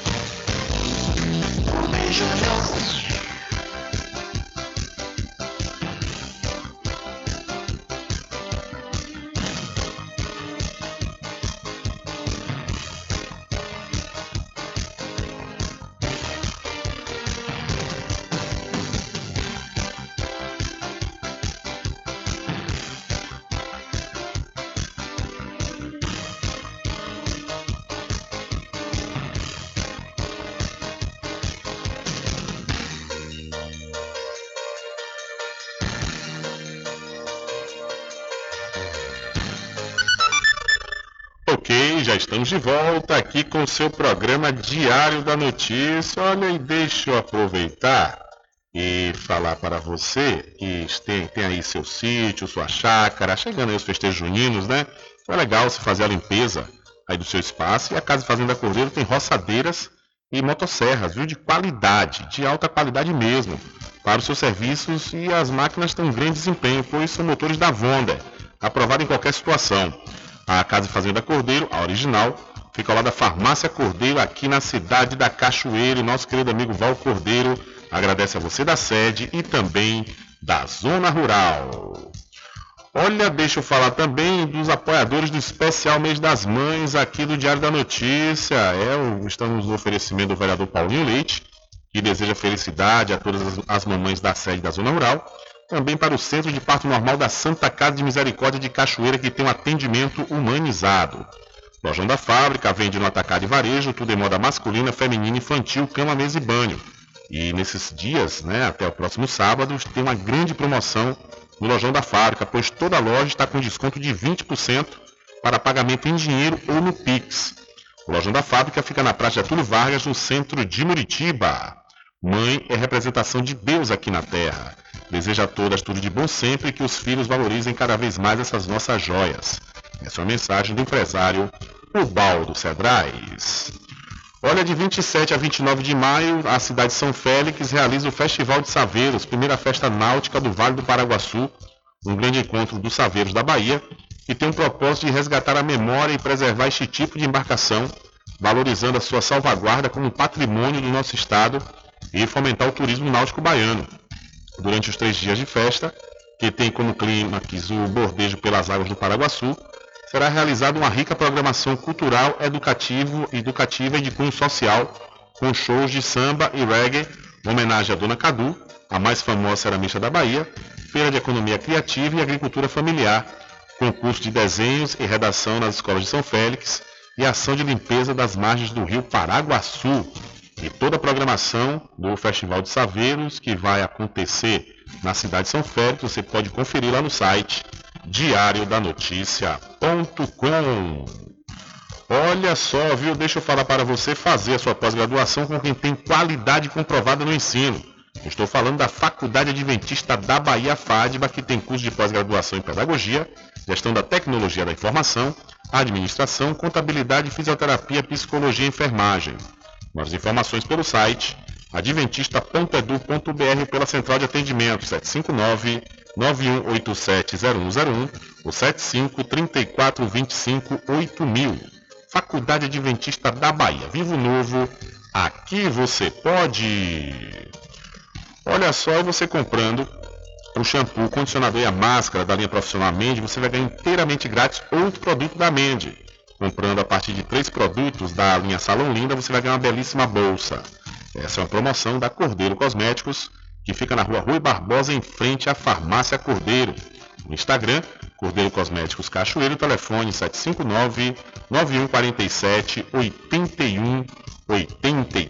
Ok, já estamos de volta aqui com o seu programa Diário da Notícia. Olha, e deixa eu aproveitar e falar para você que tem, tem aí seu sítio, sua chácara, chegando aí os festejos juninos, né? Então é legal você fazer a limpeza aí do seu espaço. E a Casa Fazenda Cordeiro tem roçadeiras e motosserras, viu? De qualidade, de alta qualidade mesmo, para os seus serviços, e as máquinas têm um grande desempenho, pois são motores da Vonda, aprovado em qualquer situação. A Casa Fazenda Cordeiro, a original, fica ao lado da Farmácia Cordeiro, aqui na cidade da Cachoeira. Nosso querido amigo Val Cordeiro agradece a você da sede e também da Zona Rural. Olha, deixa eu falar também dos apoiadores do especial Mês das Mães aqui do Diário da Notícia. É, estamos no oferecimento do vereador Paulinho Leite, que deseja felicidade a todas as, as mamães da sede da Zona Rural. Também para o Centro de Parto Normal da Santa Casa de Misericórdia de Cachoeira, que tem um atendimento humanizado. Lojão da Fábrica, vende no atacado e varejo, tudo em moda masculina, feminina, infantil, cama, mesa e banho. E nesses dias, né, até o próximo sábado, tem uma grande promoção no Lojão da Fábrica, pois toda a loja está com desconto de vinte por cento para pagamento em dinheiro ou no Pix. O Lojão da Fábrica fica na Praça Getúlio Vargas, no centro de Muritiba. Mãe é representação de Deus aqui na Terra. Deseja a todas tudo de bom sempre e que os filhos valorizem cada vez mais essas nossas joias. Essa é uma mensagem do empresário Ubaldo Cedrais. Olha, de vinte e sete a vinte e nove de maio, a cidade de São Félix realiza o Festival de Saveiros, primeira festa náutica do Vale do Paraguaçu, um grande encontro dos saveiros da Bahia, que tem o propósito de resgatar a memória e preservar este tipo de embarcação, valorizando a sua salvaguarda como patrimônio do nosso estado e fomentar o turismo náutico baiano. Durante os três dias de festa, que tem como clímax o bordejo pelas águas do Paraguaçu, será realizada uma rica programação cultural, educativo, educativa e de cunho social, com shows de samba e reggae, homenagem à Dona Cadu, a mais famosa ceramista da Bahia, feira de economia criativa e agricultura familiar, concurso de desenhos e redação nas escolas de São Félix e ação de limpeza das margens do rio Paraguaçu. E toda a programação do Festival de Saveiros, que vai acontecer na cidade de São Félix, você pode conferir lá no site diário da notícia ponto com. Olha só, viu? Deixa eu falar para você fazer a sua pós-graduação com quem tem qualidade comprovada no ensino. Eu estou falando da Faculdade Adventista da Bahia, FADBA, que tem curso de pós-graduação em Pedagogia, Gestão da Tecnologia da Informação, Administração, Contabilidade, Fisioterapia, Psicologia e Enfermagem. Mais informações pelo site adventista ponto edu ponto br pela central de atendimento sete cinco nove, nove um oito sete, zero um zero um ou sete cinco, três quatro dois cinco, oito mil. Faculdade Adventista da Bahia. Vivo Novo, aqui você pode. Olha só, você comprando o shampoo, o condicionador e a máscara da linha profissional Mende, você vai ganhar inteiramente grátis outro produto da Mende. Comprando a partir de três produtos da linha Salão Linda, você vai ganhar uma belíssima bolsa. Essa é uma promoção da Cordeiro Cosméticos, que fica na rua Rui Barbosa, em frente à Farmácia Cordeiro. No Instagram, Cordeiro Cosméticos Cachoeiro, telefone sete cinco nove, nove um quatro sete, oito um oito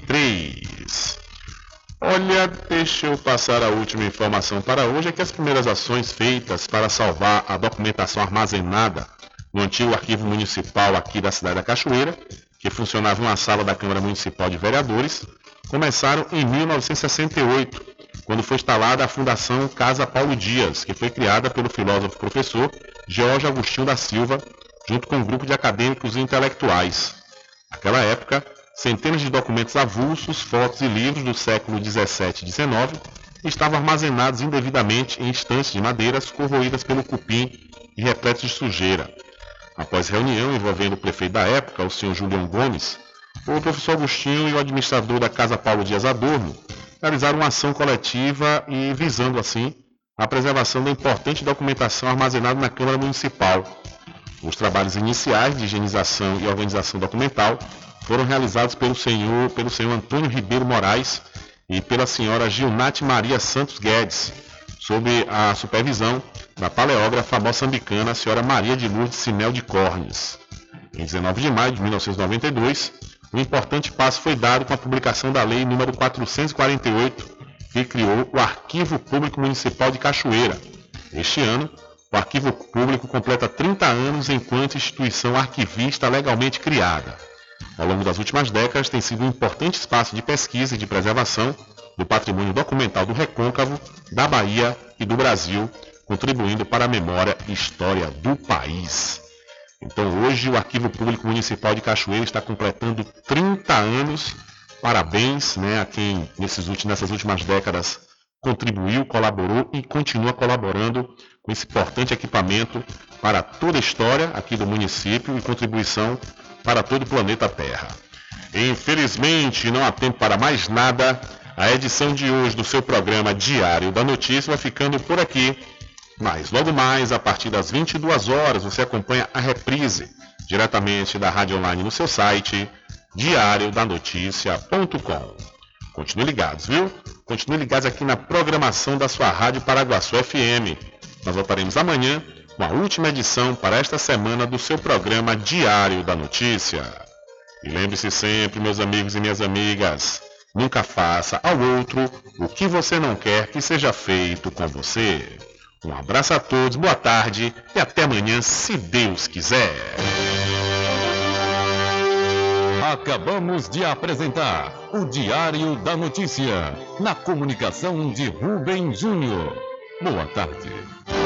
três. Olha, deixa eu passar a última informação para hoje, é que as primeiras ações feitas para salvar a documentação armazenada no antigo arquivo municipal aqui da cidade da Cachoeira, que funcionava em uma sala da Câmara Municipal de Vereadores, começaram em mil novecentos e sessenta e oito, quando foi instalada a Fundação Casa Paulo Dias, que foi criada pelo filósofo professor George Agostinho da Silva, junto com um grupo de acadêmicos e intelectuais. Naquela época, centenas de documentos avulsos, fotos e livros do século dezessete e dezenove estavam armazenados indevidamente em estantes de madeiras corroídas pelo cupim e repletos de sujeira. Após reunião envolvendo o prefeito da época, o senhor Julião Gomes, o professor Agostinho e o administrador da Casa Paulo Dias Adorno realizaram uma ação coletiva e visando, assim, a preservação da importante documentação armazenada na Câmara Municipal. Os trabalhos iniciais de higienização e organização documental foram realizados pelo senhor, pelo senhor Antônio Ribeiro Moraes e pela senhora Gilnate Maria Santos Guedes, sob a supervisão da paleógrafa moçambicana, a senhora Maria de Lourdes Sinel de Cornes. Em dezenove de maio de mil novecentos e noventa e dois, um importante passo foi dado com a publicação da Lei número quatrocentos e quarenta e oito, que criou o Arquivo Público Municipal de Cachoeira. Este ano, o Arquivo Público completa trinta anos enquanto instituição arquivista legalmente criada. Ao longo das últimas décadas, tem sido um importante espaço de pesquisa e de preservação do patrimônio documental do Recôncavo, da Bahia e do Brasil, contribuindo para a memória e história do país. Então, hoje, o Arquivo Público Municipal de Cachoeira está completando trinta anos. Parabéns, né, a quem nesses últimos, nessas últimas décadas contribuiu, colaborou e continua colaborando com esse importante equipamento para toda a história aqui do município e contribuição para todo o planeta Terra. Infelizmente, não há tempo para mais nada. A edição de hoje do seu programa Diário da Notícia vai ficando por aqui. Mas logo mais, a partir das vinte e duas horas, você acompanha a reprise diretamente da rádio online no seu site diário da notícia ponto com. Continue ligados, viu? Continue ligados aqui na programação da sua Rádio Paraguaçu F M. Nós voltaremos amanhã com a última edição para esta semana do seu programa Diário da Notícia. E lembre-se sempre, meus amigos e minhas amigas, nunca faça ao outro o que você não quer que seja feito com você. Um abraço a todos, boa tarde e até amanhã, se Deus quiser. Acabamos de apresentar o Diário da Notícia, na comunicação de Rubem Júnior. Boa tarde.